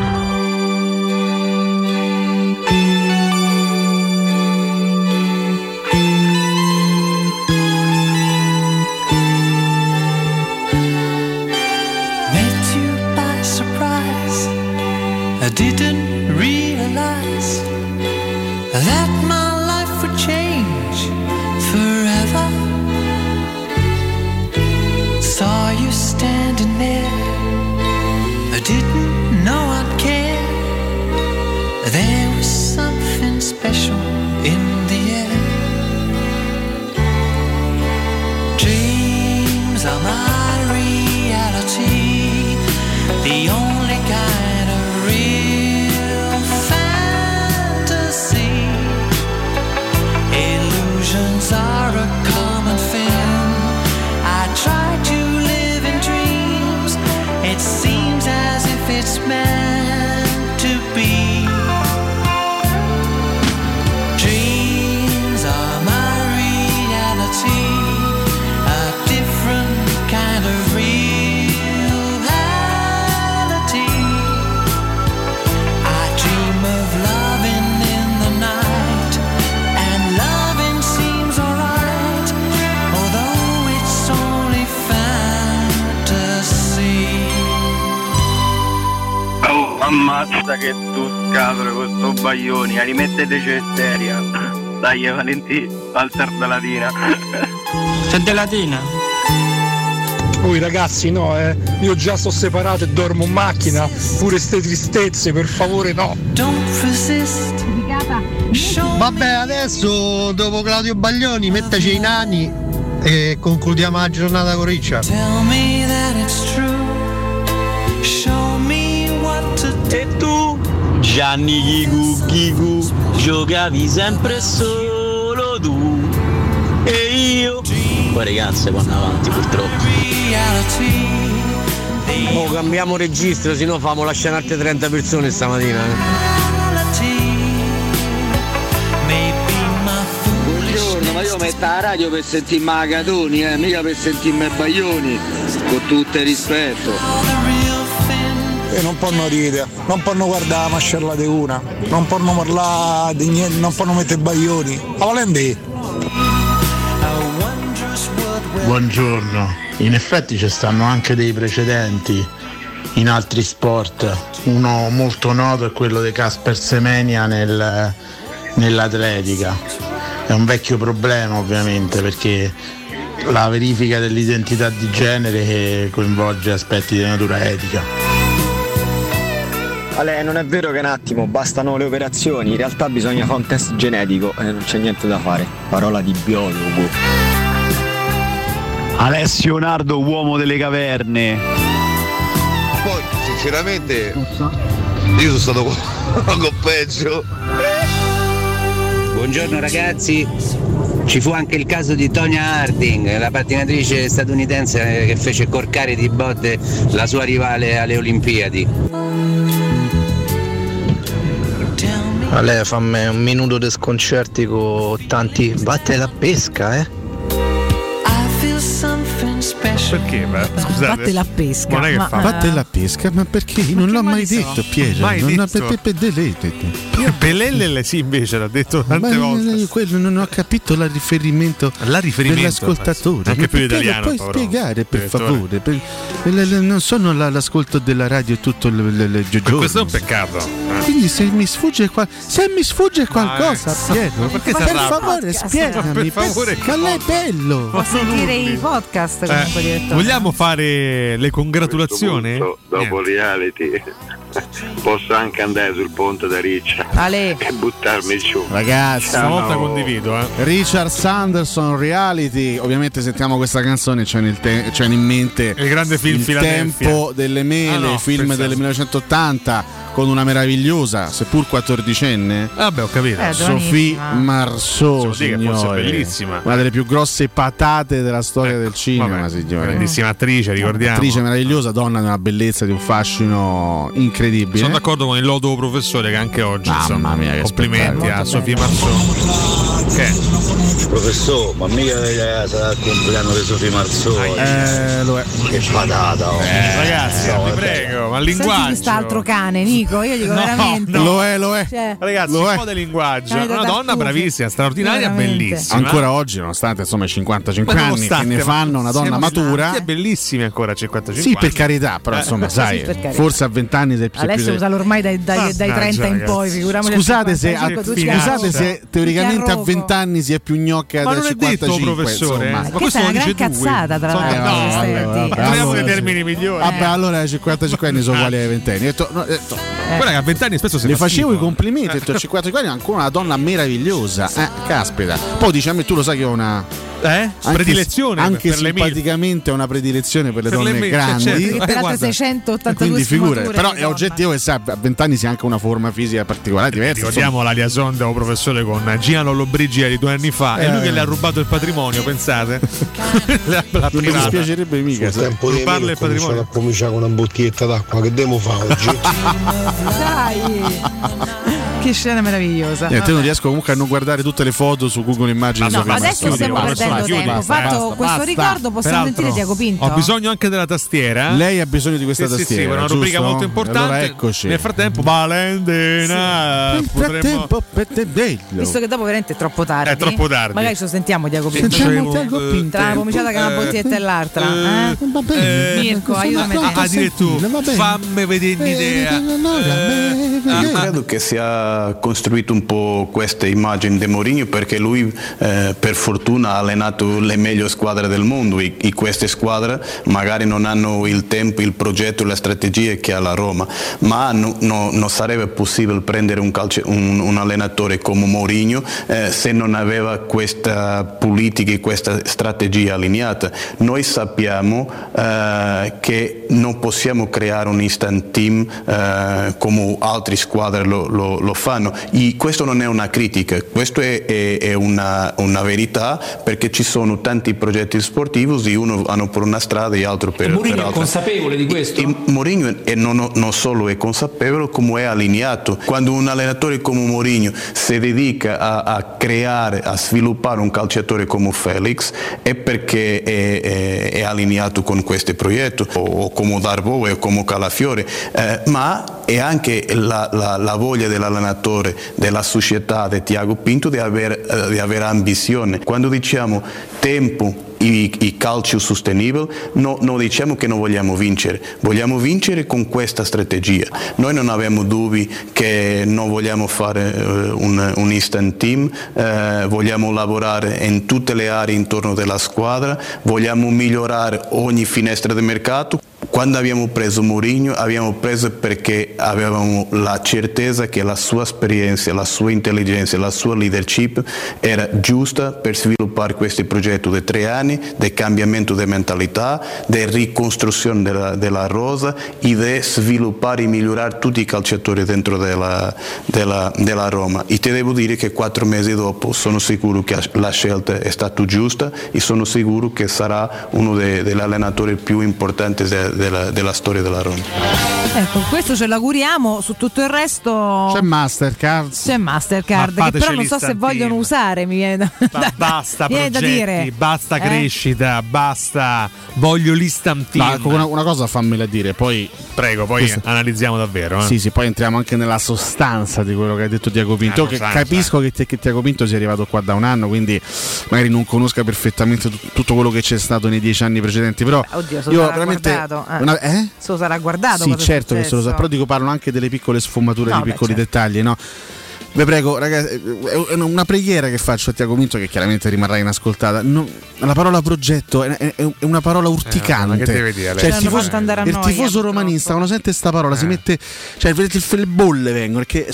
I didn't realize that my life would change forever. Saw you standing there, I didn't know I'd care. There was something special in the air. Dreams are my reality, the only kind of real fantasy. Illusions are a common thing. I try to live in dreams. It seems as if it's meant to be. Dreams are my reality, a different kind of reality. I dream of loving in the night, and loving seems alright, although it's only fantasy. Oh, ammazza che tu scatole con sto Baglioni, rimetteteci seria. Dai Valentì, alza la latina. C'è della latina? Voi ragazzi no, eh. Io già sto separato e dormo in macchina. Pure ste tristezze, per favore no. Vabbè, adesso dopo Claudio Baglioni mettaci i nani e concludiamo la giornata con Richard. Tell me that it's true. Show me what to do. E tu, Gianni Ghigu Ghigu, giocavi sempre solo tu. E io, poi ragazze vanno avanti purtroppo. Oh, cambiamo registro, se no famo lasciare altre trenta persone stamattina. Eh. Buongiorno, ma io metto la radio per sentirmi Magatoni, eh, mica per sentirmi Baglioni, con tutto il rispetto. E non possono ridere, non possono guardare la mascella di una, non possono parlare di niente, non possono mettere Baglioni. A Valenti. Buongiorno, in effetti ci stanno anche dei precedenti in altri sport. Uno molto noto è quello di Casper Semenya nel, nell'atletica. È un vecchio problema ovviamente, perché la verifica dell'identità di genere che coinvolge aspetti di natura etica. Ale, non è vero che un attimo bastano le operazioni, in realtà bisogna fare un test genetico e non c'è niente da fare. Parola di biologo. Alessio Nardo, uomo delle caverne. Poi sinceramente io sono stato poco peggio. Buongiorno ragazzi, ci fu anche il caso di Tonya Harding, la pattinatrice statunitense che fece corcare di botte la sua rivale alle Olimpiadi. A lei fammi un minuto di sconcerti con tanti batte da pesca, eh? Perché? Ma, scusate, Batte la pesca. Non è che ma, fa. Batte la pesca, ma perché? Ma non l'ho mai mai so? detto, Piero. Mai non detto? Pe- pe- pe- pe- Pelelle sì, invece l'ha detto tante ma volte. io quello non ho capito il riferimento, La riferimento dell'ascoltatore. anche Ma più perché italiano, lo puoi però, spiegare per direttore. favore? Per- le- le- non sono la- l'ascolto della radio tutto il le, le, giorno. Questo è un peccato. Eh. Quindi se mi sfugge qua, se mi sfugge qualcosa, Ma- Piero, ma perché ma ti per arrabbi? favore Podcast. spiegami, Per favore, per- ma lei è bello. Può sentire i podcast comunque, Eh, direttore. vogliamo fare le congratulazioni? Dopo reality posso anche andare sul ponte da Riccia Ale. e buttarmi giù. Ragazzi, stavolta condivido, eh. Richard Sanderson, Reality. Ovviamente sentiamo questa canzone, c'è in, te- c'è in mente il grande film Il Philadelphia. tempo delle mele, Ah, no, film pensavo. del millenovecentottanta con una meravigliosa, seppur quattordicenne. Vabbè, ho capito. Eh, Sophie Marceau, Sì, che forse è signore. bellissima. Una delle più grosse patate della storia Ecco, del cinema, vabbè, signore. grandissima attrice, ricordiamo. Attrice meravigliosa, donna di una bellezza, di un fascino incredibile. Sono d'accordo con il lodo professore che anche oggi, Mamma insomma, mia, che complimenti spettacolo. a Sophie Marceau. Che? Professore, ma mica eh, sarà il compleanno di Sofì Marzoni. Eh, lo è. Che patata, oh. Eh, ragazzi, No, vi vabbè. prego, ma il Senti linguaggio. quest'altro cane, Nico, io dico No, veramente. no. Lo è, lo è. Cioè, Ragazzi, Lo un è. po' di linguaggio. Cane da Una donna tartufe. bravissima, straordinaria, Veramente. bellissima. Ancora oggi, nonostante insomma i cinquantacinque Ma anni che nonostante, ne ma fanno una donna siamo matura. stati bellissimi ancora a cinquantacinque Sì, anni. per carità, però Eh. insomma, Sì, sai, sì, per carità. forse a vent'anni sei più Alessio sei- usa ormai dai, dai, dai Mannaggia, trenta in ragazzi. poi, figuriamoci. Scusate se, a, cinquantacinque, tu ci scusate hai- se teoricamente a Rocco. vent'anni si è più gnocca Ma del non è detto, cinquantacinque, professore. insomma. Ma Questa questo è lo una gran dici tu. cazzata, tra Sono- l'altro. no, che stai a vabbè, dire. vabbè, Troviamo allora dei sì. termini migliori. Vabbè, allora ai cinquantacinque anni sono uguali ai ventenni. Ho detto, no, ho detto, Guarda che a vent'anni spesso si le fa facevo schifo. i complimenti, ho detto a cinquantacinque anni è ancora una donna meravigliosa. Eh, caspita. Poi dici a me, tu lo sai che ho una Eh? anche- Predilezione anche per le mie. simpaticamente ho una predilezione per le Per le donne mie, grandi. certo. Perché per Eh, altre guarda. seicentottantadue Quindi figure, sfumature, però è insomma. oggettivo che sai, a vent'anni si ha anche una forma fisica particolare, diversa. Ricordiamo la liaison del professore con Giano Lollobrigida di due anni fa. È lui Eh. che le ha rubato il patrimonio, pensate? La- la Non mi privata. dispiacerebbe mica. sai. tempo di Rubarle il patrimonio. a cominciare con una bottiglietta d'acqua, che devo fare oggi? Dai! Che scena meravigliosa. Niente, io non riesco comunque a non guardare tutte le foto su Google Immagini. No, Sofia adesso Marceau. stiamo Chiudi, perdendo chiudi, tempo. basta, Fatto basta, questo basta. ricordo, possiamo Peraltro, sentire Diaco Pinto? Ho bisogno anche della tastiera. Lei ha bisogno di questa Sì, sì, tastiera. sì, una giusto? rubrica molto importante. Allora eccoci. Nel frattempo, Valentina. Nel Potremmo... frattempo, per te bello. Visto che dopo veramente è troppo tardi. È troppo tardi. Magari ci lo sentiamo Diaco Pinto. Sentiamo Diaco eh, Pinto. Tra una pomiciata che una bottiglietta e l'altra. Eh? Va bene. Eh, Mirko, aiutami te. Ah, dire tu, Va bene. fammi vedere un'idea. Eh, Eh, Io credo che sia costruito un po' questa immagine di Mourinho perché lui eh, per fortuna ha allenato le meglio squadre del mondo e, e queste squadre magari non hanno il tempo, il progetto, le strategie che ha la Roma, ma no- no- non sarebbe possibile prendere un, calcio, un, un allenatore come Mourinho eh, se non aveva questa politica e questa strategia allineata. Noi sappiamo eh, che non possiamo creare un instant team eh, come altre squadre lo, lo- lo fanno. E questo non è una critica, questo è, è- è una, una verità perché ci sono tanti progetti sportivi e uno hanno per una strada e altro per, Mourinho per è altra. consapevole di questo? E, e Mourinho è- non, non solo è consapevole come è allineato. Quando un allenatore come Mourinho si dedica a, a creare, a sviluppare un calciatore come Felix è perché è, è- è allineato con questo progetto, o, o come Darboe o come Calafiore, eh, ma è anche la, la- la voglia dell'allenatore, della società di Tiago Pinto di avere, eh, di avere ambizione. Quando diciamo tempo e, e calcio sostenibile, no, non diciamo che non vogliamo vincere, vogliamo vincere con questa strategia. Noi non abbiamo dubbi che non vogliamo fare eh, un, un instant team, eh, vogliamo lavorare in tutte le aree intorno della squadra, vogliamo migliorare ogni finestra di mercato. Quando abbiamo preso Mourinho abbiamo preso perché avevamo la certezza che la sua esperienza, la sua intelligenza, la sua leadership era giusta per sviluppare questo progetto di tre anni di cambiamento di mentalità, di ricostruzione della, della rosa e di sviluppare e migliorare tutti i calciatori dentro della, della, della Roma. E ti devo dire che quattro mesi dopo sono sicuro che la scelta è stata giusta e sono sicuro che sarà uno dei, degli allenatori più importanti de, della, della storia della Roma. Ecco, questo ce l'auguriamo, su tutto il resto C'è Mastercard. c'è Mastercard, Ma che però fateci non so se l'istantino. vogliono usare, mi viene da, Ma basta viene da progetti, dire. basta Eh? crescita, basta. Voglio l'istantino. Ma ecco, una, una cosa fammela dire, poi Prego, poi Questa- analizziamo davvero. Eh. sì, sì, poi entriamo anche nella sostanza di quello che ha detto Diaco Pinto. Ah, Che sostanza. capisco che, che Diaco Pinto sia arrivato qua da un anno, quindi magari non conosca perfettamente tut- tutto quello che c'è stato nei dieci anni precedenti. Però Oddio, se lo io sarà veramente guardato. Eh. una- eh? Se lo sarà guardato. Sì, cosa è certo che se lo sa, successo. però dico parlano anche delle piccole sfumature, No, di beh, piccoli certo. dettagli, no? Vi prego, ragazzi, è una preghiera che faccio a Tiago Pinto, che chiaramente rimarrà inascoltata. Non- la parola progetto è, è- è una parola urticante. ma che deve dire, lei? Cioè, il Ci hanno tifoso, fatto andare a il noia, tifoso purtroppo. romanista, quando sente sta parola, si Eh. mette. Cioè, vedete, le bolle vengono. Perché so-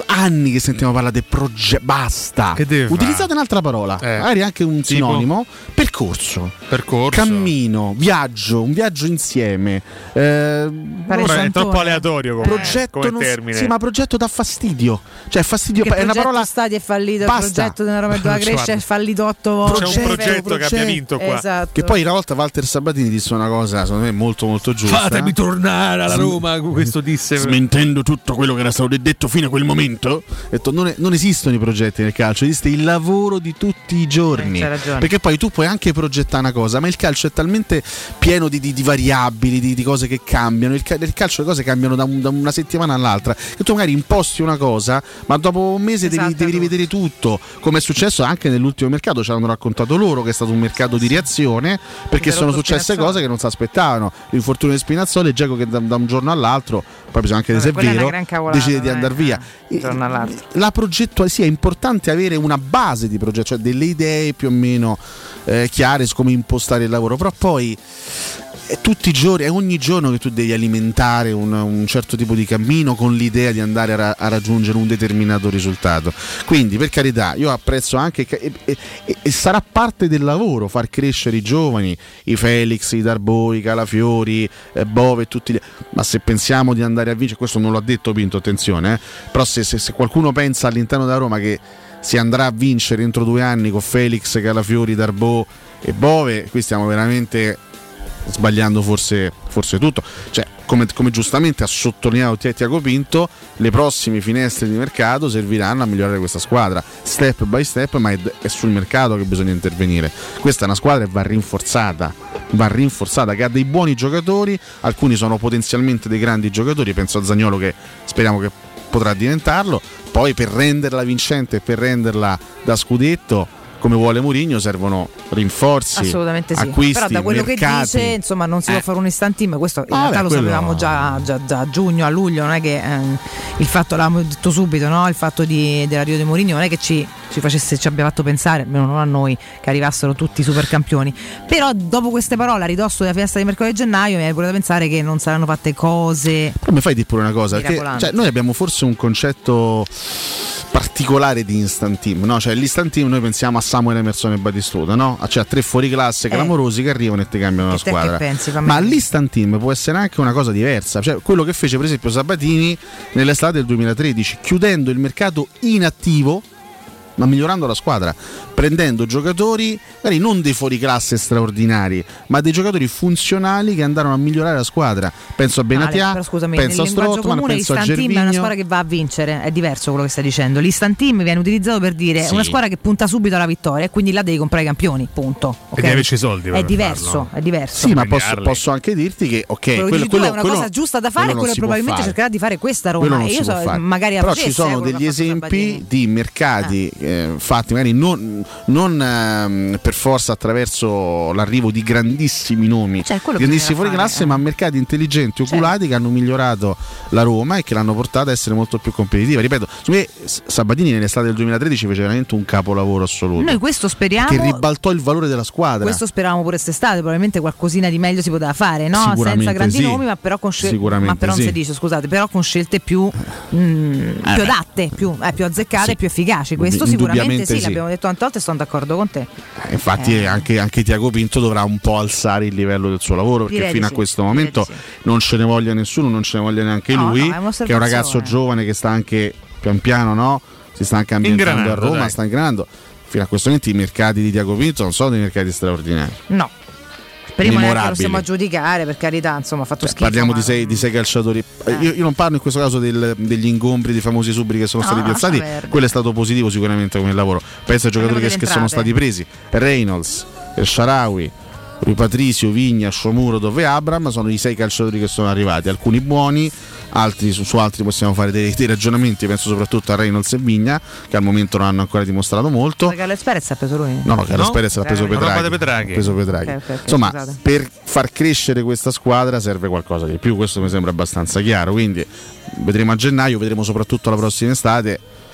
anni che sentiamo parlare di progetto, basta. Che deve utilizzate fare? un'altra parola, Eh. magari anche un Tipo? sinonimo. Percorso, Percorso. cammino, viaggio, un viaggio insieme. Eh, Pare Però è Santone. troppo aleatorio come, progetto come non- termine. sì, ma progetto dà fastidio. Cioè, fastidio Che è una progetto parola. stati è fallito, Basta. il progetto della Roma che doveva Guarda. crescere è fallito otto volte. C'è un progetto che abbia vinto qua. Esatto. Che poi una volta Walter Sabatini disse una cosa, secondo me molto molto giusta. Fatemi tornare alla Sì. Roma, questo disse. Smentendo tutto quello che era stato detto fino a quel momento, ha detto, non, è- non esistono i progetti nel calcio, esiste il lavoro di tutti i giorni. Eh, c'hai ragione. Perché poi tu puoi anche progettare una cosa, ma il calcio è talmente pieno di, di- di variabili, di, di cose che cambiano. Il, ca- nel calcio le cose cambiano da, un- da una settimana all'altra. Che tu magari imposti una cosa, ma dopo un mese devi, Esatto, devi rivedere tutto. Come è successo anche nell'ultimo mercato, ci hanno raccontato loro che è stato un mercato di reazione, perché Si è sono rotto successe Spinazzola. cose che non si aspettavano. L'infortunio di Spinazzola e Dzeko che da, da un giorno all'altro, poi bisogna anche vedere se Vabbè, è quella è vero, una gran cavolata, decide di non è? andare via. Eh, un giorno all'altro. La progettualità, sì, è importante avere una base di progetto, cioè delle idee più o meno eh, chiare su come impostare il lavoro, però poi è tutti i giorni, è ogni giorno che tu devi alimentare un, un certo tipo di cammino con l'idea di andare a, ra- a raggiungere un determinato risultato. Quindi, per carità, io apprezzo anche che, e, e- e- e sarà parte del lavoro far crescere i giovani, i Felix, i Darboe, i Calafiori, eh, Bove e tutti gli... ma se pensiamo di andare a vincere, questo non l'ha detto Pinto, attenzione, eh, però se, se- se qualcuno pensa all'interno della Roma che si andrà a vincere entro due anni con Felix, Calafiori, Darboe e Bove, qui stiamo veramente sbagliando forse, forse tutto. Cioè, come, come giustamente ha sottolineato Tiago Pinto, le prossime finestre di mercato serviranno a migliorare questa squadra step by step, ma è, è sul mercato che bisogna intervenire. Questa è una squadra che va rinforzata, va rinforzata, che ha dei buoni giocatori, alcuni sono potenzialmente dei grandi giocatori, penso a Zaniolo che speriamo che potrà diventarlo. Poi per renderla vincente e per renderla da scudetto, come vuole Mourinho, servono rinforzi, Assolutamente sì. acquisti, Però da quello mercati. che dice, insomma, non si Eh. può fare un instant team. Questo in Ah, realtà beh, lo quello- sapevamo già, già, già a giugno, a luglio. Non è che ehm, il fatto, l'avevamo detto subito, no? Il fatto di, dell'arrivo di Mourinho non è che ci, ci facesse, ci abbia fatto pensare, almeno non a noi, che arrivassero tutti i supercampioni. Però dopo queste parole a ridosso della finestra di mercato di gennaio mi è pure da pensare che non saranno fatte cose. Però mi fai dire pure una cosa, perché Mirabolanti. cioè, noi abbiamo forse un concetto particolare di instant team, no? Cioè l'instant team noi pensiamo a Samuel Emerson e Batistuta, no? Cioè a tre fuori classe clamorosi che arrivano e ti cambiano la E te squadra. che pensi? Fammi Ma vedere. l'instant team può essere anche una cosa diversa, cioè quello che fece per esempio Sabatini nell'estate del duemilatredici, chiudendo il mercato inattivo ma migliorando la squadra, prendendo giocatori magari non dei fuoriclasse straordinari, ma dei giocatori funzionali che andarono a migliorare la squadra. Penso a Benatia, Male, però scusami, penso a nel linguaggio Strootman, comune penso a l'instant team è una Gervinho. squadra che va a vincere, è diverso quello che stai dicendo. L'instant team viene utilizzato per dire Sì. una squadra che punta subito alla vittoria e quindi là devi comprare i campioni, punto. Ok? devi averci i soldi per È diverso, farlo. è diverso. Sì, ma posso, Premiarli. posso anche dirti che ok, quello, che quello, dici tu quello- è una quello- cosa giusta da fare e quello quello non si può probabilmente fare. cercherà di fare questa Quello Roma. non E si io può so, fare. magari però facesse ci sono quello che degli ha fatto esempi Sabatini. di mercati eh, fatti magari non, non, ehm, per forza attraverso l'arrivo di grandissimi nomi, Cioè, quello grandissimi bisogna fuori fare, classe, eh. ma mercati intelligenti, oculati, che hanno migliorato la Roma e che l'hanno portata a essere molto più competitiva. Ripeto, secondo me S- Sabatini nell'estate del duemilatredici fece veramente un capolavoro assoluto, Noi questo speriamo. che ribaltò il valore della squadra. Questo speravamo pure quest'estate, probabilmente qualcosina di meglio si poteva fare, no? Sicuramente Senza grandi sì. nomi, ma però con scelte, Sicuramente ma però non sì. si dice, scusate, però con scelte più, mm, più beh. adatte, più, eh, più azzeccate, Sì. più efficaci. Questo Indubbiamente sicuramente sì, sì. l'abbiamo detto tante volte e sono d'accordo con te. Eh, Infatti Eh. anche, anche Tiago Pinto dovrà un po' alzare il livello del suo lavoro, perché Direi fino di a sì, questo direi momento di sì. non ce ne voglia nessuno, non ce ne voglia neanche No, lui, no, è un'osservazione. che è un ragazzo giovane che sta anche pian piano, no? Si sta anche ambientando a Ingranando, Roma, dai. sta ingranando. Fino a questo momento i mercati di Tiago Pinto non sono dei mercati straordinari. No. Prima neanche lo Memorabili. stiamo a giudicare, per carità, insomma, ha fatto schifo. Parliamo ma- di sei, di sei calciatori. Eh. Io, io non parlo in questo caso del- degli ingombri, dei famosi subri che sono No, stati lascia piazzati. perdere. Quello è stato positivo sicuramente come lavoro. Penso ai giocatori che, Parliamo che delle sono entrate. stati presi. Reynolds, El Shaarawy, Rui Patricio, Vigna, Sciomuro, Dove Abram sono i sei calciatori che sono arrivati, alcuni buoni, altri, su, su altri possiamo fare dei, dei ragionamenti, penso soprattutto a Reynolds e Vigna che al momento non hanno ancora dimostrato molto. Carles Perez ha preso lui? No, no, Carlos No? Perez l'ha preso Eh, Petraghi. roba di Petraghi. Ha preso Petraghi. Ok, ok, ok, Insomma, scusate. per far crescere questa squadra serve qualcosa di più, questo mi sembra abbastanza chiaro, quindi vedremo a gennaio, vedremo soprattutto la prossima estate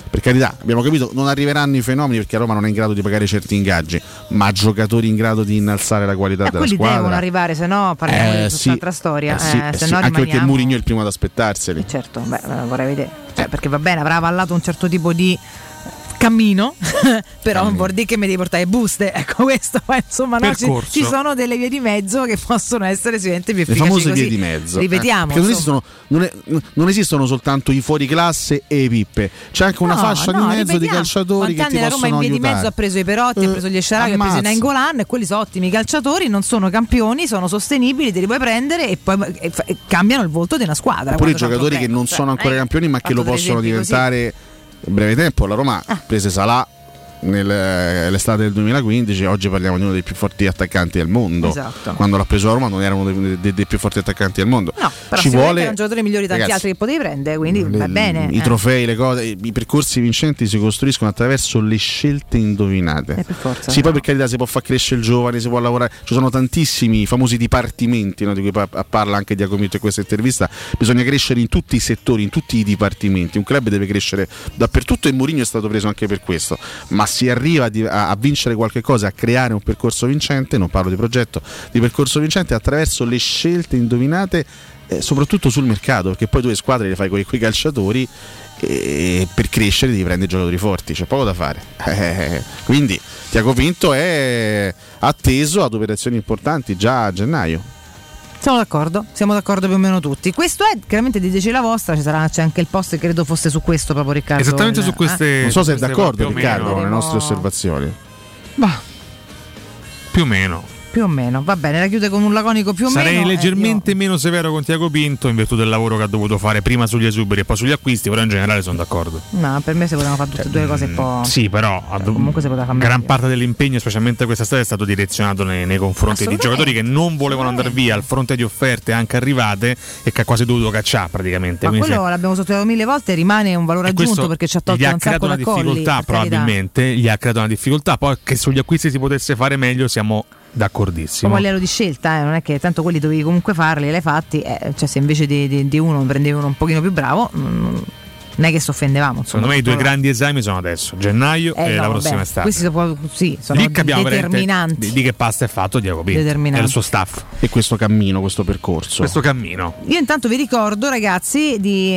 per carità, abbiamo capito, non arriveranno i fenomeni perché a Roma non è in grado di pagare certi ingaggi, ma giocatori in grado di innalzare la qualità eh, della quelli squadra devono arrivare, se no parliamo eh, di sì, tutt'altra storia. eh, sì, eh, eh, se sì, no anche rimaniamo... perché Mourinho è il primo ad aspettarseli. Eh, certo, beh, vorrei vedere, cioè, perché va bene, avrà avallato un certo tipo di cammino, però non vuol dire che mi devi portare buste, ecco questo, ma insomma no, ci, ci sono delle vie di mezzo che possono essere sicuramente più le efficaci famose così. vie di mezzo, Ripetiamo, eh, non, esistono, non, è, non esistono soltanto i fuoriclasse e i pippe, c'è anche una no, fascia no, di mezzo ripetiamo. di calciatori Quanti che ti anni la Roma possono in via di aiutare. mezzo ha preso i Perotti, ha preso gli Esciaravi, ha preso i Nainggolan, e quelli sono ottimi calciatori, non sono campioni, sono sostenibili, te li puoi prendere e poi e, e, cambiano il volto di una squadra. Oppure i giocatori che non sono ancora campioni ma che lo possono diventare in breve tempo. La Roma ha preso Salah nell'estate del duemilaquindici, oggi parliamo di uno dei più forti attaccanti del mondo. Esatto. Quando l'ha preso a Roma non era uno dei, dei, dei più forti attaccanti del mondo. No, però ci vuole è un giocatore migliore di tanti ragazzi, altri che potevi prendere, quindi le, va bene. I eh. trofei, le cose, i percorsi vincenti si costruiscono attraverso le scelte indovinate. Eh, per forza, sì, no. Poi per carità si può far crescere il giovane, si può lavorare. Ci sono tantissimi famosi dipartimenti, no, di cui pa- parla anche Diacomito in questa intervista. Bisogna crescere in tutti i settori, in tutti i dipartimenti. Un club deve crescere dappertutto e Mourinho è stato preso anche per questo. Ma si arriva a A, a vincere qualche cosa, a creare un percorso vincente, non parlo di progetto, di percorso vincente attraverso le scelte indovinate, eh, soprattutto sul mercato, perché poi tu le squadre le fai con quei calciatori e per crescere devi prendere giocatori forti, c'è poco da fare. Eh, quindi Tiago Pinto è atteso ad operazioni importanti già a gennaio. Siamo d'accordo, siamo d'accordo più o meno tutti. Questo è chiaramente di Dice la vostra, ci sarà, c'è anche il post che credo fosse su questo proprio Riccardo. Esattamente su queste. Eh? Non so se è queste d'accordo Riccardo con le Vedremo... nostre osservazioni. Bah. Più o meno. Più o meno, va bene, la chiude con un laconico più o Sarei meno. Sarei leggermente eh, io... meno severo con Tiago Pinto in virtù del lavoro che ha dovuto fare prima sugli esuberi e poi sugli acquisti, però in generale sono d'accordo. No, per me se potevano fare tutte e due le cose un po'. Sì, però cioè, comunque si poteva fare gran meglio. parte dell'impegno, specialmente quest'estate, è stato direzionato nei, nei confronti di giocatori che non volevano andare via al fronte di offerte anche arrivate e che ha quasi dovuto cacciare praticamente. Ma Quindi quello se... l'abbiamo sottolineato mille volte, rimane un valore aggiunto perché ci ha tolto gli ha un creato sacco una d'accolli, difficoltà, probabilmente gli ha creato una difficoltà. Poi che sugli acquisti si potesse fare meglio siamo d'accordissimo. Come a livello di scelta, eh, non è che tanto quelli dovevi comunque farli, l'hai fatti, eh, cioè se invece di, di, di uno prendevi uno un pochino più bravo, non è che si offendevamo. Insomma, secondo me i due grandi esami sono adesso, gennaio eh, e no, la prossima beh, estate. Questi sono, sì, sono Lì capiamo determinanti. Di, di che pasta è fatto Diago Pinto e il suo staff. E questo cammino, questo percorso. Questo cammino. Io intanto vi ricordo, ragazzi, di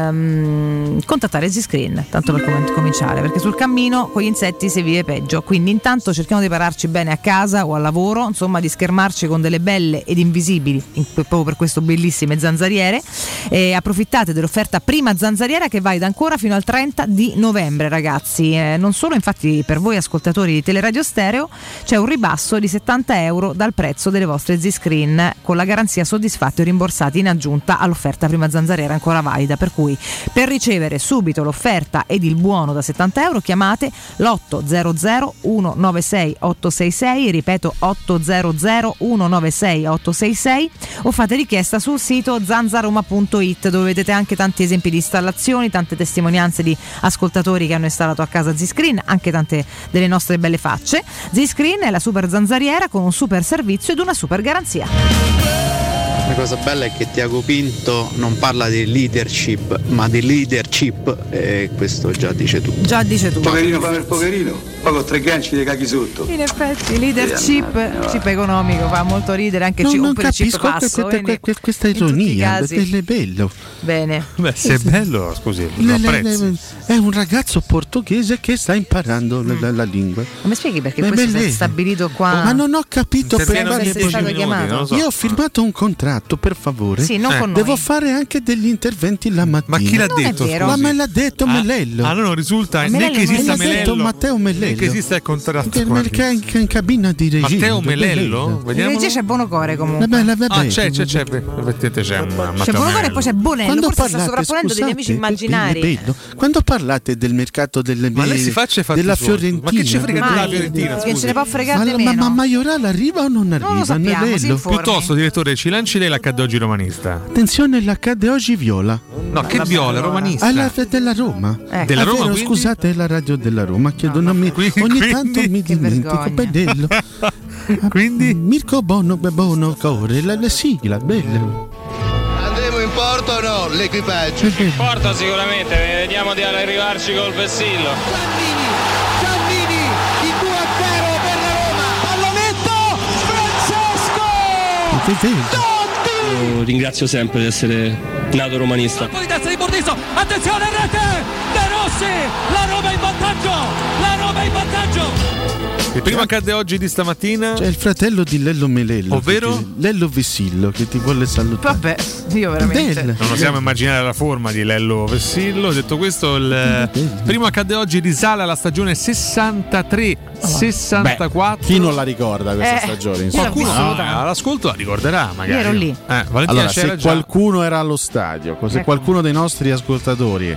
ehm, contattare Z-Screen, tanto per com- cominciare, perché sul cammino con gli insetti si vive peggio. Quindi intanto cerchiamo di pararci bene a casa o al lavoro, insomma di schermarci con delle belle ed invisibili, in, proprio per questo bellissime zanzariere. E approfittate dell'offerta prima zanzariera che valida ancora fino al trenta di novembre, ragazzi. Eh, non solo, infatti, per voi ascoltatori di Teleradio Stereo c'è un ribasso di settanta euro dal prezzo delle vostre Z-Screen, con la garanzia soddisfatti o rimborsati in aggiunta all'offerta prima zanzariera ancora valida. Per cui per ricevere subito l'offerta ed il buono da settanta euro chiamate l'otto zero zero uno nove sei otto sei sei, ripeto otto zero zero uno nove sei otto sei sei, o fate richiesta sul sito zanzaroma punto it, dove vedete anche tanti esempi di installazioni, tante testimonianze di ascoltatori che hanno installato a casa Z-Screen, anche tante delle nostre belle facce. Z-Screen è la super zanzariera con un super servizio ed una super garanzia. La cosa bella è che Tiago Pinto non parla di leadership, ma di leadership, e questo già dice tutto. Già dice tutto. Poverino fa il poverino, poi con tre ganci dei caghi sotto. In effetti, leadership, chip economico, fa molto ridere, anche no, ci non oppure chip passo. Que- que- que- questa ironia, è bello. Bene. Beh, se è bello, scusi, lo apprezzi. È un ragazzo portoghese che sta imparando mm. la, la lingua. Ma mi spieghi perché Beh, questo è stabilito qua? Ma non ho capito per quale sei stato chiamato. So. Io ho firmato un contratto, per favore. Sì, non eh. con Devo noi. fare anche degli interventi la mattina. Ma chi l'ha non detto? Ma me l'ha detto ah, Melello. Ah, non risulta Melello né che esista me l'ha Melello. detto Matteo Melello. Né che esista il contratto. Perché in, in cabina di regia. Matteo Melello? In regia c'è Bonocore comunque. Vabbè, vabbè, ah, c'è, c'è, c'è. Effettivamente c'è un Matteo C'è Bonocore e poi c'è Bonello. Quando Forse parlate, sta sovrapponendo scusate, degli amici immaginari. Bello, quando parlate del mercato delle ma lei si faccia della Fiorentina, ma che ci frega della Fiorentina? Che ce ne può fregare ma, di meno. Ma, ma Maioral arriva o non arriva? Non lo sappiamo, si informi. Piuttosto, direttore, ci lanci lei l'accadde oggi romanista. Attenzione, l'accade oggi viola. No, che viola, romanista. Alla della Roma. Eh. Della ah, Roma, vero, quindi? scusate, la radio della Roma. Chiedo, no, no, mi, quindi, ogni quindi, tanto mi dimentico. Bello. Quindi Mirko Bono, Bono Core, la, la sigla, bella. Andremo in importa o no l'equipaggio? Importa sicuramente, vediamo di arrivarci col vessillo. Giannini, il due a zero per la Roma. Pallonetto, Francesco! Io ringrazio sempre di essere nato romanista. Poi destra di Bordiso, attenzione rete! De Rossi, la Roma in vantaggio! La Roma in vantaggio! Il primo accadde oggi di stamattina. C'è il fratello di Lello Melello. Ovvero? Lello Vessillo che ti vuole salutare. Vabbè, io veramente. Non possiamo immaginare la forma di Lello Vessillo. Detto questo, il primo accadde oggi risale alla stagione sessantatré sessantaquattro. Beh, chi non la ricorda questa Eh, stagione? io Qualcuno l'ho no, vissuta. all'ascolto la ricorderà magari. Io ero lì. Eh, Valentina Allora, c'era se già. qualcuno era allo stadio, se Ecco. qualcuno dei nostri ascoltatori,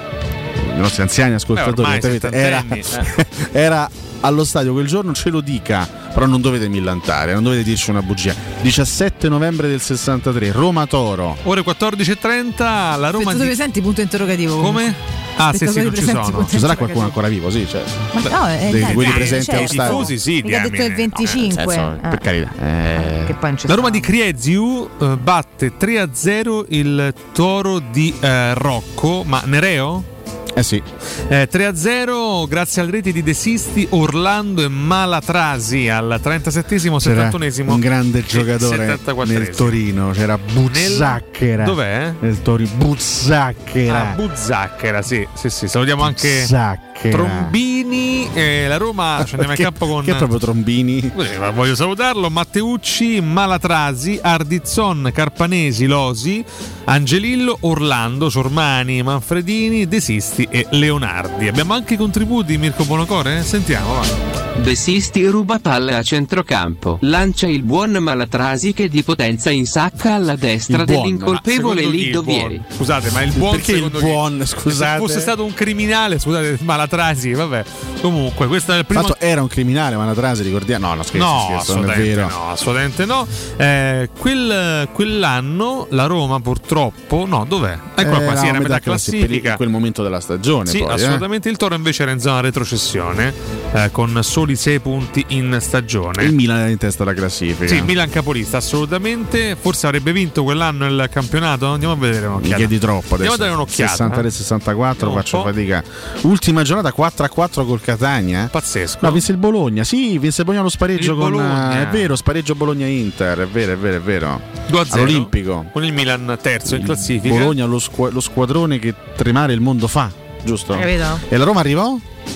i nostri anziani ascoltatori, ormai avete- era, settantenni, era allo stadio quel giorno, ce lo dica, però non dovete millantare, non dovete dirci una bugia. diciassette novembre del sessantatré, Roma Toro. Ore quattordici e trenta, la Roma Spettatori di... presenti, punto interrogativo. Come? Ah, sì, sì, non ci Presenti, sono. punto Ci sarà interrogativo. qualcuno ancora vivo, sì, cioè. Ma no, è dei- dai, quelli dai, presenti certo. allo stadio. Tifosi, sì, Mica detto diamine. il venticinque. Senso, Ah, per carità. Eh, che poi non c'è La Roma stato. di Crieziu eh, batte tre a zero il Toro di eh, Rocco, ma Nereo? eh sì. Eh, tre a zero grazie alle reti di De Sisti, Orlando e Malatrasi al trentasettesimo, C'era settantunesimo un grande e giocatore settantaquattresimo. nel Torino, c'era Buzzacchera. Dov'è? Nel Torino, Buzzacchera. Ah, Buzzacchera, sì, sì, sì. Salutiamo anche Buzzacchera. Trombini. Eh, la Roma ci andiamo in Che- campo con. Che è proprio Trombini? Così, ma voglio salutarlo. Matteucci, Malatrasi, Ardizzon, Carpanesi, Losi, Angelillo, Orlando, Sormani, Manfredini, De Sisti e Leonardi. Abbiamo anche i contributi, Mirko Bonocore? Sentiamo, va. De Sisti ruba palle a centrocampo, lancia il buon Malatrasi che di potenza insacca alla destra Il buon, dell'incolpevole ma secondo chi Lido il buon? Vieri. Scusate, ma il buon Perché il secondo chi? buon, scusate? Se fosse stato un criminale, scusate, Malatrasi, vabbè. Comunque, questo è il primo. Tra l'altro era un criminale, Malatrasi, ricordiamo? No, no, scherzo, No, scherzo, non è assolutamente vero. no, assolutamente no. Eh, quel, quell'anno la Roma purtroppo, no, dov'è? Eccola qua, Era sì, era a metà classi- classifica. per quel momento della stagione. Sì, poi, eh. assolutamente. Il Toro invece era in zona retrocessione, eh, con soli sei punti in stagione. Il Milan era in testa alla classifica. Sì, Milan capolista, assolutamente. Forse avrebbe vinto quell'anno il campionato. Andiamo a vedere Mi un'occhiata. chiedi troppo adesso. Andiamo a dare un'occhiata. sessantatré sessantaquattro, Vediamo un faccio po'. fatica. Ultima giornata quattro a quattro col Catania. Pazzesco. No, vinse il Bologna. Sì, vinse il Bologna allo spareggio Il con Bologna. eh, è vero, spareggio Bologna-Inter, è vero, è vero, è vero. due a zero All'Olimpico. con il Milan terzo in classifica. Bologna lo, squa- lo squadrone che tremare il mondo fa, giusto? Hai capito? E la Roma arrivò?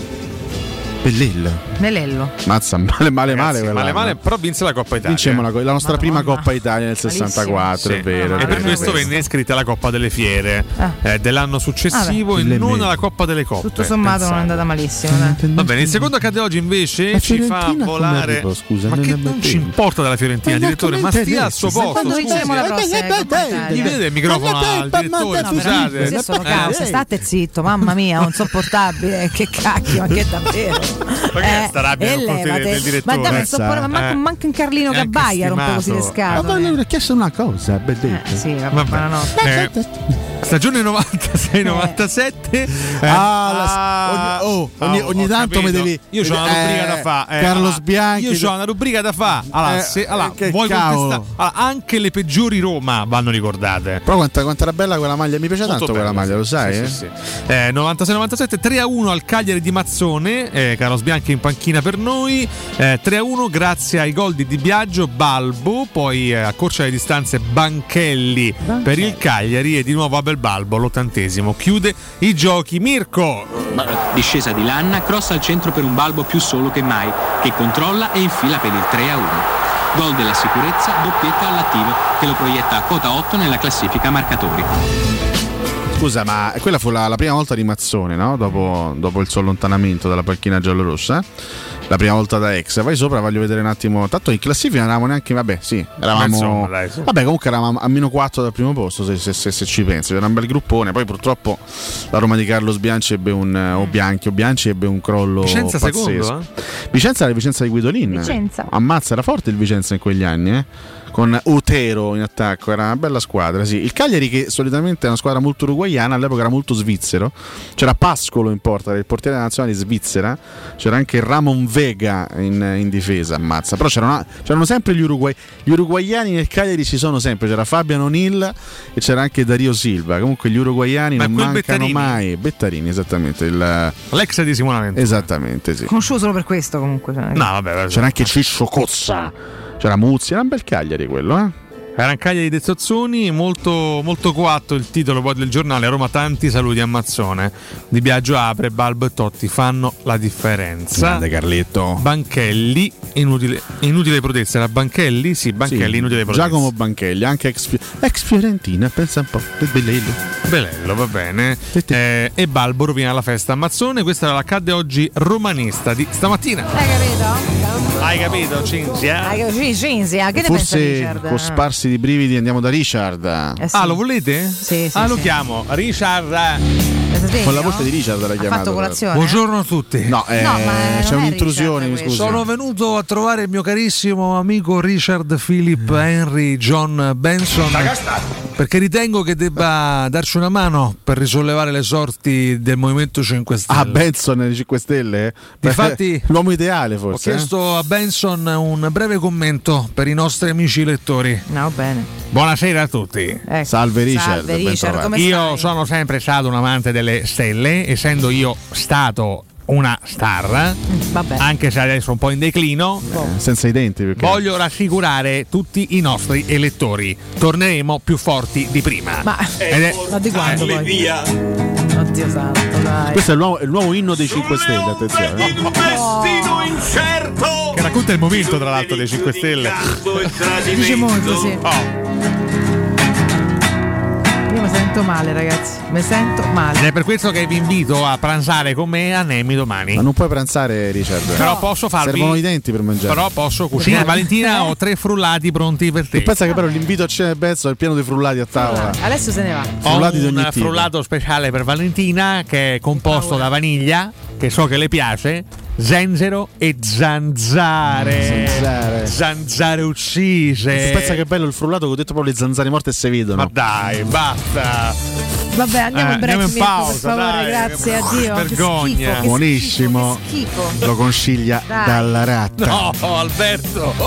Bellello. Melello. Mazza, male male male Ragazzi, quell'anno. male male, però vinse la Coppa Italia. Vincemmo la, la nostra Madonna. prima Coppa Italia nel sessantaquattro, Sì. è vero. E è per vero, questo è vero. venne iscritta alla Coppa delle Fiere Ah. eh, dell'anno successivo Vabbè. e Le non medie. alla Coppa delle Coppe. Tutto sommato non è andata malissimo. Dai. Va bene, il secondo accade oggi invece La ci fa Fiorentina come volare. arrivò, scusa, ma non che è non bello. ci importa della Fiorentina, Ma direttore? Ma come stia al suo interessa? posto. Quando Scusi, vinceremo la eh. prossima Coppa Italia? Gli vede il microfono al direttore, No, scusate. veramente, sono Eh, cause, state zitto, mamma mia, è insopportabile, che cacchio, ma che davvero. Ma che è sta rabbia nei confronti del- del direttore? Ma dai, ma insopportabile, ma manco, Eh. manco un Carlino È anche Gabbaia rompe così le stimato. Ma scatole. volevo chiesto una cosa, Benedetto. Eh, sì, vabbè, Vabbè. buonanotte. Eh, stagione novantasei novantasette. eh, Ah, la- ogni, oh, ogni, oh, ogni ho tanto mi capito. devi. Io ho una eh, rubrica da fare. Carlos Bianchi. Io ho una rubrica da fare. Allora, Eh, se, allora, che vuoi cavolo. contestare? Allora, anche le peggiori Roma vanno ricordate. Però quanta, quanto era bella quella maglia, mi piace Molto tanto quella bella, maglia, sì, lo sai? sì, eh? sì, sì. Eh, novantasei novantasette, tre a uno al Cagliari di Mazzone, eh, Carlos Bianchi in panchina per noi, eh, tre a uno grazie ai gol di Di Biagio, Balbo, poi eh, accorcia le distanze Banchelli, per il Cagliari e di nuovo Abel Balbo all'ottantesimo. Chiude i giochi Mirko. Discesa di Lanna, cross al centro per un Balbo più solo che mai, che controlla e infila per il tre a uno. Gol della sicurezza, doppietta all'attivo, che lo proietta a quota otto nella classifica marcatori. Scusa, ma quella fu la, la prima volta di Mazzone, no? Dopo, dopo il suo allontanamento dalla panchina giallorossa. La prima volta da ex. Vai sopra, voglio vedere un attimo. Tanto in classifica non eravamo neanche. Vabbè, sì, eravamo. Insomma, dai, sì. Vabbè, comunque eravamo a meno quattro dal primo posto. Se, se, se, se ci pensi, era un bel gruppone. Poi purtroppo la Roma di Carlos Bianchi ebbe un. O Bianchi o Bianchi ebbe un crollo. Vicenza pazzesco. secondo, eh? Vicenza era Vicenza di Guidolin. Vicenza. Ammazza, era forte il Vicenza in quegli anni, eh? con Otero in attacco, era una bella squadra, sì. Il Cagliari, che solitamente è una squadra molto uruguaiana, all'epoca era molto svizzero, c'era Pascolo in porta, il portiere nazionale svizzera, c'era anche Ramon Vega in, in difesa, ammazza, però c'erano, c'erano sempre gli uruguai, gli uruguaiani nel Cagliari ci sono sempre, c'era Fabian O'Neill e c'era anche Dario Silva, comunque gli uruguaiani Ma non mancano Bettarini. mai. Bettarini, esattamente, il... l'ex di Simona Ventura. Esattamente, sì. Conosciuto solo per questo comunque. Cioè. No, vabbè, vabbè. C'era anche Ciccio Cozza, c'era Muzzi, era un bel Cagliari quello, eh? Era un Cagliari di Zazzuoni, molto, molto coatto il titolo poi del giornale. A Roma tanti saluti a Mazzone. Di Biagio apre, Balbo e Totti fanno la differenza. Grande Carletto. Banchelli, inutile, inutile protesta. Era Banchelli? Sì, Banchelli, sì, inutile protesta. Giacomo Banchelli, anche ex, ex Fiorentina, pensa un po', che bellello. Belello, va bene. Eh, e Balbo rovina la festa a Mazzone. Questa era l'accadde oggi romanista di stamattina. Hai capito? Hai capito, Cinzia? Hai capito, Cinzia? Che ne pensa Richard? Con sparsi di brividi andiamo da Richard. Eh sì. Ah, lo volete? Sì, sì. Ah, lo sì. chiamo Richard. Con la voce di Richard l'ha chiamato. Ha fatto colazione. Buongiorno a tutti. No, eh, no c'è un'intrusione, mi scusi. Sono venuto a trovare il mio carissimo amico Richard Philip Henry John Benson, perché ritengo che debba darci una mano per risollevare le sorti del Movimento cinque Stelle. Ah, Benson dei cinque Stelle? Infatti, l'uomo ideale forse. Ho chiesto eh? a Benson un breve commento per i nostri amici lettori. No, bene. Buonasera a tutti. Ecco. Salve Richard. Salve Richard, come io stai? sono sempre stato un amante delle stelle, essendo io stato una star, Vabbè. anche se adesso un po' in declino, eh, senza i denti, perché... voglio rassicurare tutti i nostri elettori, torneremo più forti di prima. Ma, Ed è... ma di quando poi? Via. Oddio santo, dai. Questo è il nuovo, il nuovo inno dei cinque Stelle, attenzione. Un destino incerto, che racconta il momento tra l'altro dei cinque Stelle. Dice molto, sì. Oh. Io mi sento male, ragazzi, mi sento male. Ed è per questo che vi invito a pranzare con me a Nemi domani. Ma non puoi pranzare, Richard. Però no. posso farvi. Servono i denti per mangiare. Però posso cucinare. Sì, Valentina, ho tre frullati pronti per te. E pensa che però l'invito a cena e pezzo è pieno di frullati a tavola. Adesso se ne va. Ho frullati un di ogni tipo. frullato speciale per Valentina che è composto da vaniglia, che so che le piace, zenzero e zanzare. Zanzare. Zanzare uccise. Pensa che è bello il frullato, che ho detto proprio le zanzare morte si vedono. Ma dai, basta. Vabbè, andiamo eh, in break, andiamo in pausa, per favore, dai, grazie a Dio. Vergogna. Che schifo, che buonissimo. Schifo, che schifo. Lo consiglia dai. Dalla Ratta. No, Alberto.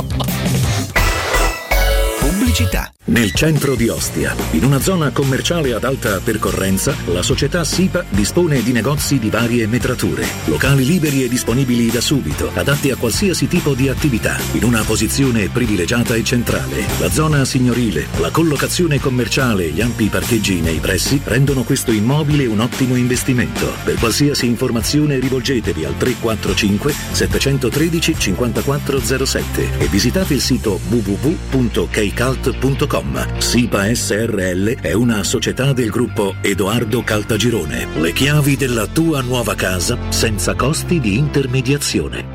Pubblicità. Nel centro di Ostia, in una zona commerciale ad alta percorrenza, la società SIPA dispone di negozi di varie metrature, locali liberi e disponibili da subito, adatti a qualsiasi tipo di attività, in una posizione privilegiata e centrale. La zona signorile, la collocazione commerciale e gli ampi parcheggi nei pressi rendono questo immobile un ottimo investimento. Per qualsiasi informazione rivolgetevi al tre quattro cinque sette uno tre cinque quattro zero sette e visitate il sito w w w punto keycult punto com. SIPA S R L è una società del gruppo Edoardo Caltagirone. Le chiavi della tua nuova casa senza costi di intermediazione.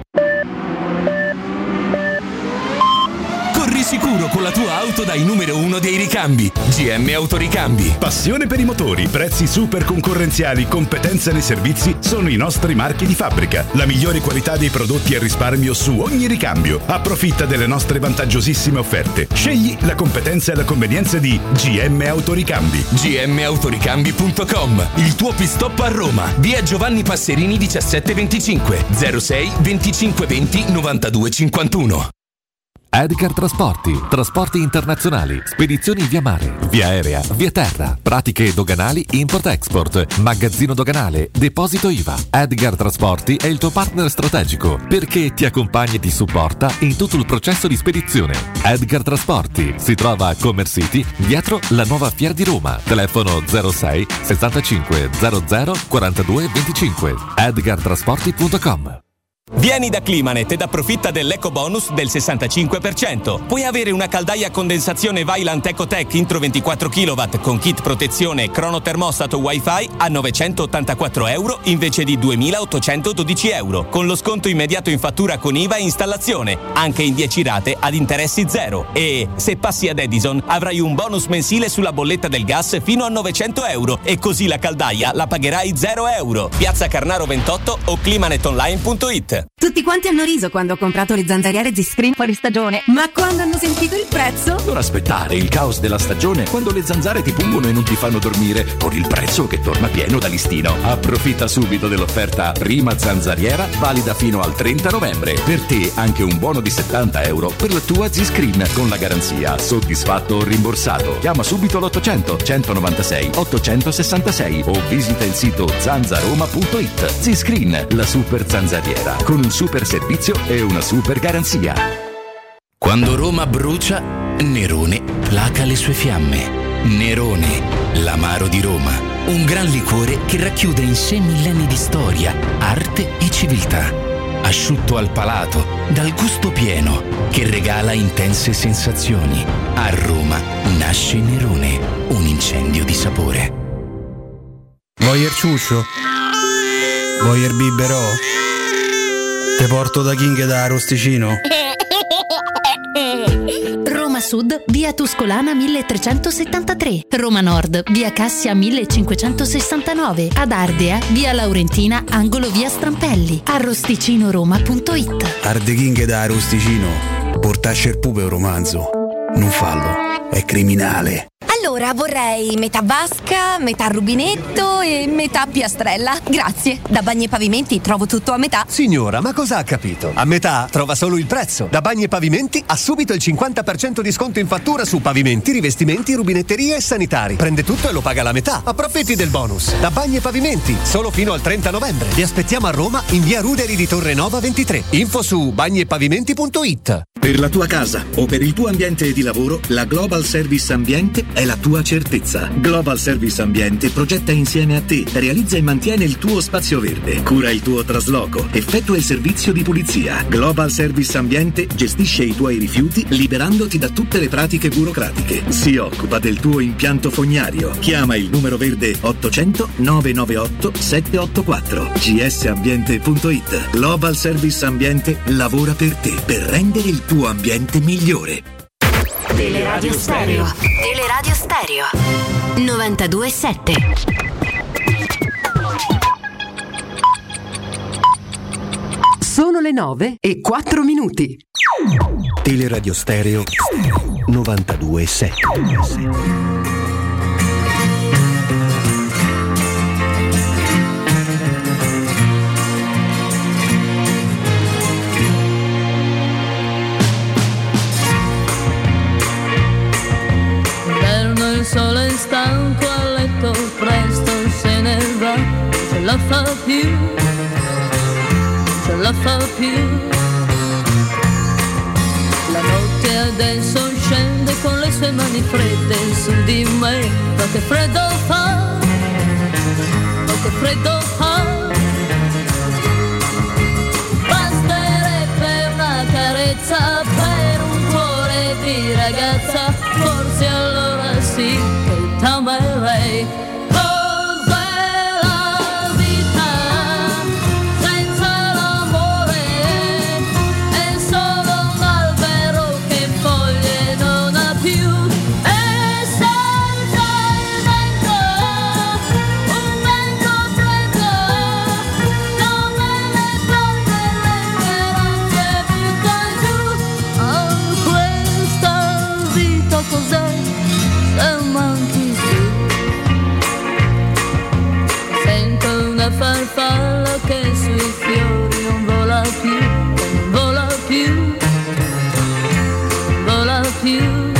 Corri sicuro con la tua auto dai numero uno dei ricambi. G M Autoricambi. Passione per i motori, prezzi super concorrenziali, competenza nei servizi sono i nostri marchi di fabbrica. La migliore qualità dei prodotti e risparmio su ogni ricambio. Approfitta delle nostre vantaggiosissime offerte. Scegli la competenza e la convenienza di G M Autoricambi. G M Autoricambi punto com. Il tuo pit stop a Roma. Via Giovanni Passerini diciassette venticinque zero sei venticinque venti novantadue cinquantuno. Edgar Trasporti, trasporti internazionali, spedizioni via mare, via aerea, via terra, pratiche doganali import-export, magazzino doganale, deposito I V A. Edgar Trasporti è il tuo partner strategico perché ti accompagna e ti supporta in tutto il processo di spedizione. Edgar Trasporti si trova a Commerce City, dietro la nuova Fiera di Roma. Telefono zero sei sessantacinque zero zero quarantadue venticinque. edgar trasporti punto com. Vieni da Climanet ed approfitta dell'eco bonus del sessantacinque per cento. Puoi avere una caldaia a condensazione Vaillant Ecotech Intro ventiquattro chilowatt con kit protezione e cronotermostato Wi-Fi a novecentottantaquattro euro invece di duemilaottocentododici euro, con lo sconto immediato in fattura con I V A e installazione, anche in dieci rate ad interessi zero. E se passi ad Edison avrai un bonus mensile sulla bolletta del gas fino a novecento euro e così la caldaia la pagherai zero euro. Piazza Carnaro ventotto o climanetonline punto it. Z-Screen. Tutti quanti hanno riso quando ho comprato le zanzariere Z-Screen fuori stagione, ma quando hanno sentito il prezzo? Non aspettare il caos della stagione quando le zanzare ti pungono e non ti fanno dormire, con il prezzo che torna pieno da listino. Approfitta subito dell'offerta Prima Zanzariera, valida fino al trenta novembre. Per te anche un buono di settanta euro per la tua Z-Screen con la garanzia soddisfatto o rimborsato. Chiama subito l'ottocento centonovantasei ottocentosessantasei o visita il sito zanzaroma punto it. Z-Screen, la super zanzariera, con un super servizio e una super garanzia. Quando Roma brucia, Nerone placa le sue fiamme. Nerone, l'amaro di Roma, un gran liquore che racchiude in sé millenni di storia, arte e civiltà. Asciutto al palato, dal gusto pieno, che regala intense sensazioni. A Roma nasce Nerone, un incendio di sapore. Voyer ciuscio? Voyer biberò? Te porto da King da Rosticino? Roma Sud, via Tuscolana milletrecentosettantatré. Roma Nord, via Cassia millecinquecentosessantanove. Ad Ardea, via Laurentina, angolo via Strampelli. Arrosticinoroma punto it. Arde King da Rosticino. Portasce il pupe un romanzo. Non fallo, è criminale. Allora vorrei metà vasca, metà rubinetto e metà piastrella. Grazie. Da Bagni e Pavimenti trovo tutto a metà. Signora, ma cosa ha capito? A metà trova solo il prezzo. Da Bagni e Pavimenti ha subito il cinquanta per cento di sconto in fattura su pavimenti, rivestimenti, rubinetterie e sanitari. Prende tutto e lo paga la metà. Approfitti del bonus. Da Bagni e Pavimenti, solo fino al trenta novembre. Vi aspettiamo a Roma in via Ruderi di Torrenova ventitré. Info su bagni e pavimenti punto it. Per la tua casa o per il tuo ambiente di lavoro, la Global Service Ambiente è la tua certezza. Global Service Ambiente progetta insieme a te, realizza e mantiene il tuo spazio verde, cura il tuo trasloco, effettua il servizio di pulizia. Global Service Ambiente gestisce i tuoi rifiuti liberandoti da tutte le pratiche burocratiche. Si occupa del tuo impianto fognario. Chiama il numero verde ottocento novecentonovantaotto settecentoottantaquattro. g s ambiente punto it. Global Service Ambiente lavora per te per rendere il tuo ambiente migliore. Teleradio Stereo. Teleradio Stereo. novantadue sette. Sono le nove e quattro minuti. Teleradio Stereo novantadue sette. Il sole è stanco a letto, presto se ne va, ce la fa più, ce la fa più. La notte adesso scende con le sue mani fredde su di me, ma che freddo fa, ma che freddo fa. Basterebbe una carezza per un cuore di ragazza, forse allora sì, che t'amerei. Cos'è la vita senza l'amore? È solo un albero che foglie non ha più. E senza il vento, un vento freddo, non me ne toglie le speranze, butta giù. Oh, questa vita cos'è? Se manchi tu, sento una farfalla che sui fiori non vola più, non vola più, non vola più.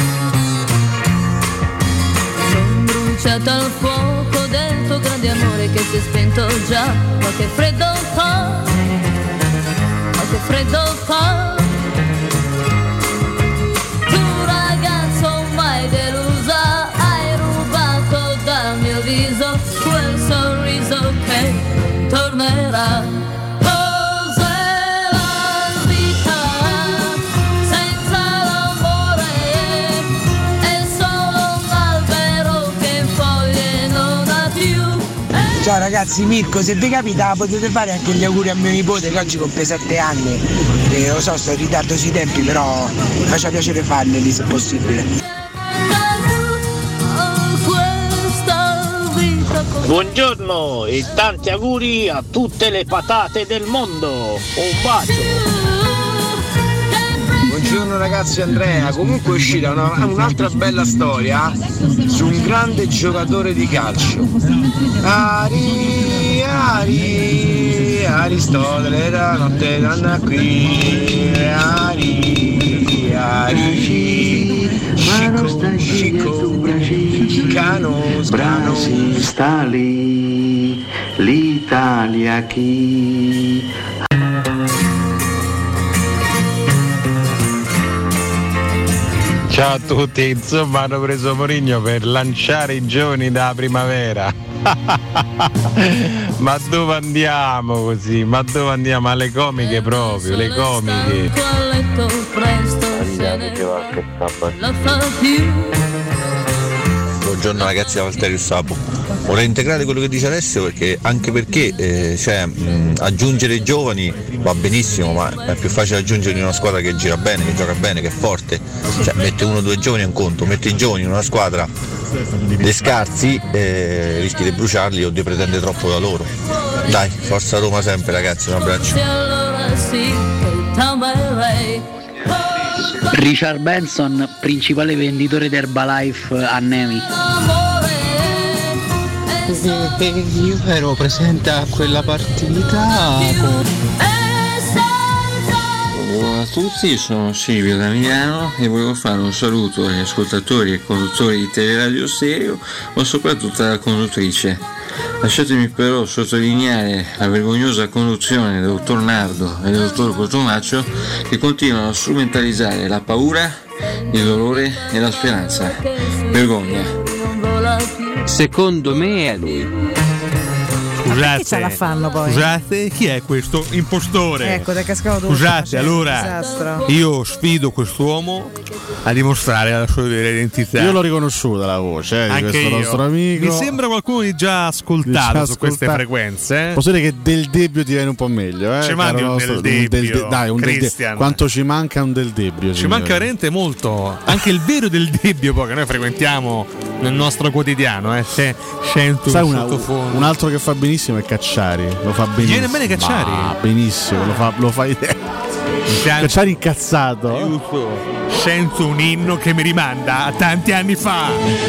Sono bruciata al fuoco del tuo grande amore che si è spento già, ma che freddo fa, ma che freddo fa. Tu ragazzo mai delusa, hai rubato dal mio viso quel sorriso che tornerà. Cos'è la vita senza l'amore? È solo un albero che foglie non ha più. Ciao ragazzi, Mirko, se vi capita potete fare anche gli auguri a mio nipote che oggi compie sette anni. Eh, lo so, sto in ritardo sui tempi, però mi faccia piacere farli se possibile. Buongiorno e tanti auguri a tutte le patate del mondo. Un bacio. Buongiorno ragazzi, Andrea. Comunque è uscita una, un'altra bella storia su un grande giocatore di calcio. Ari, Ari, Aristotele da notte danna qui. Ari, Ari, Chico, Chico, Cano, Brasi, sta lì, l'Italia chi... Ciao a tutti, insomma hanno preso Mourinho per lanciare i giovani dalla primavera. Ma dove andiamo così? Ma dove andiamo? Alle comiche proprio, le comiche. Buongiorno ragazzi da Valterio Sapo. Vorrei integrare quello che dice Alessio perché anche perché eh, cioè, mh, aggiungere i giovani va benissimo, ma è più facile aggiungere in una squadra che gira bene, che gioca bene, che è forte. Cioè mette uno o due giovani a un conto, mette i giovani in una squadra dei scarsi e rischi di bruciarli o di pretendere troppo da loro. Dai, forza Roma sempre ragazzi, un abbraccio. Richard Benson, principale venditore di Herbalife a Nemi. Io ero presente a quella partita. Buongiorno a tutti, sono Silvio da Milano e volevo fare un saluto agli ascoltatori e conduttori di Teleradio Stereo, ma soprattutto alla conduttrice. Lasciatemi però sottolineare la vergognosa conduzione del dottor Nardo e del dottor Cotomaccio che continuano a strumentalizzare la paura, il dolore e la speranza. Vergogna. Secondo me è lui. Scusate, che ce la fanno poi? Scusate, chi è questo impostore? Ecco, te cascavo tutto. Scusate, cioè, allora io sfido quest'uomo a dimostrare la sua vera identità. Io l'ho riconosciuta la voce eh, di Anche questo io. nostro amico. Mi sembra qualcuno di già ascoltato Di già su ascoltato. queste frequenze. Eh? Posso dire che del Debbio ti viene un po' meglio, eh? Ci manca un nostro, del Debbio, de- dai, un del Christian. de- quanto ci manca un del Debbio? Ci signore? manca veramente molto. Anche il vero del Debbio poi che noi frequentiamo nel nostro quotidiano, eh? C'è cento Sai in una- sottofondo. un altro che fa benissimo è Cacciari. Lo fa benissimo. Viene bene Cacciari? Ma benissimo, lo fa, lo fa Cacciari incazzato. Aiuto. Sento un inno che mi rimanda a tanti anni fa.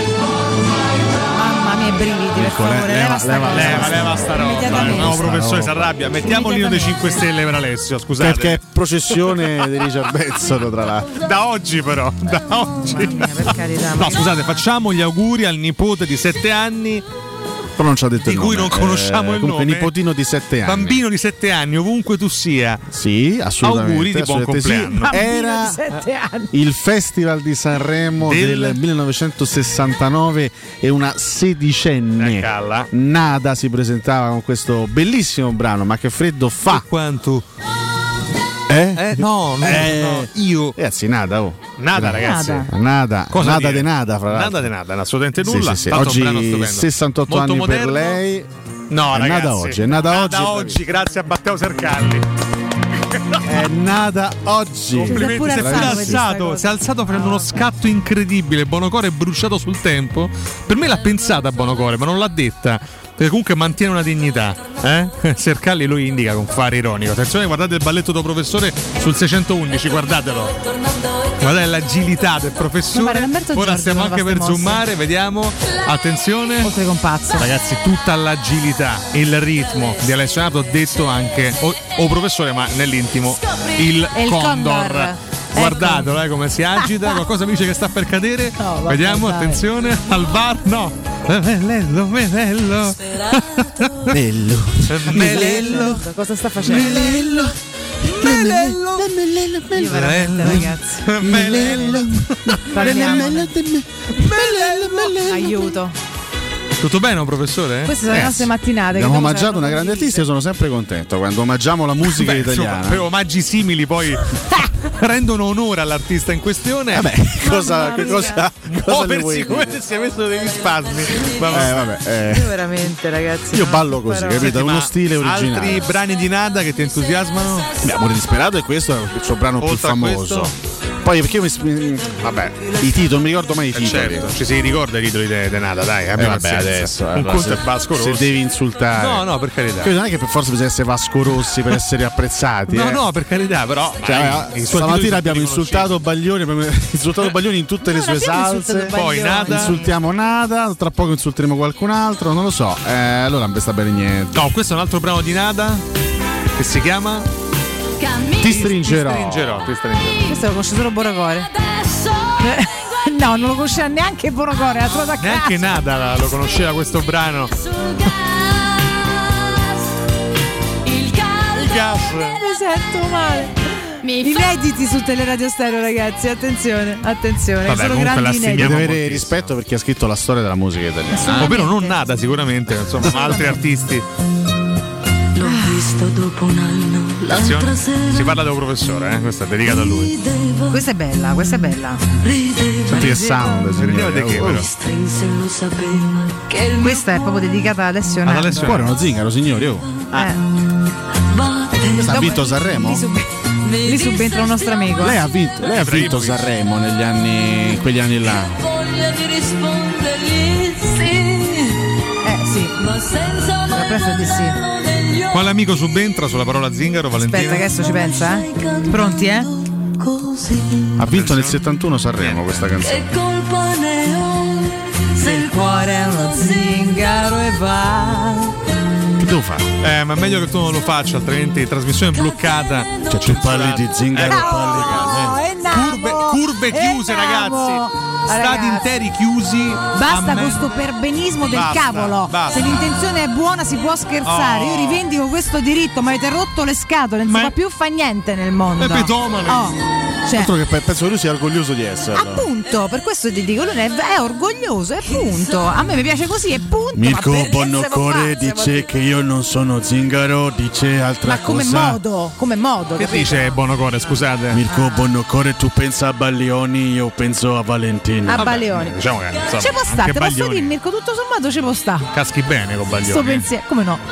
Mamma mia, brividi, per favore, leva, leva sta leva, cosa. leva, leva sta roba. Immediatamente. No, professore si arrabbia. Mettiamo l'inno dei cinque Stelle per Alessio, scusate. Perché è processione di Richard Benson, tra l'altro. Da oggi però, da oggi. Mia, per carità. No, scusate, facciamo gli auguri al nipote di sette anni. Però non ci ha detto Di il cui nome. non conosciamo Eh, il comunque, nome. nipotino di sette anni. Bambino di sette anni, ovunque tu sia. Sì, assolutamente. Auguri di buon assolutamente compleanno. sì. Era sette anni. il Festival di Sanremo Del- del, millenovecentosessantanove e una sedicenne Calla. Nada si presentava con questo bellissimo brano. Ma che freddo fa! Quanto? Eh? Eh, no, no, Eh, no, io. Ragazzi, Nada, oh. Nada, ragazzi. Nada, nada, Cosa nada dire? de nada, fra l'altro. Nada de nada, assolutamente Sì, nulla. sì, sì. Fatto un brano Oggi stupendo. sessantotto Molto anni moderno. per lei. No, È ragazzi. nada oggi, è nada oggi. oggi, grazie a Matteo Sercalli. È nada oggi. Complimenti, si è pure appena alzato questa alzato, cosa. si è alzato facendo uno scatto incredibile. Bonocore è bruciato sul tempo. Per me l'ha pensata Bonocore, ma non l'ha detta. Perché comunque mantiene una dignità. Eh? Sercalli lo indica con fare ironico. Attenzione, guardate il balletto del professore sul seicentoundici, guardatelo. Guardate l'agilità del Ma professore. Lamberto Ora Giorgio stiamo non anche fa per ste mosse. zoomare, vediamo. Attenzione. Oltre che un pazzo. Ragazzi, tutta l'agilità, il ritmo di Alessio Nardo, detto anche o, o professore, ma nell'intimo il, È il Condor. Condor. Guardatelo eh, come si agita, qualcosa mi dice che sta per cadere. No, vabbè, Vediamo, dai. attenzione al bar. No, Melello, Melello. Bello. Melello. Cosa sta facendo? Melello. Melello. Io veramente, ragazzi. Melello. Parliamo. Aiuto. Tutto bene, professore? Queste sono le Eh, nostre mattinate. Abbiamo che omaggiato saranno una grande artista e sono sempre contento quando omaggiamo la musica Beh, insomma, italiana. per omaggi simili poi rendono onore all'artista in questione. Vabbè, cosa, che cosa, cosa le vuoi Muoversi come dire? se si avessero degli spasmi. Vabbè. Eh, vabbè, eh. Io veramente, ragazzi. Io no, ballo così, però- capito? È uno Ma stile originale. altri brani di Nada che ti entusiasmano? Beh, Amore disperato è questo, è il suo brano più Oltre a famoso. questo? Poi perché io mi, vabbè, i titoli, non mi ricordo mai i titoli. Certo, ci si ricorda i titoli di Nada, dai, eh vabbè, adesso un allora, conto se, è Vasco Rossi. Se devi insultare. No, no, per carità. Quindi non è che per forza bisogna essere Vasco Rossi per essere apprezzati. No, eh. no, per carità, però cioè, eh, stamattina abbiamo insultato Baglioni, abbiamo insultato Baglioni in tutte le sue salse. Poi Nada. Insultiamo Nada, tra poco insulteremo qualcun altro, non lo so. Eh, allora non mi sta bene niente. No, questo è un altro brano di Nada che si chiama Ti stringerò. Ti stringerò, ti stringerò. Questo lo conosce solo Borocore. No, non lo conosceva neanche Borocore, l'ha trovato a casa. Neanche Nada lo conosceva questo brano. Il gas. Mi sento male. Inediti su Teleradio Stereo, ragazzi, attenzione, attenzione. Vabbè, sono grandi inediti. Deve avere rispetto perché ha scritto la storia della musica italiana. Ah, ovvero non Nada sicuramente, insomma, ma altri artisti. L'ho visto dopo un anno. L'altra sera si parla del professore, eh? Questa è dedicata a lui. Questa è bella, questa è bella. Senti che sound, rideva di che, però. Questa è proprio dedicata ad Alessio Nando. Fuori uno zingaro, signori. Oh. Eh. Ha vinto Sanremo? Lì, sub- lì subentra un nostro amico. Lei ha vinto, lei ha vinto Sanremo negli anni, in quegli anni là. Voglia di rispondergli sì. Eh sì. Ma senza la presa di sì. Quale amico subentra sulla parola zingaro, Valentina? Aspetta che adesso ci pensa, eh? Pronti, eh? Ha vinto nel settantuno Sanremo questa canzone. Che colpa ne ho se il cuore è uno zingaro e va. Che devo fare? Eh, ma meglio che tu non lo faccia, altrimenti trasmissione bloccata. Cioè tu parli di zingaro, eh, parli curve, curve chiuse, ragazzi. Stati ragazzi. interi chiusi. Basta con sto perbenismo del basta, cavolo. Basta. Se l'intenzione è buona si può scherzare. Oh. Io rivendico questo diritto, ma avete rotto le scatole, non ma si fa più fa niente nel mondo. È petomane. Oh. Cioè, altro che penso che lui sia orgoglioso di esserlo. Appunto, per questo ti dico, lui è, è orgoglioso, e punto. A me mi piace così, e punto. Mirko Bonnocore dice che io non sono zingaro, dice altra ma come cosa. modo, come modo. Che capito? dice Bonnocore, scusate? Mirko Bonnocore, tu pensa a Baglioni, io penso a Valentino. A Baglioni. Diciamo che insomma, ci può stare, te posso Baglioni. dire, Mirko, tutto sommato ci può stare. Caschi bene con Baglioni. Sto pensiero, come no?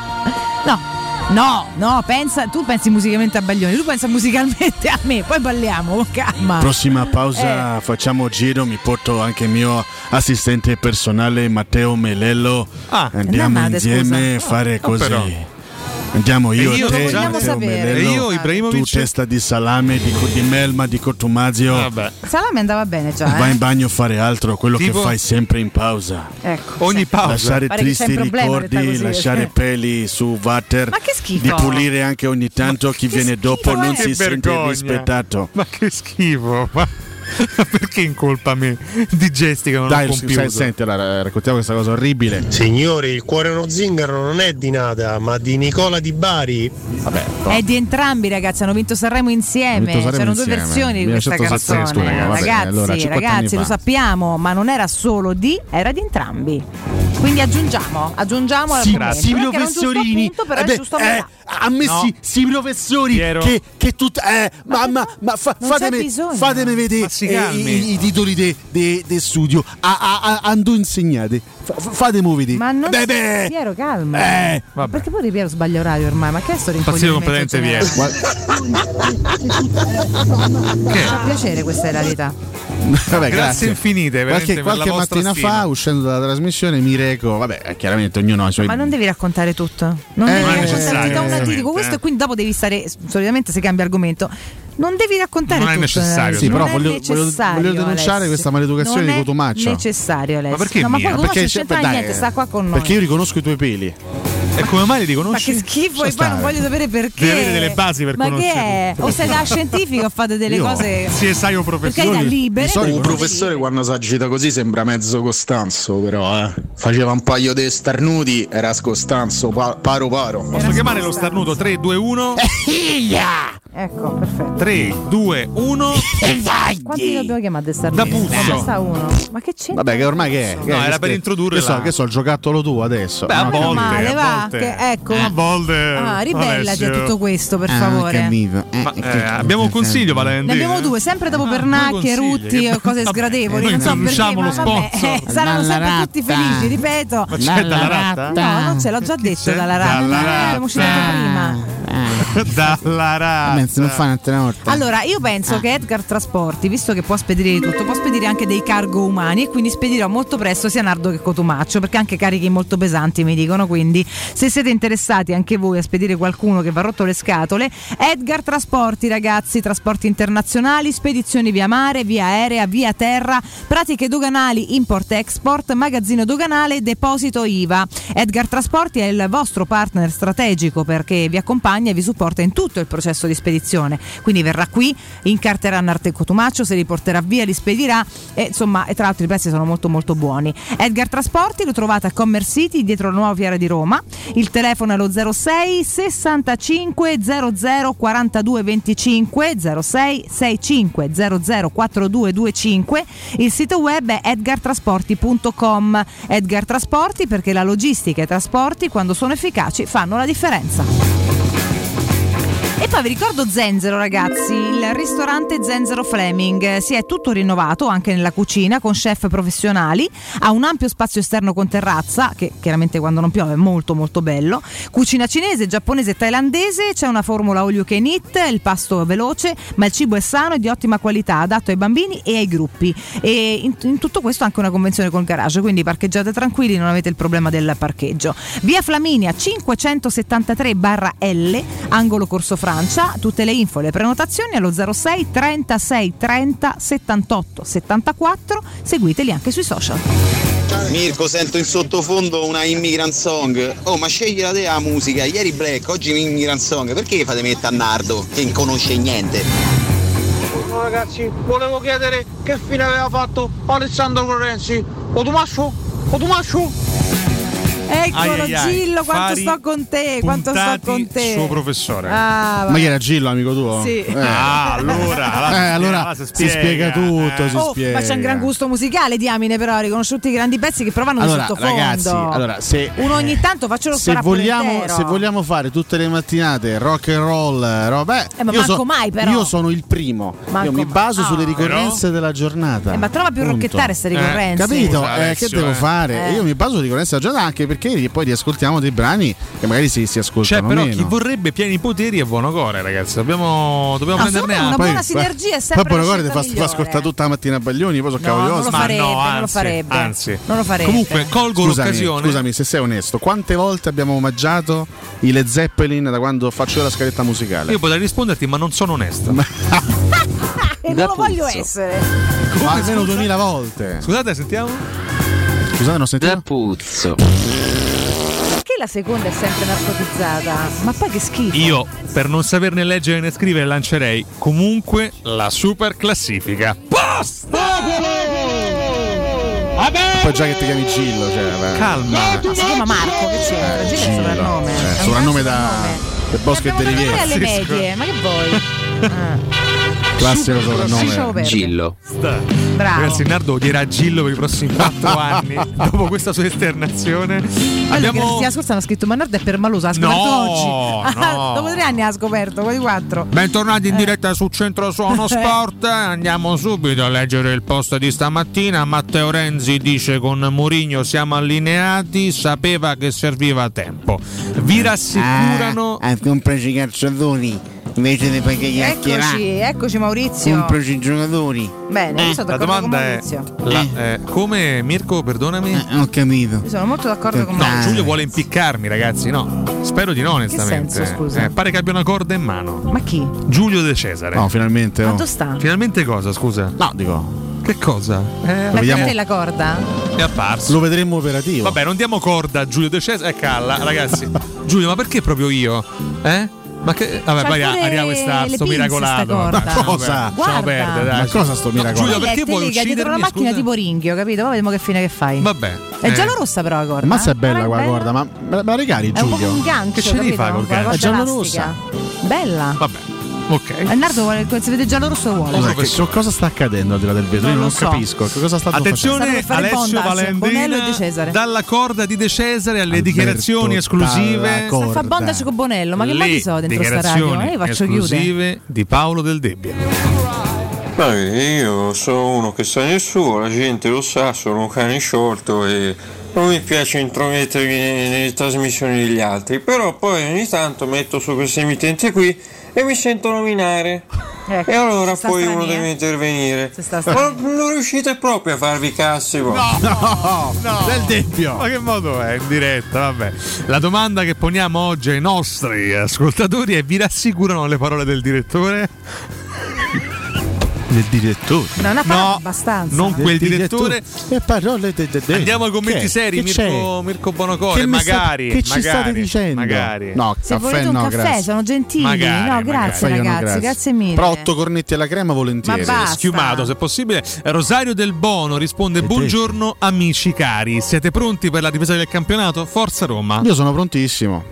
No. No, no, pensa, tu pensi musicalmente a Baglioni, tu pensa musicalmente a me, poi balliamo, con calma. Prossima pausa, eh. facciamo giro, mi porto anche il mio assistente personale Matteo Melello. Ah, andiamo insieme a fare oh, così. però. Andiamo io, e io te, vogliamo Matteo sapere. Melello, e io Ibrahimovic, tu testa di salame, di, di melma, di Cotumazio. Vabbè. Salame andava bene già. Vai eh? in bagno a fare altro, quello Tipo? che fai sempre in pausa. Ecco. Ogni pausa. Lasciare Pare tristi ricordi, così, lasciare eh. peli su water. Ma che schifo. Di pulire anche ogni tanto, chi viene schifo, dopo non eh. si Che sente vergogna. rispettato. Ma che schifo. Ma perché incolpa me di gesti che non Dai, ho compiuto? sai, senti, allora, raccontiamo questa cosa orribile. Signori, il cuore è uno zingaro non è di Nada, ma di Nicola Di Bari. Vabbè, no. È di entrambi, ragazzi, hanno vinto Sanremo insieme. Vinto Sanremo C'erano insieme. due versioni di questa canzone. Vabbè, ragazzi, allora, cinquanta ragazzi, anni lo fa. sappiamo, ma non era solo di, era di entrambi. Quindi aggiungiamo, aggiungiamo Sì, al sì, professorini. punto, però Eh è beh, giusto a eh, metà. a me No. sì, sì, professori Piero. che, che tut, eh, ma, ma, ma fa, non c'è fatemi, bisogno. fatemi vedere Ma si eh, calmi. i, i titoli del de, de studio. A, a, a, ando insegnate. Fa, fa- fatemi vedere. Ma non beh, beh. Piero, calma. Eh, Vabbè. Perché poi Piero sbaglia orario ormai? Ma che è sto Passivo rincoglionimento competente generale? via. Mi fa piacere questa realtà. Vabbè, Grazie infinite, veramente, Qualche, per qualche la vostra mattina stima. fa, uscendo dalla trasmissione, mi reco. Vabbè, eh, chiaramente ognuno ha i suoi. Ma non devi raccontare tutto. Non Eh, devi non è raccontare, necessario, ti do una- ti veramente, dico questo eh. e quindi dopo devi stare. Solitamente si cambia argomento. Non devi raccontare Non è tutto. necessario, Alessio, Sì, però non è voglio, voglio, necessario, voglio denunciare Alessio. questa maleducazione Non di Cotumaccio. è necessario, Alessio. Ma perché no, ma mia? poi Cotumaccio Perché non c'è- c'entra dai, niente, sta qua con noi. Perché io riconosco i tuoi peli. E come mai li Ma riconosci? che schifo, e Lascia poi non stare. voglio sapere perché. Devi avere delle basi per Ma che conoscerli. è? O sei da scientifico o fate delle Io? cose. Sì, sai o Per professore. carità, libere. di solito per un cose professore libere. quando si agita così sembra mezzo Costanzo, però eh. Faceva un paio di starnuti, era Costanzo, pa- paro paro. Posso chiamare lo starnuto? tre, due, uno. Ecco, perfetto. tre, due, uno. Quanti dobbiamo chiamare a destarnuto? Da puzzo. Ma basta uno. Ma che c'è? Vabbè, che ormai che è? Che No, è? era Che- per introdurre Che so, la- che so, il giocattolo tuo adesso. Beh, a No, volte, Meno male, a va. volte. Che, ecco. A volte. Ah, ribellati a Alessio. tutto questo, per Ah, favore. capito. Eh, Ma, eh, eh, abbiamo un consiglio, Valentina. Ne abbiamo due, sempre dopo Ah, Pernacchi, due consigli. Rutti e cose Vabbè, sgradevoli. noi Non so perché, introduciamo ma lo vabbè, sponsor. eh, saranno Dalla sempre tutti ratta. felici, ripeto. Ma c'è dalla ratta? No, non ce l'ho già detto c'è? dalla ratta. Dalla Non ratta. l'abbiamo citato prima. Dalla razza. Se non fai un'altra volta. Allora, io penso Ah. che Edgar Trasporti, visto che può spedire di tutto, può spedire anche dei cargo umani, e quindi spedirò molto presto sia Nardo che Cotumaccio, perché anche carichi molto pesanti mi dicono. Quindi se siete interessati anche voi a spedire qualcuno che va rotto le scatole, Edgar Trasporti, ragazzi, trasporti internazionali, spedizioni via mare, via aerea, via terra, pratiche doganali, import-export, magazzino doganale, deposito I V A. Edgar Trasporti è il vostro partner strategico perché vi accompagna e vi supporta in tutto il processo di spedizione. Quindi verrà qui, incarterà Nardo e Cotumaccio, se li porterà via, li spedirà, e insomma, e tra l'altro i prezzi sono molto molto buoni. Edgar Trasporti lo trovate a Commerce City, dietro la nuova fiera di Roma. Il telefono è lo zero sei sessantacinque zero zero quarantadue venticinque, zero sei sessantacinque zero zero quarantadue venticinque. Il sito web è edgar trasporti punto com. Edgar Trasporti, perché la logistica e i trasporti, quando sono efficaci, fanno la differenza. E poi vi ricordo Zenzero, ragazzi, il ristorante Zenzero Fleming. Si è tutto rinnovato anche nella cucina, con chef professionali, ha un ampio spazio esterno con terrazza, che chiaramente quando non piove è molto molto bello, cucina cinese, giapponese e thailandese, c'è una formula all you can eat, il pasto è veloce ma il cibo è sano e di ottima qualità, adatto ai bambini e ai gruppi, e in, in tutto questo anche una convenzione col garage, quindi parcheggiate tranquilli, non avete il problema del parcheggio. Via Flaminia cinquecentosettantatré L, angolo Corso Francia. Tutte le info e le prenotazioni allo zero sei trentasei trenta settantotto settantaquattro. Seguiteli anche sui social. Mirko, sento in sottofondo una immigrant song. Oh, ma scegli la te la musica. Ieri Black, oggi immigrant song. Perché fate mettere a Nardo che non conosce niente? No, ragazzi, volevo chiedere che fine aveva fatto Alessandro Correnzi. Cotumaccio? Cotumaccio? Eccolo, Ai, ai, ai. Gillo, quanto Fari sto con te, quanto sto puntati con te. Suo professore. Ah, Ma chi era Gillo, amico tuo? Sì. Eh. Ah, allora, allora, Eh, allora allora si si spiega tutto, si Oh, spiega. ma c'è un gran gusto musicale, diamine, però ha riconosciuto i grandi pezzi che provano Allora, di sottofondo. ragazzi, allora, se uno ogni tanto faccio lo se sparapolo vogliamo, intero. se vogliamo fare tutte le mattinate rock and roll, roba, Eh, ma io, manco so- mai, però. io sono il primo. Manco io mi baso mai. sulle Ah. ricorrenze della giornata. Eh, ma trova più Punto. rocchettare ste ricorrenze. Eh, capito? Scusa, Eh, che Alessio, devo eh. fare? Eh. Io mi baso sulle ricorrenze della giornata, anche perché poi riascoltiamo dei brani che magari si, si C'è ascoltano però meno. chi vorrebbe pieni poteri è buono core, ragazzi. Dobbiamo, dobbiamo No, prenderne secondo me una atto. buona sinergia è sempre Poi la Buonocore ti scelta fa, fa migliore. ascoltare tutta la mattina a Baglioni, poi sono No, cavoli non lo vostri. Ma farebbe, no, non lo anzi, farebbe. anzi. Non lo farebbe. Comunque, colgo Scusami, l'occasione. scusami, se sei onesto, quante volte abbiamo omaggiato i Led Zeppelin da quando faccio io la scaletta musicale? Io potrei risponderti, ma non sono onesto. E non lo voglio essere. Ma almeno duemila volte. Scusate, sentiamo. Scusate, non sentivo. Da puzzo. Perché la seconda è sempre narcotizzata? Ma poi che schifo. Io, per non saperne leggere né scrivere, lancerei comunque la super classifica. Post! Poi già che ti chiami Gillo, cioè, beh. Calma. No, si chiama Marco, che c'entra? Gillo è il Gillo. soprannome. Eh, È un soprannome gran da del Bosco e L'abbiamo dato noi alle Derivieri. medie, ma che vuoi? Ah. Classico Lasciamo soprannome. perdere. Gillo. Bravo. Ragazzi, Nardo odierà Gillo per i prossimi quattro anni. Dopo questa sua esternazione, Allora, abbiamo. che la settimana scorsa hanno scritto ma Nardo è permaloso, ha scoperto No, oggi. Ah, no. dopo tre anni ha scoperto, quelli quattro. Bentornati in diretta su Centro Suono Sport. Andiamo subito a leggere il post di stamattina. Matteo Renzi dice: con Mourinho siamo allineati, sapeva che serviva tempo. Vi rassicurano. Ah, compraci i calciatori invece di pagare gli Eccoci, eccoci Maurizio. compraci i giocatori. Bene, io sono La d'accordo con domanda è: Maurizio. la- eh, come Mirko, perdonami? Eh, ho capito. Io sono molto d'accordo con No, Maurizio. Giulio vuole impiccarmi, ragazzi. No, spero di no, onestamente. senso, scusa? Eh, pare che abbia una corda in mano. Ma chi? Giulio De Cesare. No, finalmente. Quanto Oh. sta? Finalmente cosa, scusa? No, dico. Che cosa? Eh, La vediamo- carta e la corda? è apparso. Lo vedremo operativo. Vabbè, non diamo corda a Giulio De Cesare. E calla, ragazzi. Giulio, ma perché proprio io? Eh? Ma che. Vabbè, C'ha poi pure arriva questa le sto pinze miracolato. sta corda. Vabbè, lasciamo Cosa? perdere, Guarda. lasciamo perdere, dai. Ma cosa sto miracolato? Giulio, perché Lei vuoi lega dietro la uccidermi? macchina Scusa? tipo ringhio, capito? Poi vediamo che fine che fai. Vabbè. È eh. giallorossa però la corda. Mazza è bella Non quella bella? corda, ma me la, me la regali È un po' Giulio? un gancio, Che ce devi capito? fare col Con la gancio? corda È giallorossa. elastica. Bella. Vabbè. Ok. E Nardo vuole, se vede giallo rosso vuole. Scusa, che, che cosa sta accadendo al di là del vetro? Non Io lo non so. capisco. Che cosa sta Attenzione, Stanno per fare Alessio bondage, Bonello e De Valendina, Cesare. dalla corda di De Cesare alle Alberto dichiarazioni esclusive. dalla Sta a corda. fa bondage con Bonello, ma che Le modi so dentro sta radio? dichiarazioni Ma io faccio chiudere. esclusive di Paolo Del Debbia. Ma io sono uno che sta nel suo, la gente lo sa, sono un cane sciolto e non mi piace intromettermi nelle, nelle trasmissioni degli altri, però poi ogni tanto metto su questa emittente qui e mi sento nominare. Ecco, e allora poi uno deve intervenire. Ma non riuscite proprio a farvi cazzo voi? No, no, no. Del debbio. Ma che modo è in diretta? Vabbè. La domanda che poniamo oggi ai nostri ascoltatori è: vi rassicurano le parole del direttore? Del direttore? Non ha parlato abbastanza. Non quel direttore. E parole de, de, de. Andiamo ai commenti che? seri. Che Mirko, Mirko Bonocore. Che magari. Sta, che ci magari, state dicendo? Magari. No, Se caffè volete un no, caffè, grazie. sono gentili. Magari, no, grazie magari. ragazzi, grazie. grazie mille. Però otto cornetti alla crema volentieri. Ma basta. Schiumato se possibile. Rosario Del Bono risponde: buongiorno amici cari, siete pronti per la ripresa del campionato? Forza Roma. Io sono prontissimo.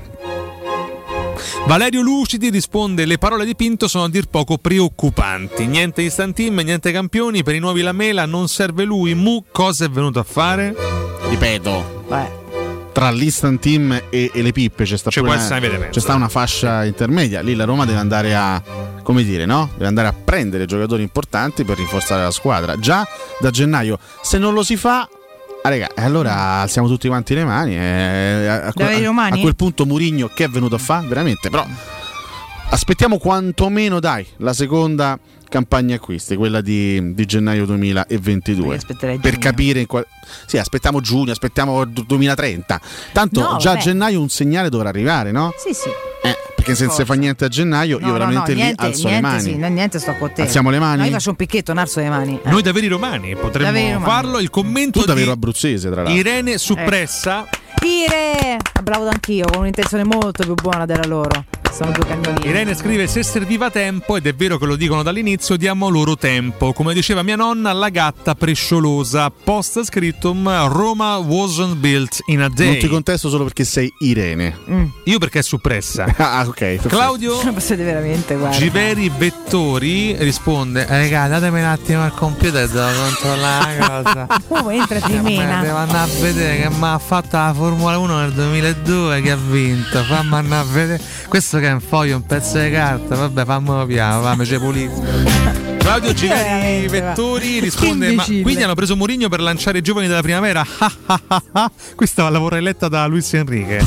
Valerio Lucidi risponde: le parole di Pinto sono a dir poco preoccupanti. Niente instant team, niente campioni. Per i nuovi Lamela non serve lui. Mu cosa è venuto a fare? Ripeto, Beh. tra l'instant team e, e le pippe c'è sta, C'è una, una, c'è sta una fascia intermedia. Lì la Roma deve andare a, come dire, no? Deve andare a prendere giocatori importanti per rinforzare la squadra. Già da gennaio, se non lo si fa, ah, raga, allora alziamo tutti quanti le mani. Eh, a, a, a, a quel punto Mourinho che è venuto a fare? Veramente, però aspettiamo quantomeno, dai, la seconda campagna acquisti, quella di, di gennaio duemilaventidue, per capire in qual... sì, aspettiamo giugno, aspettiamo duemilatrenta, tanto no, già vabbè. a gennaio un segnale dovrà arrivare, no? Sì, sì. Eh, perché se non si fa niente a gennaio No, io veramente no, no, niente, lì alzo niente, le mani. Sì, no, niente, sto con te. Alziamo le mani? No, io faccio un picchetto, un alzo le mani. Eh. Noi da veri romani potremmo Da veri romani. farlo. Il commento Tu da di vero abruzzese, tra l'altro. Irene Suppressa. Ire! Bravo anch'io, con un'intenzione molto più buona della loro. Sono due cagnolini. Irene scrive: se serviva tempo, ed è vero che lo dicono dall'inizio, diamo loro tempo. Come diceva mia nonna, la gatta presciolosa. Post scriptum: Roma wasn't built in a day. Non ti contesto solo perché sei Irene. Mm. Io perché è suppressa. Ah, ok. perfetto. Claudio Non siete veramente, guarda. Giveri Vettori risponde: eh, raga, datemi un attimo al computer, devo controllare la cosa. Oh, entra di Eh, mena. devo andare a vedere che mi ha fatto la Formula uno nel duemiladue, che ha vinto. Fammi andare a vedere. Questo che è un foglio, un pezzo di carta. Vabbè, fammelo piano, fammi c'è pulito. Claudio Giveri Vettori risponde: ma quindi hanno preso Mourinho per lanciare i giovani della primavera? Questa la vorrei letta da Luis Enrique.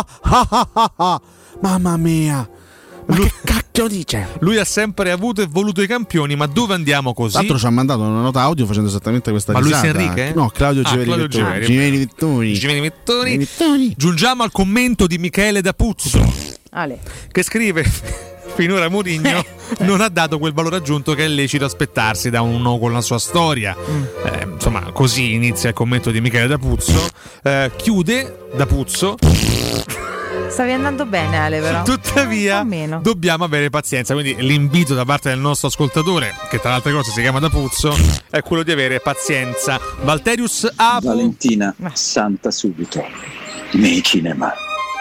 Mamma mia. Ma lui, che cacchio dice? Lui ha sempre avuto e voluto i campioni, ma dove andiamo così? Tra l'altro ci ha mandato una nota audio facendo esattamente questa Ma risata. Luis Enrique? No, Claudio Ah, Giveri Claudio Vettori. Giveri. Giveri Vettori. Giveri Vettori. Giungiamo al commento di Michele D'Apuzzo, Ale. che scrive: finora Mourinho non ha dato quel valore aggiunto che è lecito aspettarsi da uno con la sua storia. Mm. Eh, insomma, così inizia il commento di Michele D'Apuzzo. Eh, chiude D'Apuzzo. Stavi andando bene, Ale, però. Tuttavia, meno. dobbiamo avere pazienza. Quindi l'invito da parte del nostro ascoltatore, che tra le altre cose si chiama D'Apuzzo, è quello di avere pazienza. Valterius Apu. Valentina, santa subito nei cinema.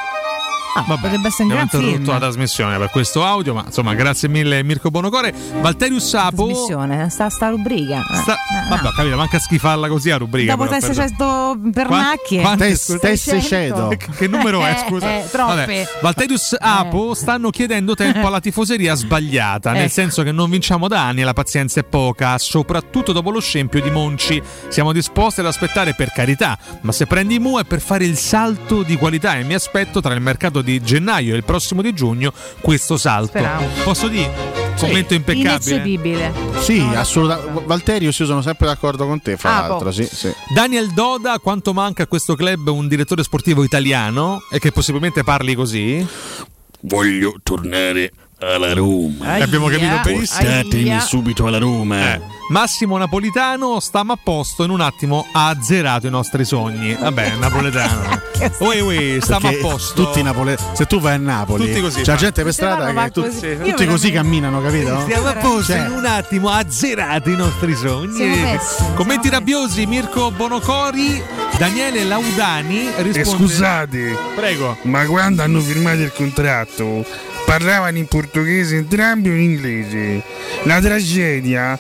Ah, Vabbè, potrebbe essere un abbiamo gran interrotto film. la trasmissione per questo audio, ma insomma, grazie mille Mirko Bonocore. Valterius Sapo. Trasmissione, sta, sta rubrica. Eh, Sta... no, Vabbè, ho capito, manca a schifarla così a rubrica. Dopo però, seicento pernacchie. Quante- Tes- scusa? Tesse cedo. Che, che numero è, scusa? Eh, eh, troppe. Vabbè, Valterius Apo stanno chiedendo tempo alla tifoseria sbagliata, nel Ecco. senso che non vinciamo da anni e la pazienza è poca, soprattutto dopo lo scempio di Monci. Siamo disposti ad aspettare, per carità, ma se prendi Mu è per fare il salto di qualità e mi aspetto tra il mercato di gennaio e il prossimo di giugno questo salto. Speriamo. Posso dire? Commento impeccabile. Ineccepibile. Sì, assolutamente. Valterius, io sono sempre d'accordo con te, fra Ah, l'altro. boh. Sì, sì. Daniel Doda: quanto manca a questo club un direttore sportivo italiano e che possibilmente parli così? Voglio tornare alla Roma. Eh, abbiamo capito benissimo. Portatemi subito alla Roma. Eh. Massimo Napolitano: stiamo a posto, in un attimo ha azzerato i nostri sogni. Vabbè, napoletano. Ui, ui, stiamo a Perché posto. Tutti napole- se tu vai a Napoli, Tutti così, c'è va. gente per strada Stefano va che tu- così. Io tutti così veramente- camminano, capito? Stiamo a posto, Cioè, in un attimo ha azzerato i nostri sogni. Siamo messi, Commenti siamo rabbiosi: Mirko Bonocori. Daniele Laudani risponde: E scusate, prego. ma quando hanno firmato il contratto parlavano in portoghese entrambi o in inglese? La tragedia,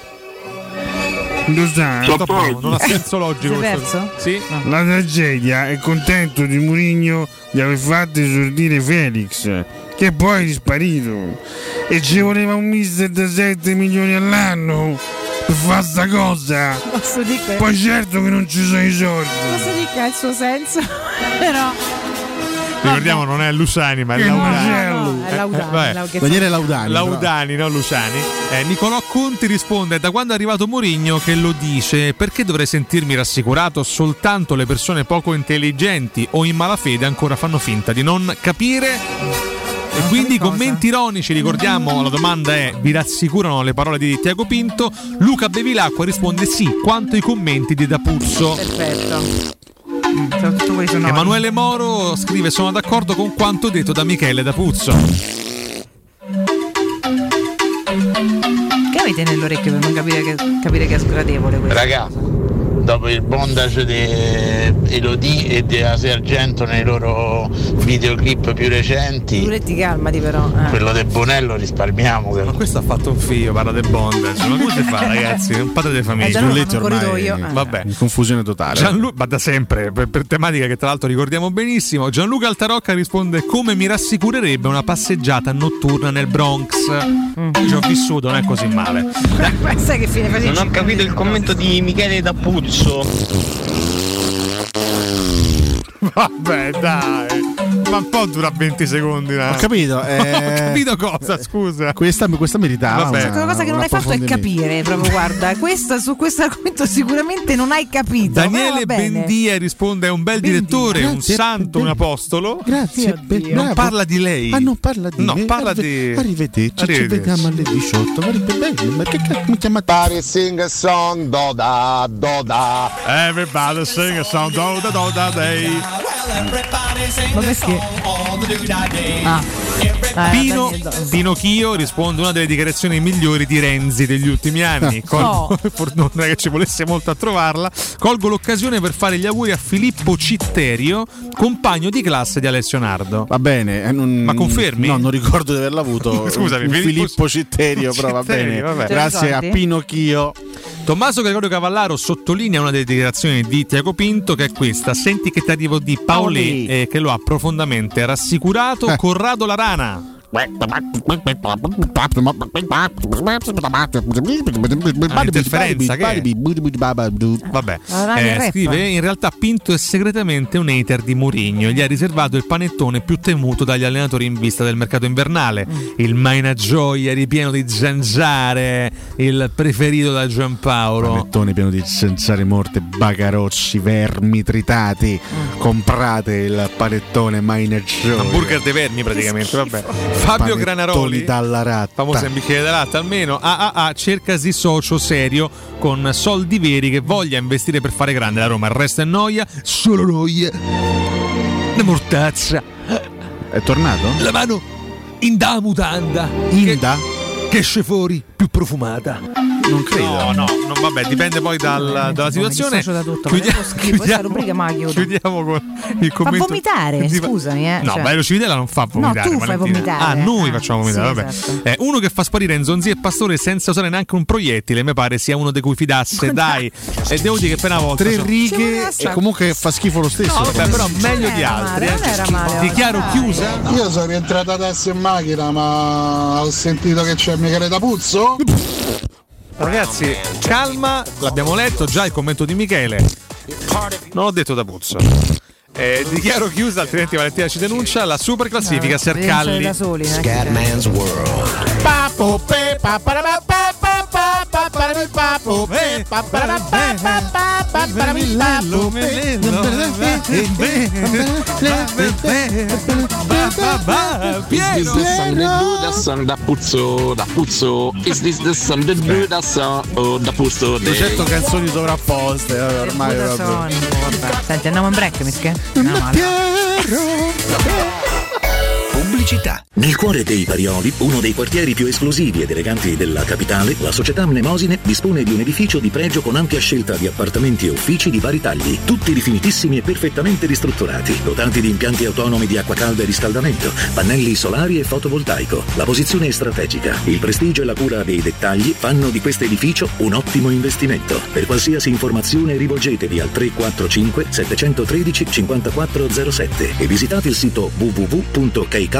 lo sa? Stop, non ha senso logico. Sei questo. perso? Sì. La tragedia è contento di Mourinho di aver fatto esordire Felix, che poi è risparito, e ci voleva un mister da sette milioni all'anno fa sta cosa. Posso dire? Poi certo che non ci sono i soldi. Posso dire che ha il suo senso, però. Ricordiamo, non è Luciani, ma è Che Laudani. macello. No, è Laudani. Eh, Lau- che Daniele so- Laudani. Laudani, no Luciani. Eh, Nicolò Conti risponde: da quando è arrivato Mourinho che lo dice, perché dovrei sentirmi rassicurato? Soltanto le persone poco intelligenti o in malafede ancora fanno finta di non capire. E quindi i commenti ironici, ricordiamo, la domanda è: vi rassicurano le parole di Tiago Pinto? Luca Bevilacqua risponde sì, quanto i commenti di D'Apuzzo. Perfetto. Tutto quelli sono Emanuele Moro scrive: sono d'accordo con quanto detto da Michele D'Apuzzo. Che avete nell'orecchio per non capire che, capire che è sgradevole questo? Raga, dopo il bondage di Elodie e di Asia Argento nei loro videoclip più recenti, Duretti, calmati però. Eh. quello del Bonello risparmiamo. Ma questo ha fatto un figlio, parla del bondage. Ma come si fa, ragazzi? Un padre di famiglia. Eh, già no, Giulietti non ormai corridoio, eh. Vabbè. in confusione totale. Gianlu- ma da sempre, per, per tematica che tra l'altro ricordiamo benissimo. Gianluca Altarocca risponde: come mi rassicurerebbe una passeggiata notturna nel Bronx. Mm. Io ci ho vissuto, non è così male. Ma sai che fine facevi? Non ho capito il commento di Michele D'Apuzzo. Vabbè, dai. Ma un po' dura venti secondi. No? Ho capito. Eh... Ho capito cosa, scusa. Questa, questa meritava. Vabbè. una- La cosa che non un hai fatto è approfondimento. capire, proprio guarda, questa, su questo argomento sicuramente non hai capito. Daniele però va bene. Bendia risponde: è un bel Bendia. direttore, un Grazie, santo, un apostolo. Grazie, Oddio. be- Non bravo. parla di lei. Ah, non parla di No, me. parla Arrive- di- Arrivederci, ci Arrivederci. vediamo alle diciotto. Guarda, bello, ma che cazzo mi chiamate? Pare sing a song, doda, doda. Everybody sing a song, do da do da day. Ma perché? Ah. Eh, Pino, Daniele, Pinocchio risponde: una delle dichiarazioni migliori di Renzi degli ultimi anni. Colgo, non è che ci volesse molto a trovarla. Colgo l'occasione per fare gli auguri a Filippo Citterio, compagno di classe di Alessio Nardo. Va bene, eh, non, Ma confermi? No, non ricordo di averlo avuto. Scusami, un Filippo- Filippo Citterio, però va Citterio, bene. vabbè. Grazie a Pinocchio. Tommaso Gregorio Cavallaro sottolinea una delle dichiarazioni di Tiago Pinto, che è questa: senti che ti arrivo di Paolì, eh, che lo ha profondamente rassicurato. Eh. Corrado la rana. Ah, interferenza, che è? Vabbè, La radio eh, rap. scrive: in realtà Pinto è segretamente un hater di Mourinho e gli ha riservato il panettone più temuto dagli allenatori in vista del mercato invernale, il Maina Gioia ripieno di zanzare, il preferito da Giampaolo. Panettone pieno di zanzare morte, bagarocci, vermi tritati. Comprate il panettone Miner Hamburger dei vermi praticamente, vabbè. Fabio Granaroli, dalla ratta. famoso in bicchiere da latte almeno, A A A cercasi socio serio con soldi veri che voglia investire per fare grande la Roma. Il resto è noia, solo noia. Una mortazza. È tornato? La mano in da mutanda. Inda? Che, che esce fuori più profumata. Non credo. No, no, non, vabbè, dipende poi dal, dalla situazione. Mi dissocio da tutto, ma devo schifo, questa rubrica me la chiudo. chiudiamo con il Fa commento. vomitare, di- scusami, eh. No, cioè. Bello Civitella non fa vomitare. tu fai Valentina. vomitare. Ah, noi Ah, facciamo vomitare, sì, vabbè. esatto. Eh, uno che fa sparire Nzonzi e Pastore senza usare neanche un proiettile, mi pare sia uno di cui fidasse, dai. E devo dire che per una volta Tre so- righe e comunque fa schifo lo stesso. No, vabbè, però meglio di altri. Non era male, eh. Dichiaro dai. chiusa. Io sono rientrata adesso in macchina, ma ho sentito che c'è Michele D'Apuzzo. Ragazzi, calma, l'abbiamo letto già il commento di Michele. Non ho detto D'Apuzzo. Eh, dichiaro chiusa, altrimenti Valentina ci denuncia. La super classifica Sercalli. Da soli, eh. Scatman's World. Papo, pe, pa, para, pa, pa, pa, pa, pa, para, mi, papo, pe, pa, para, pa, pa, pa, pa, para, mi, papo, pe, Is this the song that do that song da puzzo, da puzzo? Is this the song that do that song oh, da puzzo? duecento canzoni sovrapposte, eh, ormai Buda proprio. Sony, vabbè. Senti, andiamo in break, mischè? No, male. Pubblicità. Nel cuore dei Parioli, uno dei quartieri più esclusivi ed eleganti della capitale, la società Mnemosine dispone di un edificio di pregio con ampia scelta di appartamenti e uffici di vari tagli, tutti rifinitissimi e perfettamente ristrutturati, dotati di impianti autonomi di acqua calda e riscaldamento, pannelli solari e fotovoltaico. La posizione è strategica, il prestigio e la cura dei dettagli fanno di questo edificio un ottimo investimento. Per qualsiasi informazione rivolgetevi al tre quattro cinque sette uno tre cinque quattro zero sette e visitate il sito w w w punto keiculture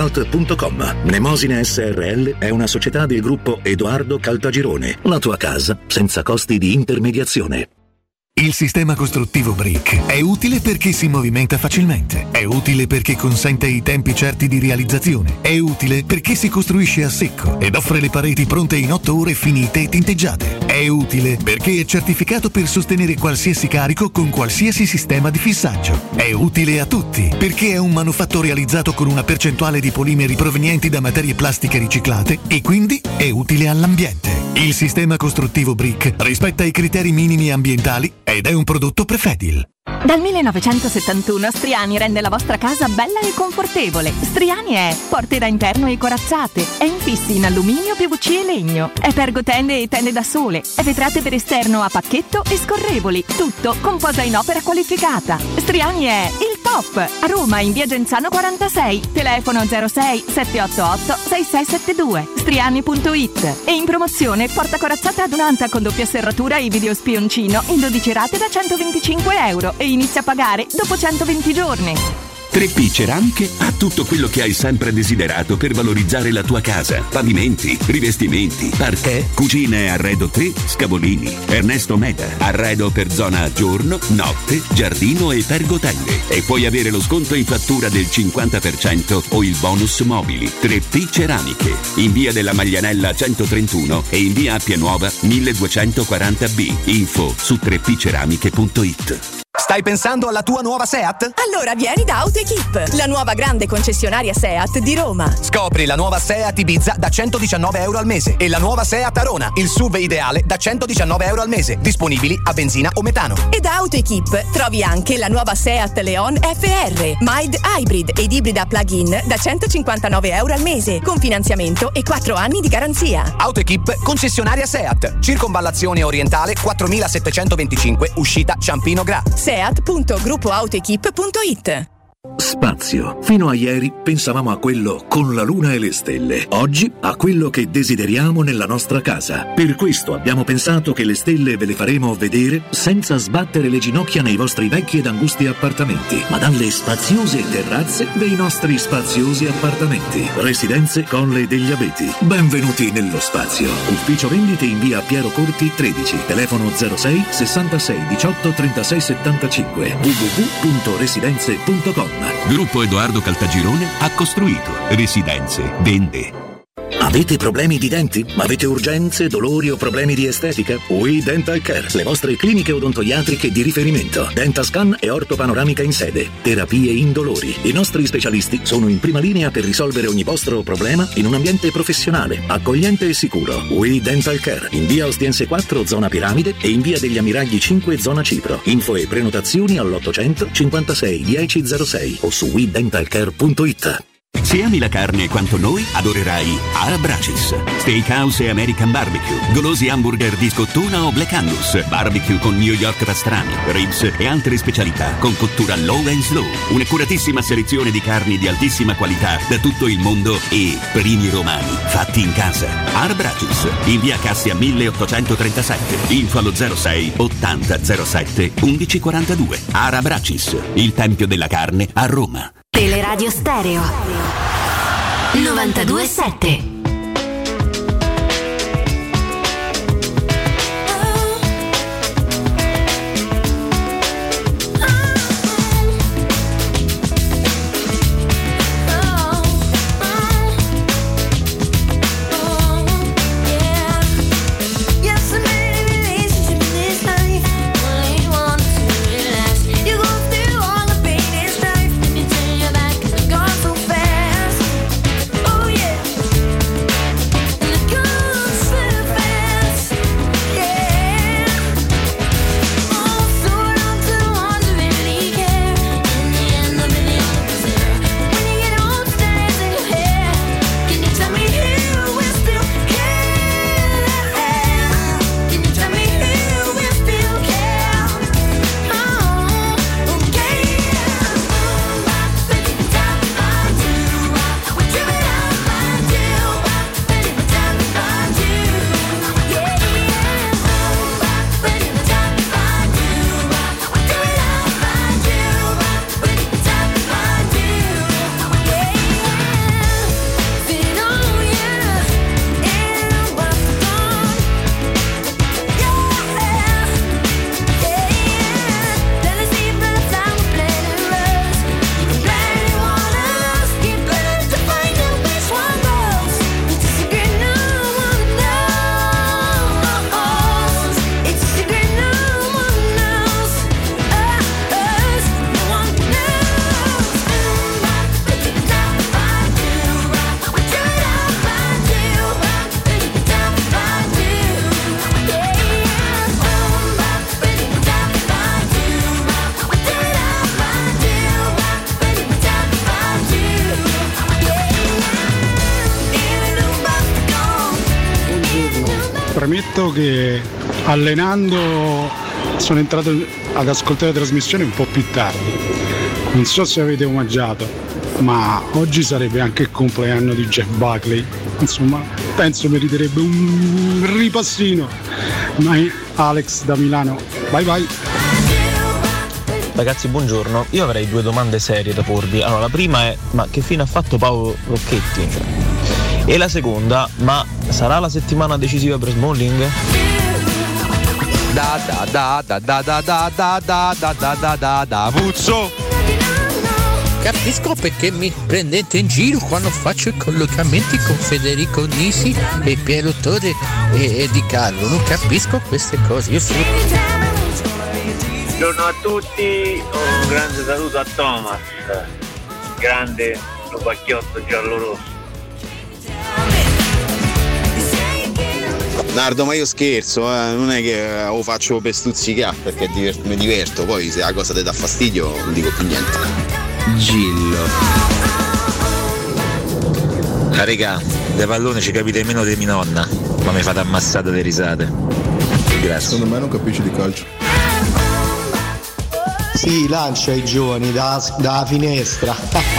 resort punto com. Mnemosine S R L è una società del gruppo Edoardo Caltagirone. La tua casa senza costi di intermediazione. Il sistema costruttivo Brick è utile perché si movimenta facilmente, è utile perché consente i tempi certi di realizzazione, è utile perché si costruisce a secco ed offre le pareti pronte in otto ore finite e tinteggiate, è utile perché è certificato per sostenere qualsiasi carico con qualsiasi sistema di fissaggio, è utile a tutti perché è un manufatto realizzato con una percentuale di polimeri provenienti da materie plastiche riciclate e quindi è utile all'ambiente. Il sistema costruttivo Brick rispetta i criteri minimi ambientali ed è un prodotto Prefedil. Dal millenovecentosettantuno Striani rende la vostra casa bella e confortevole. Striani è porte da interno e corazzate, è infissi in alluminio, P V C e legno, è pergotende e tende da sole, è vetrate per esterno a pacchetto e scorrevoli, tutto con posa in opera qualificata. Striani è il top! A Roma in via Genzano quarantasei, telefono zero sei sette otto otto sei sei sette due, striani punto it. E in promozione porta corazzata adunata con doppia serratura e video spioncino in dodici rate da centoventicinque euro e inizia a pagare dopo centoventi giorni. tre P Ceramiche ha tutto quello che hai sempre desiderato per valorizzare la tua casa. Pavimenti, rivestimenti, parquet, cucine e arredo tre, Scavolini. Ernesto Meda, arredo per zona giorno, notte, giardino e pergotende. E puoi avere lo sconto in fattura del cinquanta per cento o il bonus mobili. tre P Ceramiche, in via della Maglianella centotrentuno e in via Appia Nuova milleduecentoquaranta B. Info su tre p ceramiche punto it. Stai pensando alla tua nuova Seat? Allora vieni da AutoEquip, la nuova grande concessionaria Seat di Roma. Scopri la nuova Seat Ibiza da centodiciannove euro al mese e la nuova Seat Arona, il S U V ideale da centodiciannove euro al mese, disponibili a benzina o metano. E da AutoEquip trovi anche la nuova Seat Leon F R, mild hybrid ed ibrida plug-in da centocinquantanove euro al mese, con finanziamento e quattro anni di garanzia. AutoEquip, concessionaria Seat, Circonvallazione Orientale quattromilasettecentoventicinque, uscita Ciampino Gra. seat punto gruppo autoequip punto it. Spazio. Fino a ieri pensavamo a quello con la luna e le stelle. Oggi a quello che desideriamo nella nostra casa. Per questo abbiamo pensato che le stelle ve le faremo vedere senza sbattere le ginocchia nei vostri vecchi ed angusti appartamenti, ma dalle spaziose terrazze dei nostri spaziosi appartamenti. Residenze Colle degli Abeti. Benvenuti nello spazio. Ufficio vendite in via Piero Corti tredici. Telefono zero sei sessantasei diciotto trentasei settantacinque. w w w punto residenze punto com. Gruppo Edoardo Caltagirone ha costruito, residenze, vende. Avete problemi di denti? Avete urgenze, dolori o problemi di estetica? We Dental Care, le vostre cliniche odontoiatriche di riferimento. Dentascan e ortopanoramica in sede. Terapie indolori. I nostri specialisti sono in prima linea per risolvere ogni vostro problema in un ambiente professionale, accogliente e sicuro. We Dental Care, in via Ostiense quattro, zona Piramide e in via degli Ammiragli cinque, zona Cipro. Info e prenotazioni all'ottocento cinquantasei dieci zero sei o su we dental care punto it. Se ami la carne quanto noi, adorerai Arabracis. Steakhouse e American Barbecue, golosi hamburger di scottuna o Black Angus, barbecue con New York pastrami, ribs e altre specialità con cottura low and slow. Un'accuratissima selezione di carni di altissima qualità da tutto il mondo e primi romani fatti in casa. Arabracis, in via Cassia milleottocentotrentasette. Info allo zero sei ottanta zero sette undici quarantadue. Arabracis, il tempio della carne a Roma. Teleradio Stereo novantadue sette. Oh yeah. premetto che allenando sono entrato ad ascoltare la trasmissione un po' più tardi. Non so se avete omaggiato, ma oggi sarebbe anche il compleanno di Jeff Buckley. Insomma, penso meriterebbe un ripassino. Ma Alex da Milano, bye bye. Ragazzi, buongiorno. Io avrei due domande serie da porvi. Allora, la prima è: ma che fine ha fatto Paolo Rocchetti? E la seconda: ma sarà la settimana decisiva per Smalling? Da da da da da da da da da da da da da da Puzzo. Capisco perché mi prendete in giro quando faccio i collocamenti con Federico Nisi e Piero Torre e, e Di Carlo. Non capisco queste cose. Io sono... Buongiorno a tutti, un grande saluto a Thomas, grande lupacchiotto giallo-rosso. Nardo, ma io scherzo, eh? Non è che lo faccio per stuzzicare, perché divert- mi diverto, poi se la cosa ti dà fastidio non dico più niente. Gillo. Ah, regà, de pallone ci capite meno di mia nonna, ma mi fate ammassate le risate. Grazie. Secondo me non capisci di calcio. Sì, lancia i giovani da, da finestra.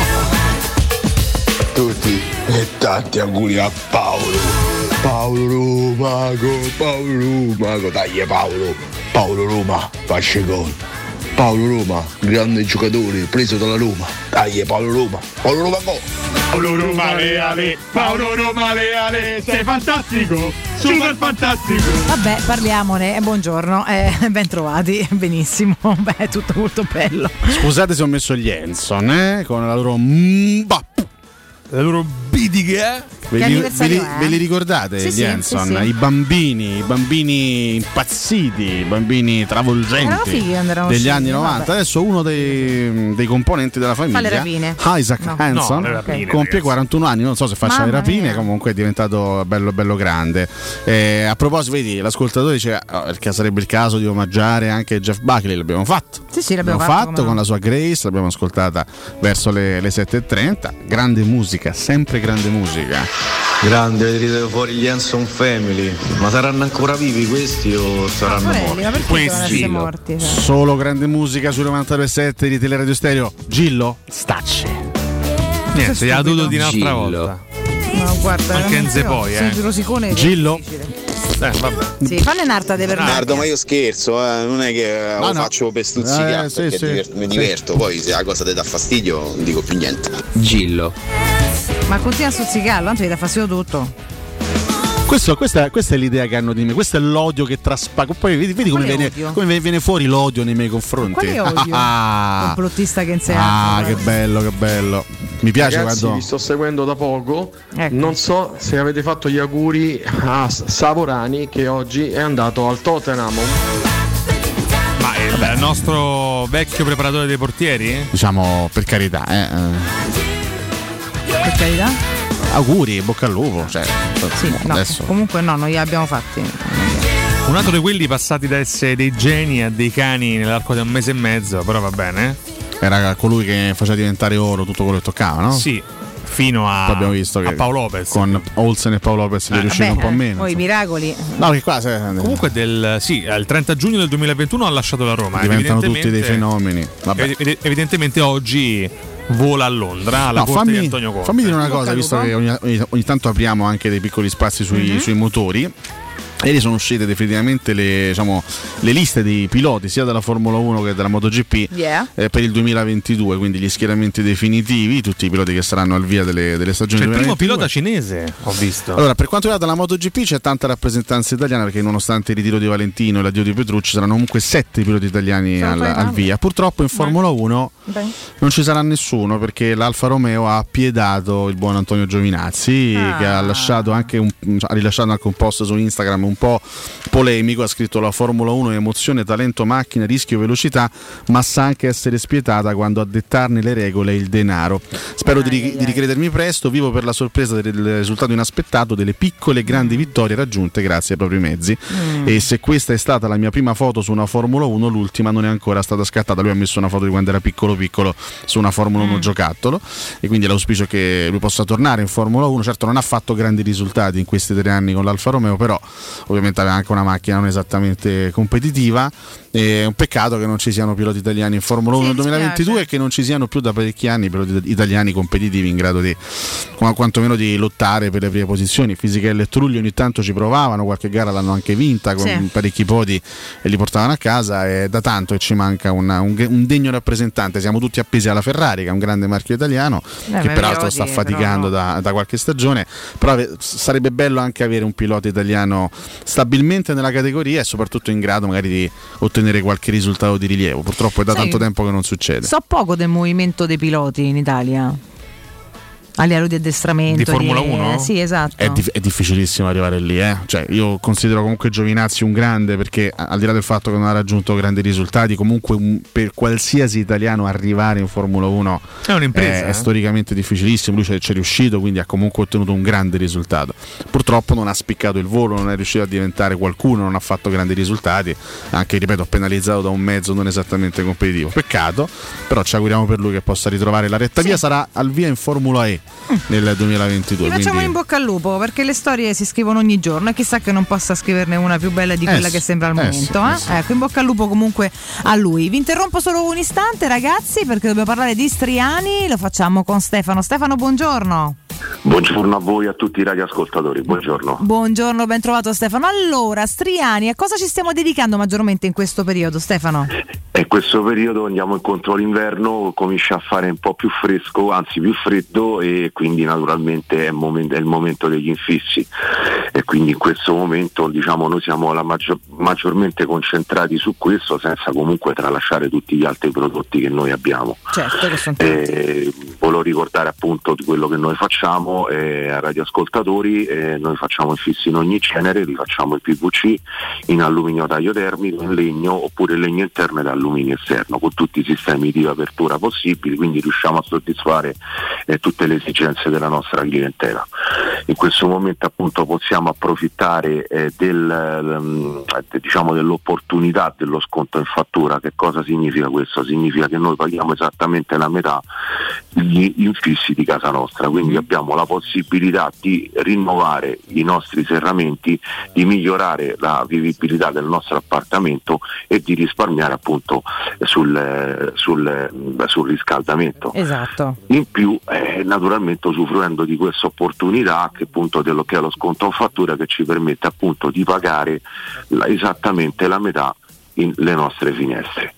A tutti e tanti auguri a Paolo. Paolo Romago, Paolo Romago, dai Paolo. Paolo Roma, faccia gol. Paolo Roma, grande giocatore, preso dalla Roma. Dai Paolo Roma, Paolo Roma gol. Paolo Roma Leale, Paolo Roma Leale, sei fantastico, super fantastico. Vabbè, parliamone, buongiorno, eh, ben trovati, benissimo, beh, tutto molto bello. Scusate se ho messo gli Enson, eh, con la loro mbap, la loro bidiga. Ve li, ve, li, ve li ricordate sì, gli sì, Enson? Sì, sì. I bambini, i bambini impazziti, i bambini travolgenti fighi, degli usciti, anni novanta. Vabbè. Adesso uno dei, dei componenti della famiglia, Isaac no. Hanson, no, rapine, compie ragazzi. quarantuno anni. Non so se faccia le rapine, mia. Comunque è diventato bello bello grande. Eh, a proposito, vedi, l'ascoltatore dice oh, perché sarebbe il caso di omaggiare anche Jeff Buckley. L'abbiamo fatto. Sì, sì, l'abbiamo, l'abbiamo fatto, fatto con la sua Grace, l'abbiamo ascoltata verso le, le sette e trenta. Grande musica, sempre grande musica. Grande, vedrete fuori gli Hanson Family. Ma saranno ancora vivi questi o saranno Morelli, morti? ma perché devono essere morti? Cioè? Solo grande musica su novantadue virgola sette di Teleradio Stereo. Gillo, stacci. Niente, gli ha dovuto di un'altra volta. No, guarda, Mackenzie poi, eh. Rosicone Gillo. Eh, vabbè. Sì, fanne un'arta di verdad. Nardo, ma io scherzo, eh? Non è che lo no, no. faccio per stuzzicare, eh, sì, perché sì, divert- mi sì. diverto, poi se la cosa ti dà fastidio non dico più niente. Gillo. Ma continua a stuzzicarlo, tanto gli dà fastidio tutto. Questo, questa, questa è l'idea che hanno di me, questo è l'odio che traspago. Poi vedi, vedi come, viene, come viene fuori l'odio nei miei confronti. Quale odio? Ah, complottista che insegna. Ah, che bello, che bello. Mi piace. Ragazzi, quando vi sto seguendo da poco. Ecco. Non so se avete fatto gli auguri a Savorani che oggi è andato al Tottenham. Ma è il nostro vecchio preparatore dei portieri? Diciamo, per carità, eh. Per carità? Auguri, bocca al lupo. Cioè, sì, no, adesso. Comunque no, non li abbiamo fatti. Un altro di quelli passati da essere dei geni a dei cani nell'arco di un mese e mezzo, però va bene. Era colui che faceva diventare oro tutto quello che toccava, no? Sì, fino a, abbiamo visto che a Paolo Lopez. Con Olsen e Paolo Lopez gli è riuscito un po' meno. Poi i miracoli. No, che qua se... Comunque del sì, il trenta giugno del duemilaventuno ha lasciato la Roma. Diventano tutti dei fenomeni. Vabbè. Evidentemente oggi vola a Londra alla no, corte fammi, di Antonio Conte. Fammi dire una cosa, visto che ogni, ogni, ogni tanto apriamo anche dei piccoli spazi sui, mm-hmm. sui motori. Ieri sono uscite definitivamente le, diciamo, le liste dei piloti sia della Formula uno che della MotoGP yeah. eh, per il duemilaventidue, quindi gli schieramenti definitivi, tutti i piloti che saranno al via delle, delle stagioni. C'è il primo duemilaventidue. pilota cinese, ho visto. Allora, per quanto riguarda la MotoGP c'è tanta rappresentanza italiana, perché nonostante il ritiro di Valentino e l'addio di Petrucci saranno comunque sette piloti italiani al, al via. Purtroppo in Formula uno Beh. non ci sarà nessuno, perché l'Alfa Romeo ha appiedato il buon Antonio Giovinazzi, ah. che ha lasciato anche un, ha rilasciato anche un post su Instagram un po' polemico. Ha scritto: la Formula uno è emozione, talento, macchina, rischio, velocità, ma sa anche essere spietata quando a dettarne le regole è il denaro. Spero ah, di, di ricredermi presto, vivo per la sorpresa del, del risultato inaspettato delle piccole e grandi mm. vittorie raggiunte grazie ai propri mezzi. Mm. E se questa è stata la mia prima foto su una Formula uno, l'ultima non è ancora stata scattata. Lui ha messo una foto di quando era piccolo piccolo su una Formula uno mm. giocattolo, e quindi l'auspicio è che lui possa tornare in Formula uno. Certo non ha fatto grandi risultati in questi tre anni con l'Alfa Romeo, però ovviamente aveva anche una macchina non esattamente competitiva. È un peccato che non ci siano piloti italiani in Formula uno nel duemilaventidue e che non ci siano più da parecchi anni piloti italiani competitivi in grado di, quantomeno di lottare per le prime posizioni. Fisichella e Trulli ogni tanto ci provavano, qualche gara l'hanno anche vinta con sì. parecchi podi e li portavano a casa. È da tanto che ci manca una, un, un degno rappresentante. Siamo tutti appesi alla Ferrari, che è un grande marchio italiano, eh, che peraltro sta faticando no. da, da qualche stagione, però sarebbe bello anche avere un pilota italiano stabilmente nella categoria e soprattutto in grado magari di ottenere qualche risultato di rilievo. Purtroppo è da Sai, tanto tempo che non succede. So poco del movimento dei piloti in Italia a livello di addestramento di Formula uno? Eh, sì, esatto. È, dif- è difficilissimo arrivare lì, eh? Cioè, io considero comunque Giovinazzi un grande, perché al di là del fatto che non ha raggiunto grandi risultati, comunque un, per qualsiasi italiano arrivare in Formula uno è un'impresa, è, eh? è storicamente difficilissimo. Lui ci è riuscito, quindi ha comunque ottenuto un grande risultato. Purtroppo non ha spiccato il volo, non è riuscito a diventare qualcuno, non ha fatto grandi risultati, anche, ripeto, penalizzato da un mezzo non esattamente competitivo. Peccato, però ci auguriamo per lui che possa ritrovare la retta sì. via. Sarà al via in Formula E nel duemilaventidue. Gli facciamo quindi... in bocca al lupo, perché le storie si scrivono ogni giorno e chissà che non possa scriverne una più bella di quella eh che sembra al eh momento. sì, Eh? eh sì. Ecco, in bocca al lupo comunque a lui. Vi interrompo solo un istante, ragazzi, perché dobbiamo parlare di Striani. Lo facciamo con Stefano. Stefano, buongiorno. Buongiorno a voi, a tutti i radioascoltatori, buongiorno. Buongiorno, ben trovato Stefano. Allora, Striani, a cosa ci stiamo dedicando maggiormente in questo periodo, Stefano? In questo periodo andiamo incontro all'inverno, comincia a fare un po' più fresco, anzi più freddo, e quindi naturalmente è, moment- è il momento degli infissi, e quindi in questo momento, diciamo, noi siamo la maggior- maggiormente concentrati su questo, senza comunque tralasciare tutti gli altri prodotti che noi abbiamo. Certo, che sono tanti. Eh, volevo ricordare appunto di quello che noi facciamo eh, ai radioascoltatori. Eh, noi facciamo infissi in ogni genere, li facciamo in P V C, in alluminio taglio termico, in legno oppure in legno interno ed alluminio esterno, con tutti i sistemi di apertura possibili, quindi riusciamo a soddisfare eh, tutte le esigenze della nostra clientela. In questo momento appunto possiamo approfittare eh, del, um, diciamo dell'opportunità dello sconto in fattura. Che cosa significa questo? Significa che noi paghiamo esattamente la metà degli infissi di casa nostra, quindi abbiamo la possibilità di rinnovare i nostri serramenti, di migliorare la vivibilità del nostro appartamento e di risparmiare appunto sul, sul, sul riscaldamento. Esatto. In più eh, naturalmente usufruendo di questa opportunità che appunto dello che è lo sconto in fattura, che ci permette appunto di pagare la, esattamente la metà in le nostre finestre.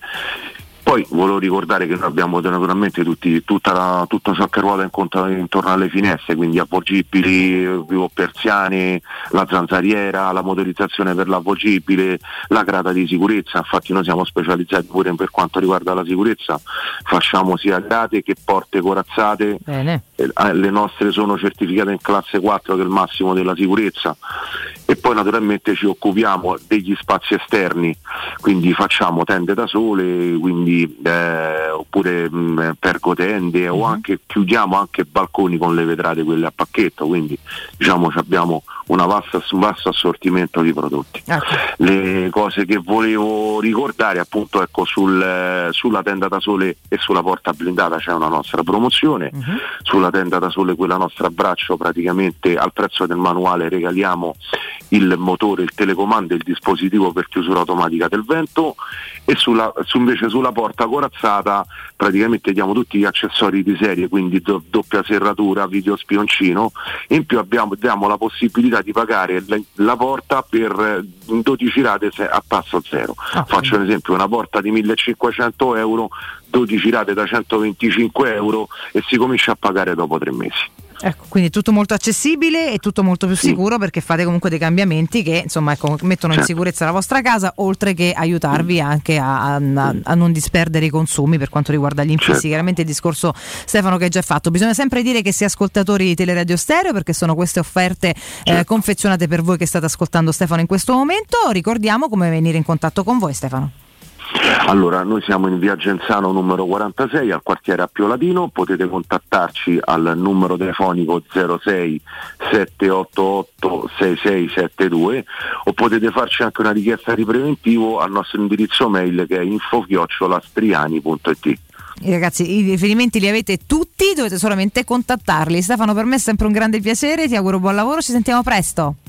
Poi volevo ricordare che noi abbiamo naturalmente tutti, tutta la, tutto ciò che ruota intorno, intorno alle finestre, quindi avvolgibili, persiane, la zanzariera, la motorizzazione per l'avvolgibile, la grata di sicurezza. Infatti noi siamo specializzati pure per quanto riguarda la sicurezza, facciamo sia grate che porte corazzate. Bene. Le nostre sono certificate in classe quattro, che è il massimo della sicurezza. E poi naturalmente ci occupiamo degli spazi esterni, quindi facciamo tende da sole, quindi eh, oppure mh, pergotende, uh-huh. o anche chiudiamo anche balconi con le vetrate, quelle a pacchetto, quindi diciamo abbiamo una vasta, un vasto assortimento di prodotti. Okay. Le cose che volevo ricordare appunto, ecco, sul, sulla tenda da sole e sulla porta blindata c'è una nostra promozione. Uh-huh. Sulla tenda da sole, quella nostra a braccio, praticamente al prezzo del manuale regaliamo il motore, il telecomando e il dispositivo per chiusura automatica del vento, e sulla, su invece sulla porta corazzata praticamente diamo tutti gli accessori di serie, quindi do, doppia serratura, video spioncino, e in più abbiamo, diamo la possibilità di pagare la, la porta per dodici rate a tasso zero. Ah, faccio un esempio: una porta di millecinquecento euro, dodici rate da centoventicinque euro, e si comincia a pagare dopo tre mesi. Ecco, quindi tutto molto accessibile e tutto molto più sicuro, perché fate comunque dei cambiamenti che insomma ecco, mettono in sicurezza la vostra casa, oltre che aiutarvi anche a, a, a non disperdere i consumi per quanto riguarda gli infissi. Certo. Chiaramente il discorso, Stefano, che hai già fatto. Bisogna sempre dire che si è ascoltatori di Teleradio Stereo, perché sono queste offerte certo. eh, confezionate per voi che state ascoltando Stefano in questo momento. Ricordiamo come venire in contatto con voi, Stefano. Allora, noi siamo in via Genzano numero quarantasei, al quartiere Appio Latino. Potete contattarci al numero telefonico zero sei sette otto otto sei sei sette due, o potete farci anche una richiesta di preventivo al nostro indirizzo mail, che è info chiocciola striani punto it. Ragazzi, i riferimenti li avete tutti, dovete solamente contattarli. Stefano, per me è sempre un grande piacere, ti auguro buon lavoro, ci sentiamo presto.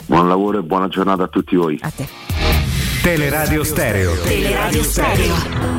Buon lavoro e buona giornata a tutti voi. A te. Teleradio Stereo. Teleradio Stereo.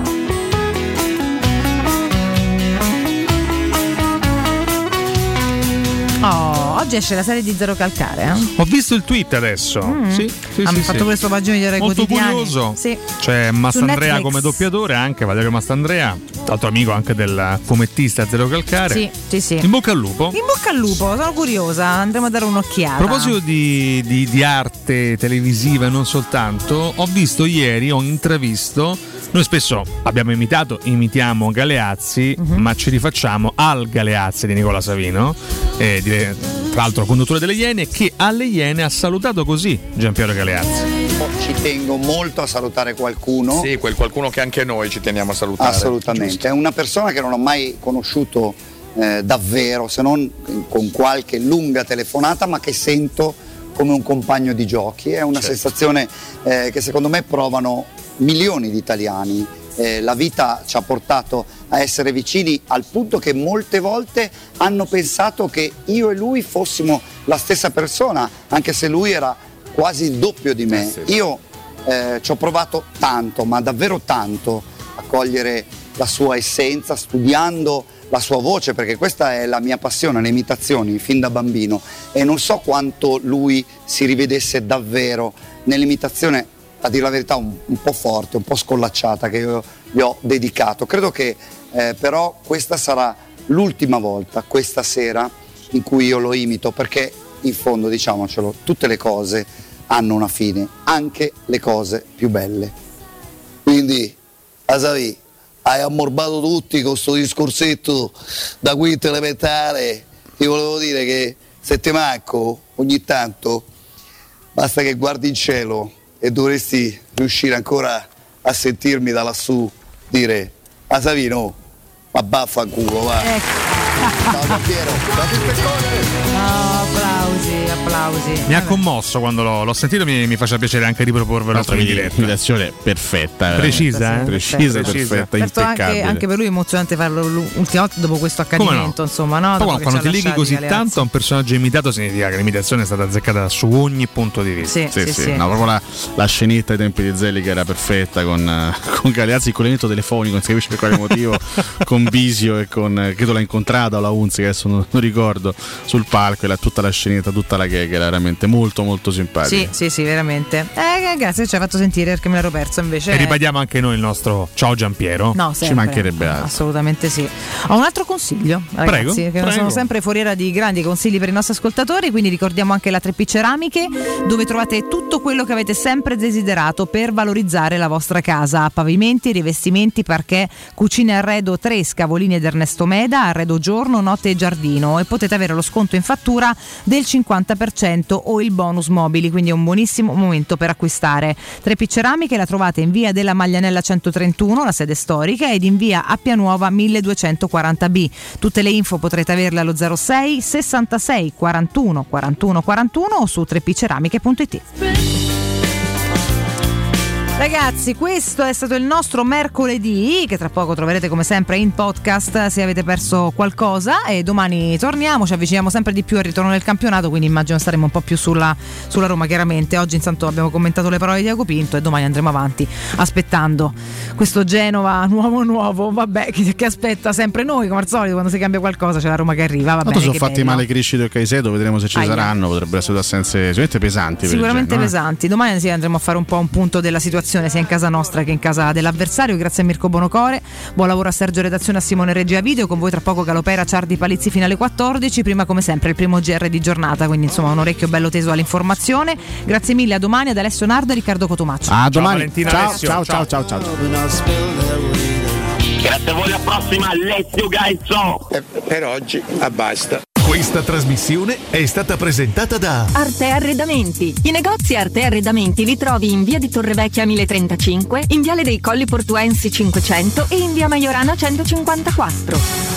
Oh, oggi esce la serie di Zero Calcare. Eh? Ho visto il tweet adesso. Mm. Sì, sì, Hanno sì, fatto sì. questo pagino di Molto quotidiani. curioso. Sì. C'è Su Mastandrea Netflix. come doppiatore, anche Valerio Mastandrea, altro amico anche del fumettista Zero Calcare. Sì, sì, sì. In bocca al lupo. In bocca al lupo, sono curiosa, andremo a dare un'occhiata. A proposito di, di, di arte televisiva e non soltanto, ho visto ieri, ho intravisto, noi spesso abbiamo imitato, imitiamo Galeazzi, Mhm. ma ci rifacciamo al Galeazzi di Nicola Savino, eh, di- tra l'altro conduttore delle Iene, che alle Iene ha salutato così Giampiero Galeazzi. Ci tengo molto a salutare qualcuno. Sì, quel qualcuno che anche noi ci teniamo a salutare. Assolutamente, è una persona che non ho mai conosciuto eh, davvero, se non con qualche lunga telefonata, ma che sento come un compagno di giochi. È una Certo. sensazione eh, che secondo me provano milioni di italiani. Eh, la vita ci ha portato a essere vicini al punto che molte volte hanno pensato che io e lui fossimo la stessa persona, anche se lui era quasi il doppio di me. Eh sì. Io eh, ci ho provato tanto, ma davvero tanto, a cogliere la sua essenza, studiando la sua voce, perché questa è la mia passione, le imitazioni, fin da bambino, e non so quanto lui si rivedesse davvero nell'imitazione, a dire la verità, un, un po' forte, un po' scollacciata, che io gli ho dedicato. Credo che eh, però questa sarà l'ultima volta, questa sera, in cui io lo imito, perché in fondo, diciamocelo, tutte le cose hanno una fine, anche le cose più belle. Quindi, Asavi, hai ammorbato tutti con sto discorsetto da quinta elementare. Ti volevo dire che se ti manco ogni tanto basta che guardi in cielo e dovresti riuscire ancora a sentirmi da lassù dire: Asavino, ma vaffanculo, va. Ciao Giampiero, da tutte cose. No, applausi, applausi. Mi ha commosso quando l'ho, l'ho sentito, mi, mi faceva piacere anche riproporvelo Un'altra in diretta. imitazione perfetta, Precisa, eh? precisa, Precisa. perfetta, Certo, anche, impeccabile. anche per lui è emozionante farlo l'ultima volta dopo questo accadimento, insomma, no? Poi Dopo quando, che quando ci ha ti leghi lasciati così Galeazzi. tanto a un personaggio imitato significa che l'imitazione è stata azzeccata su ogni punto di vista. Sì, sì, sì. No, proprio la, la scenetta ai tempi di Zelli che era perfetta con, eh, con Galeazzi, il collegamento telefonico, non si capisce per quale motivo, con Bisio e con, credo l'ha incontrata o la Unzi, che adesso non, non ricordo, sul palco, e la, tutta la scenetta, tutta la gag era veramente molto molto simpatica. Sì, sì, sì, veramente. Eh, grazie che ci hai fatto sentire, perché me l'ero perso invece. E ripetiamo anche noi il nostro ciao Giampiero. No, sempre. Ci mancherebbe altro. Assolutamente sì. Ho un altro consiglio, ragazzi, Prego, che prego. sono sempre foriera di grandi consigli per i nostri ascoltatori, quindi ricordiamo anche la tre P Ceramiche, dove trovate tutto quello che avete sempre desiderato per valorizzare la vostra casa: pavimenti, rivestimenti, parquet, cucine arredo tre, Scavolini ed Ernesto Meda, arredo giorno, notte e giardino, e potete avere lo sconto in fattura del cinquanta per cento o il bonus mobili, quindi è un buonissimo momento per acquistare. tre P Ceramiche la trovate in via della Maglianella centotrentuno, la sede storica, ed in via Appia Nuova milleduecentoquaranta B. Tutte le info potrete averle allo zero sei sessantasei quarantuno quarantuno quarantuno o su tre p ceramiche punto it. Ragazzi, questo è stato il nostro mercoledì, che tra poco troverete come sempre in podcast se avete perso qualcosa, e domani torniamo, ci avviciniamo sempre di più al ritorno del campionato, quindi immagino staremo un po' più sulla, sulla Roma chiaramente. Oggi intanto abbiamo commentato le parole di Iago Pinto e domani andremo avanti aspettando questo Genova nuovo nuovo, vabbè, che, che aspetta sempre noi come al solito, quando si cambia qualcosa c'è la Roma che arriva, va Tanto bene, sono che fatti bello. male Criscito e Caicedo, vedremo se ci Aia. saranno, potrebbero essere assenze sicuramente pesanti per il Sicuramente Genoa, eh. pesanti. Domani sì, andremo a fare un po' un punto della situazione sia in casa nostra che in casa dell'avversario. Grazie a Mirko Bonocore, buon lavoro a Sergio Redazione, a Simone Regia Video. Con voi tra poco Galopera, Ciardi, Palizzi fino alle quattordici. Prima come sempre il primo G R di giornata, quindi insomma un orecchio bello teso all'informazione. Grazie mille, a domani, ad Alessio Nardo e Riccardo Cotumaccio. A domani. Valentina, Ciao, Alessio, ciao, ciao. ciao, ciao, ciao. Grazie a voi, alla prossima, let's you guys so. Per oggi, ah, basta. Questa trasmissione è stata presentata da Arte Arredamenti. I negozi Arte Arredamenti li trovi in via di Torrevecchia mille trentacinque, in viale dei Colli Portuensi cinquecento e in via Maiorana centocinquantaquattro.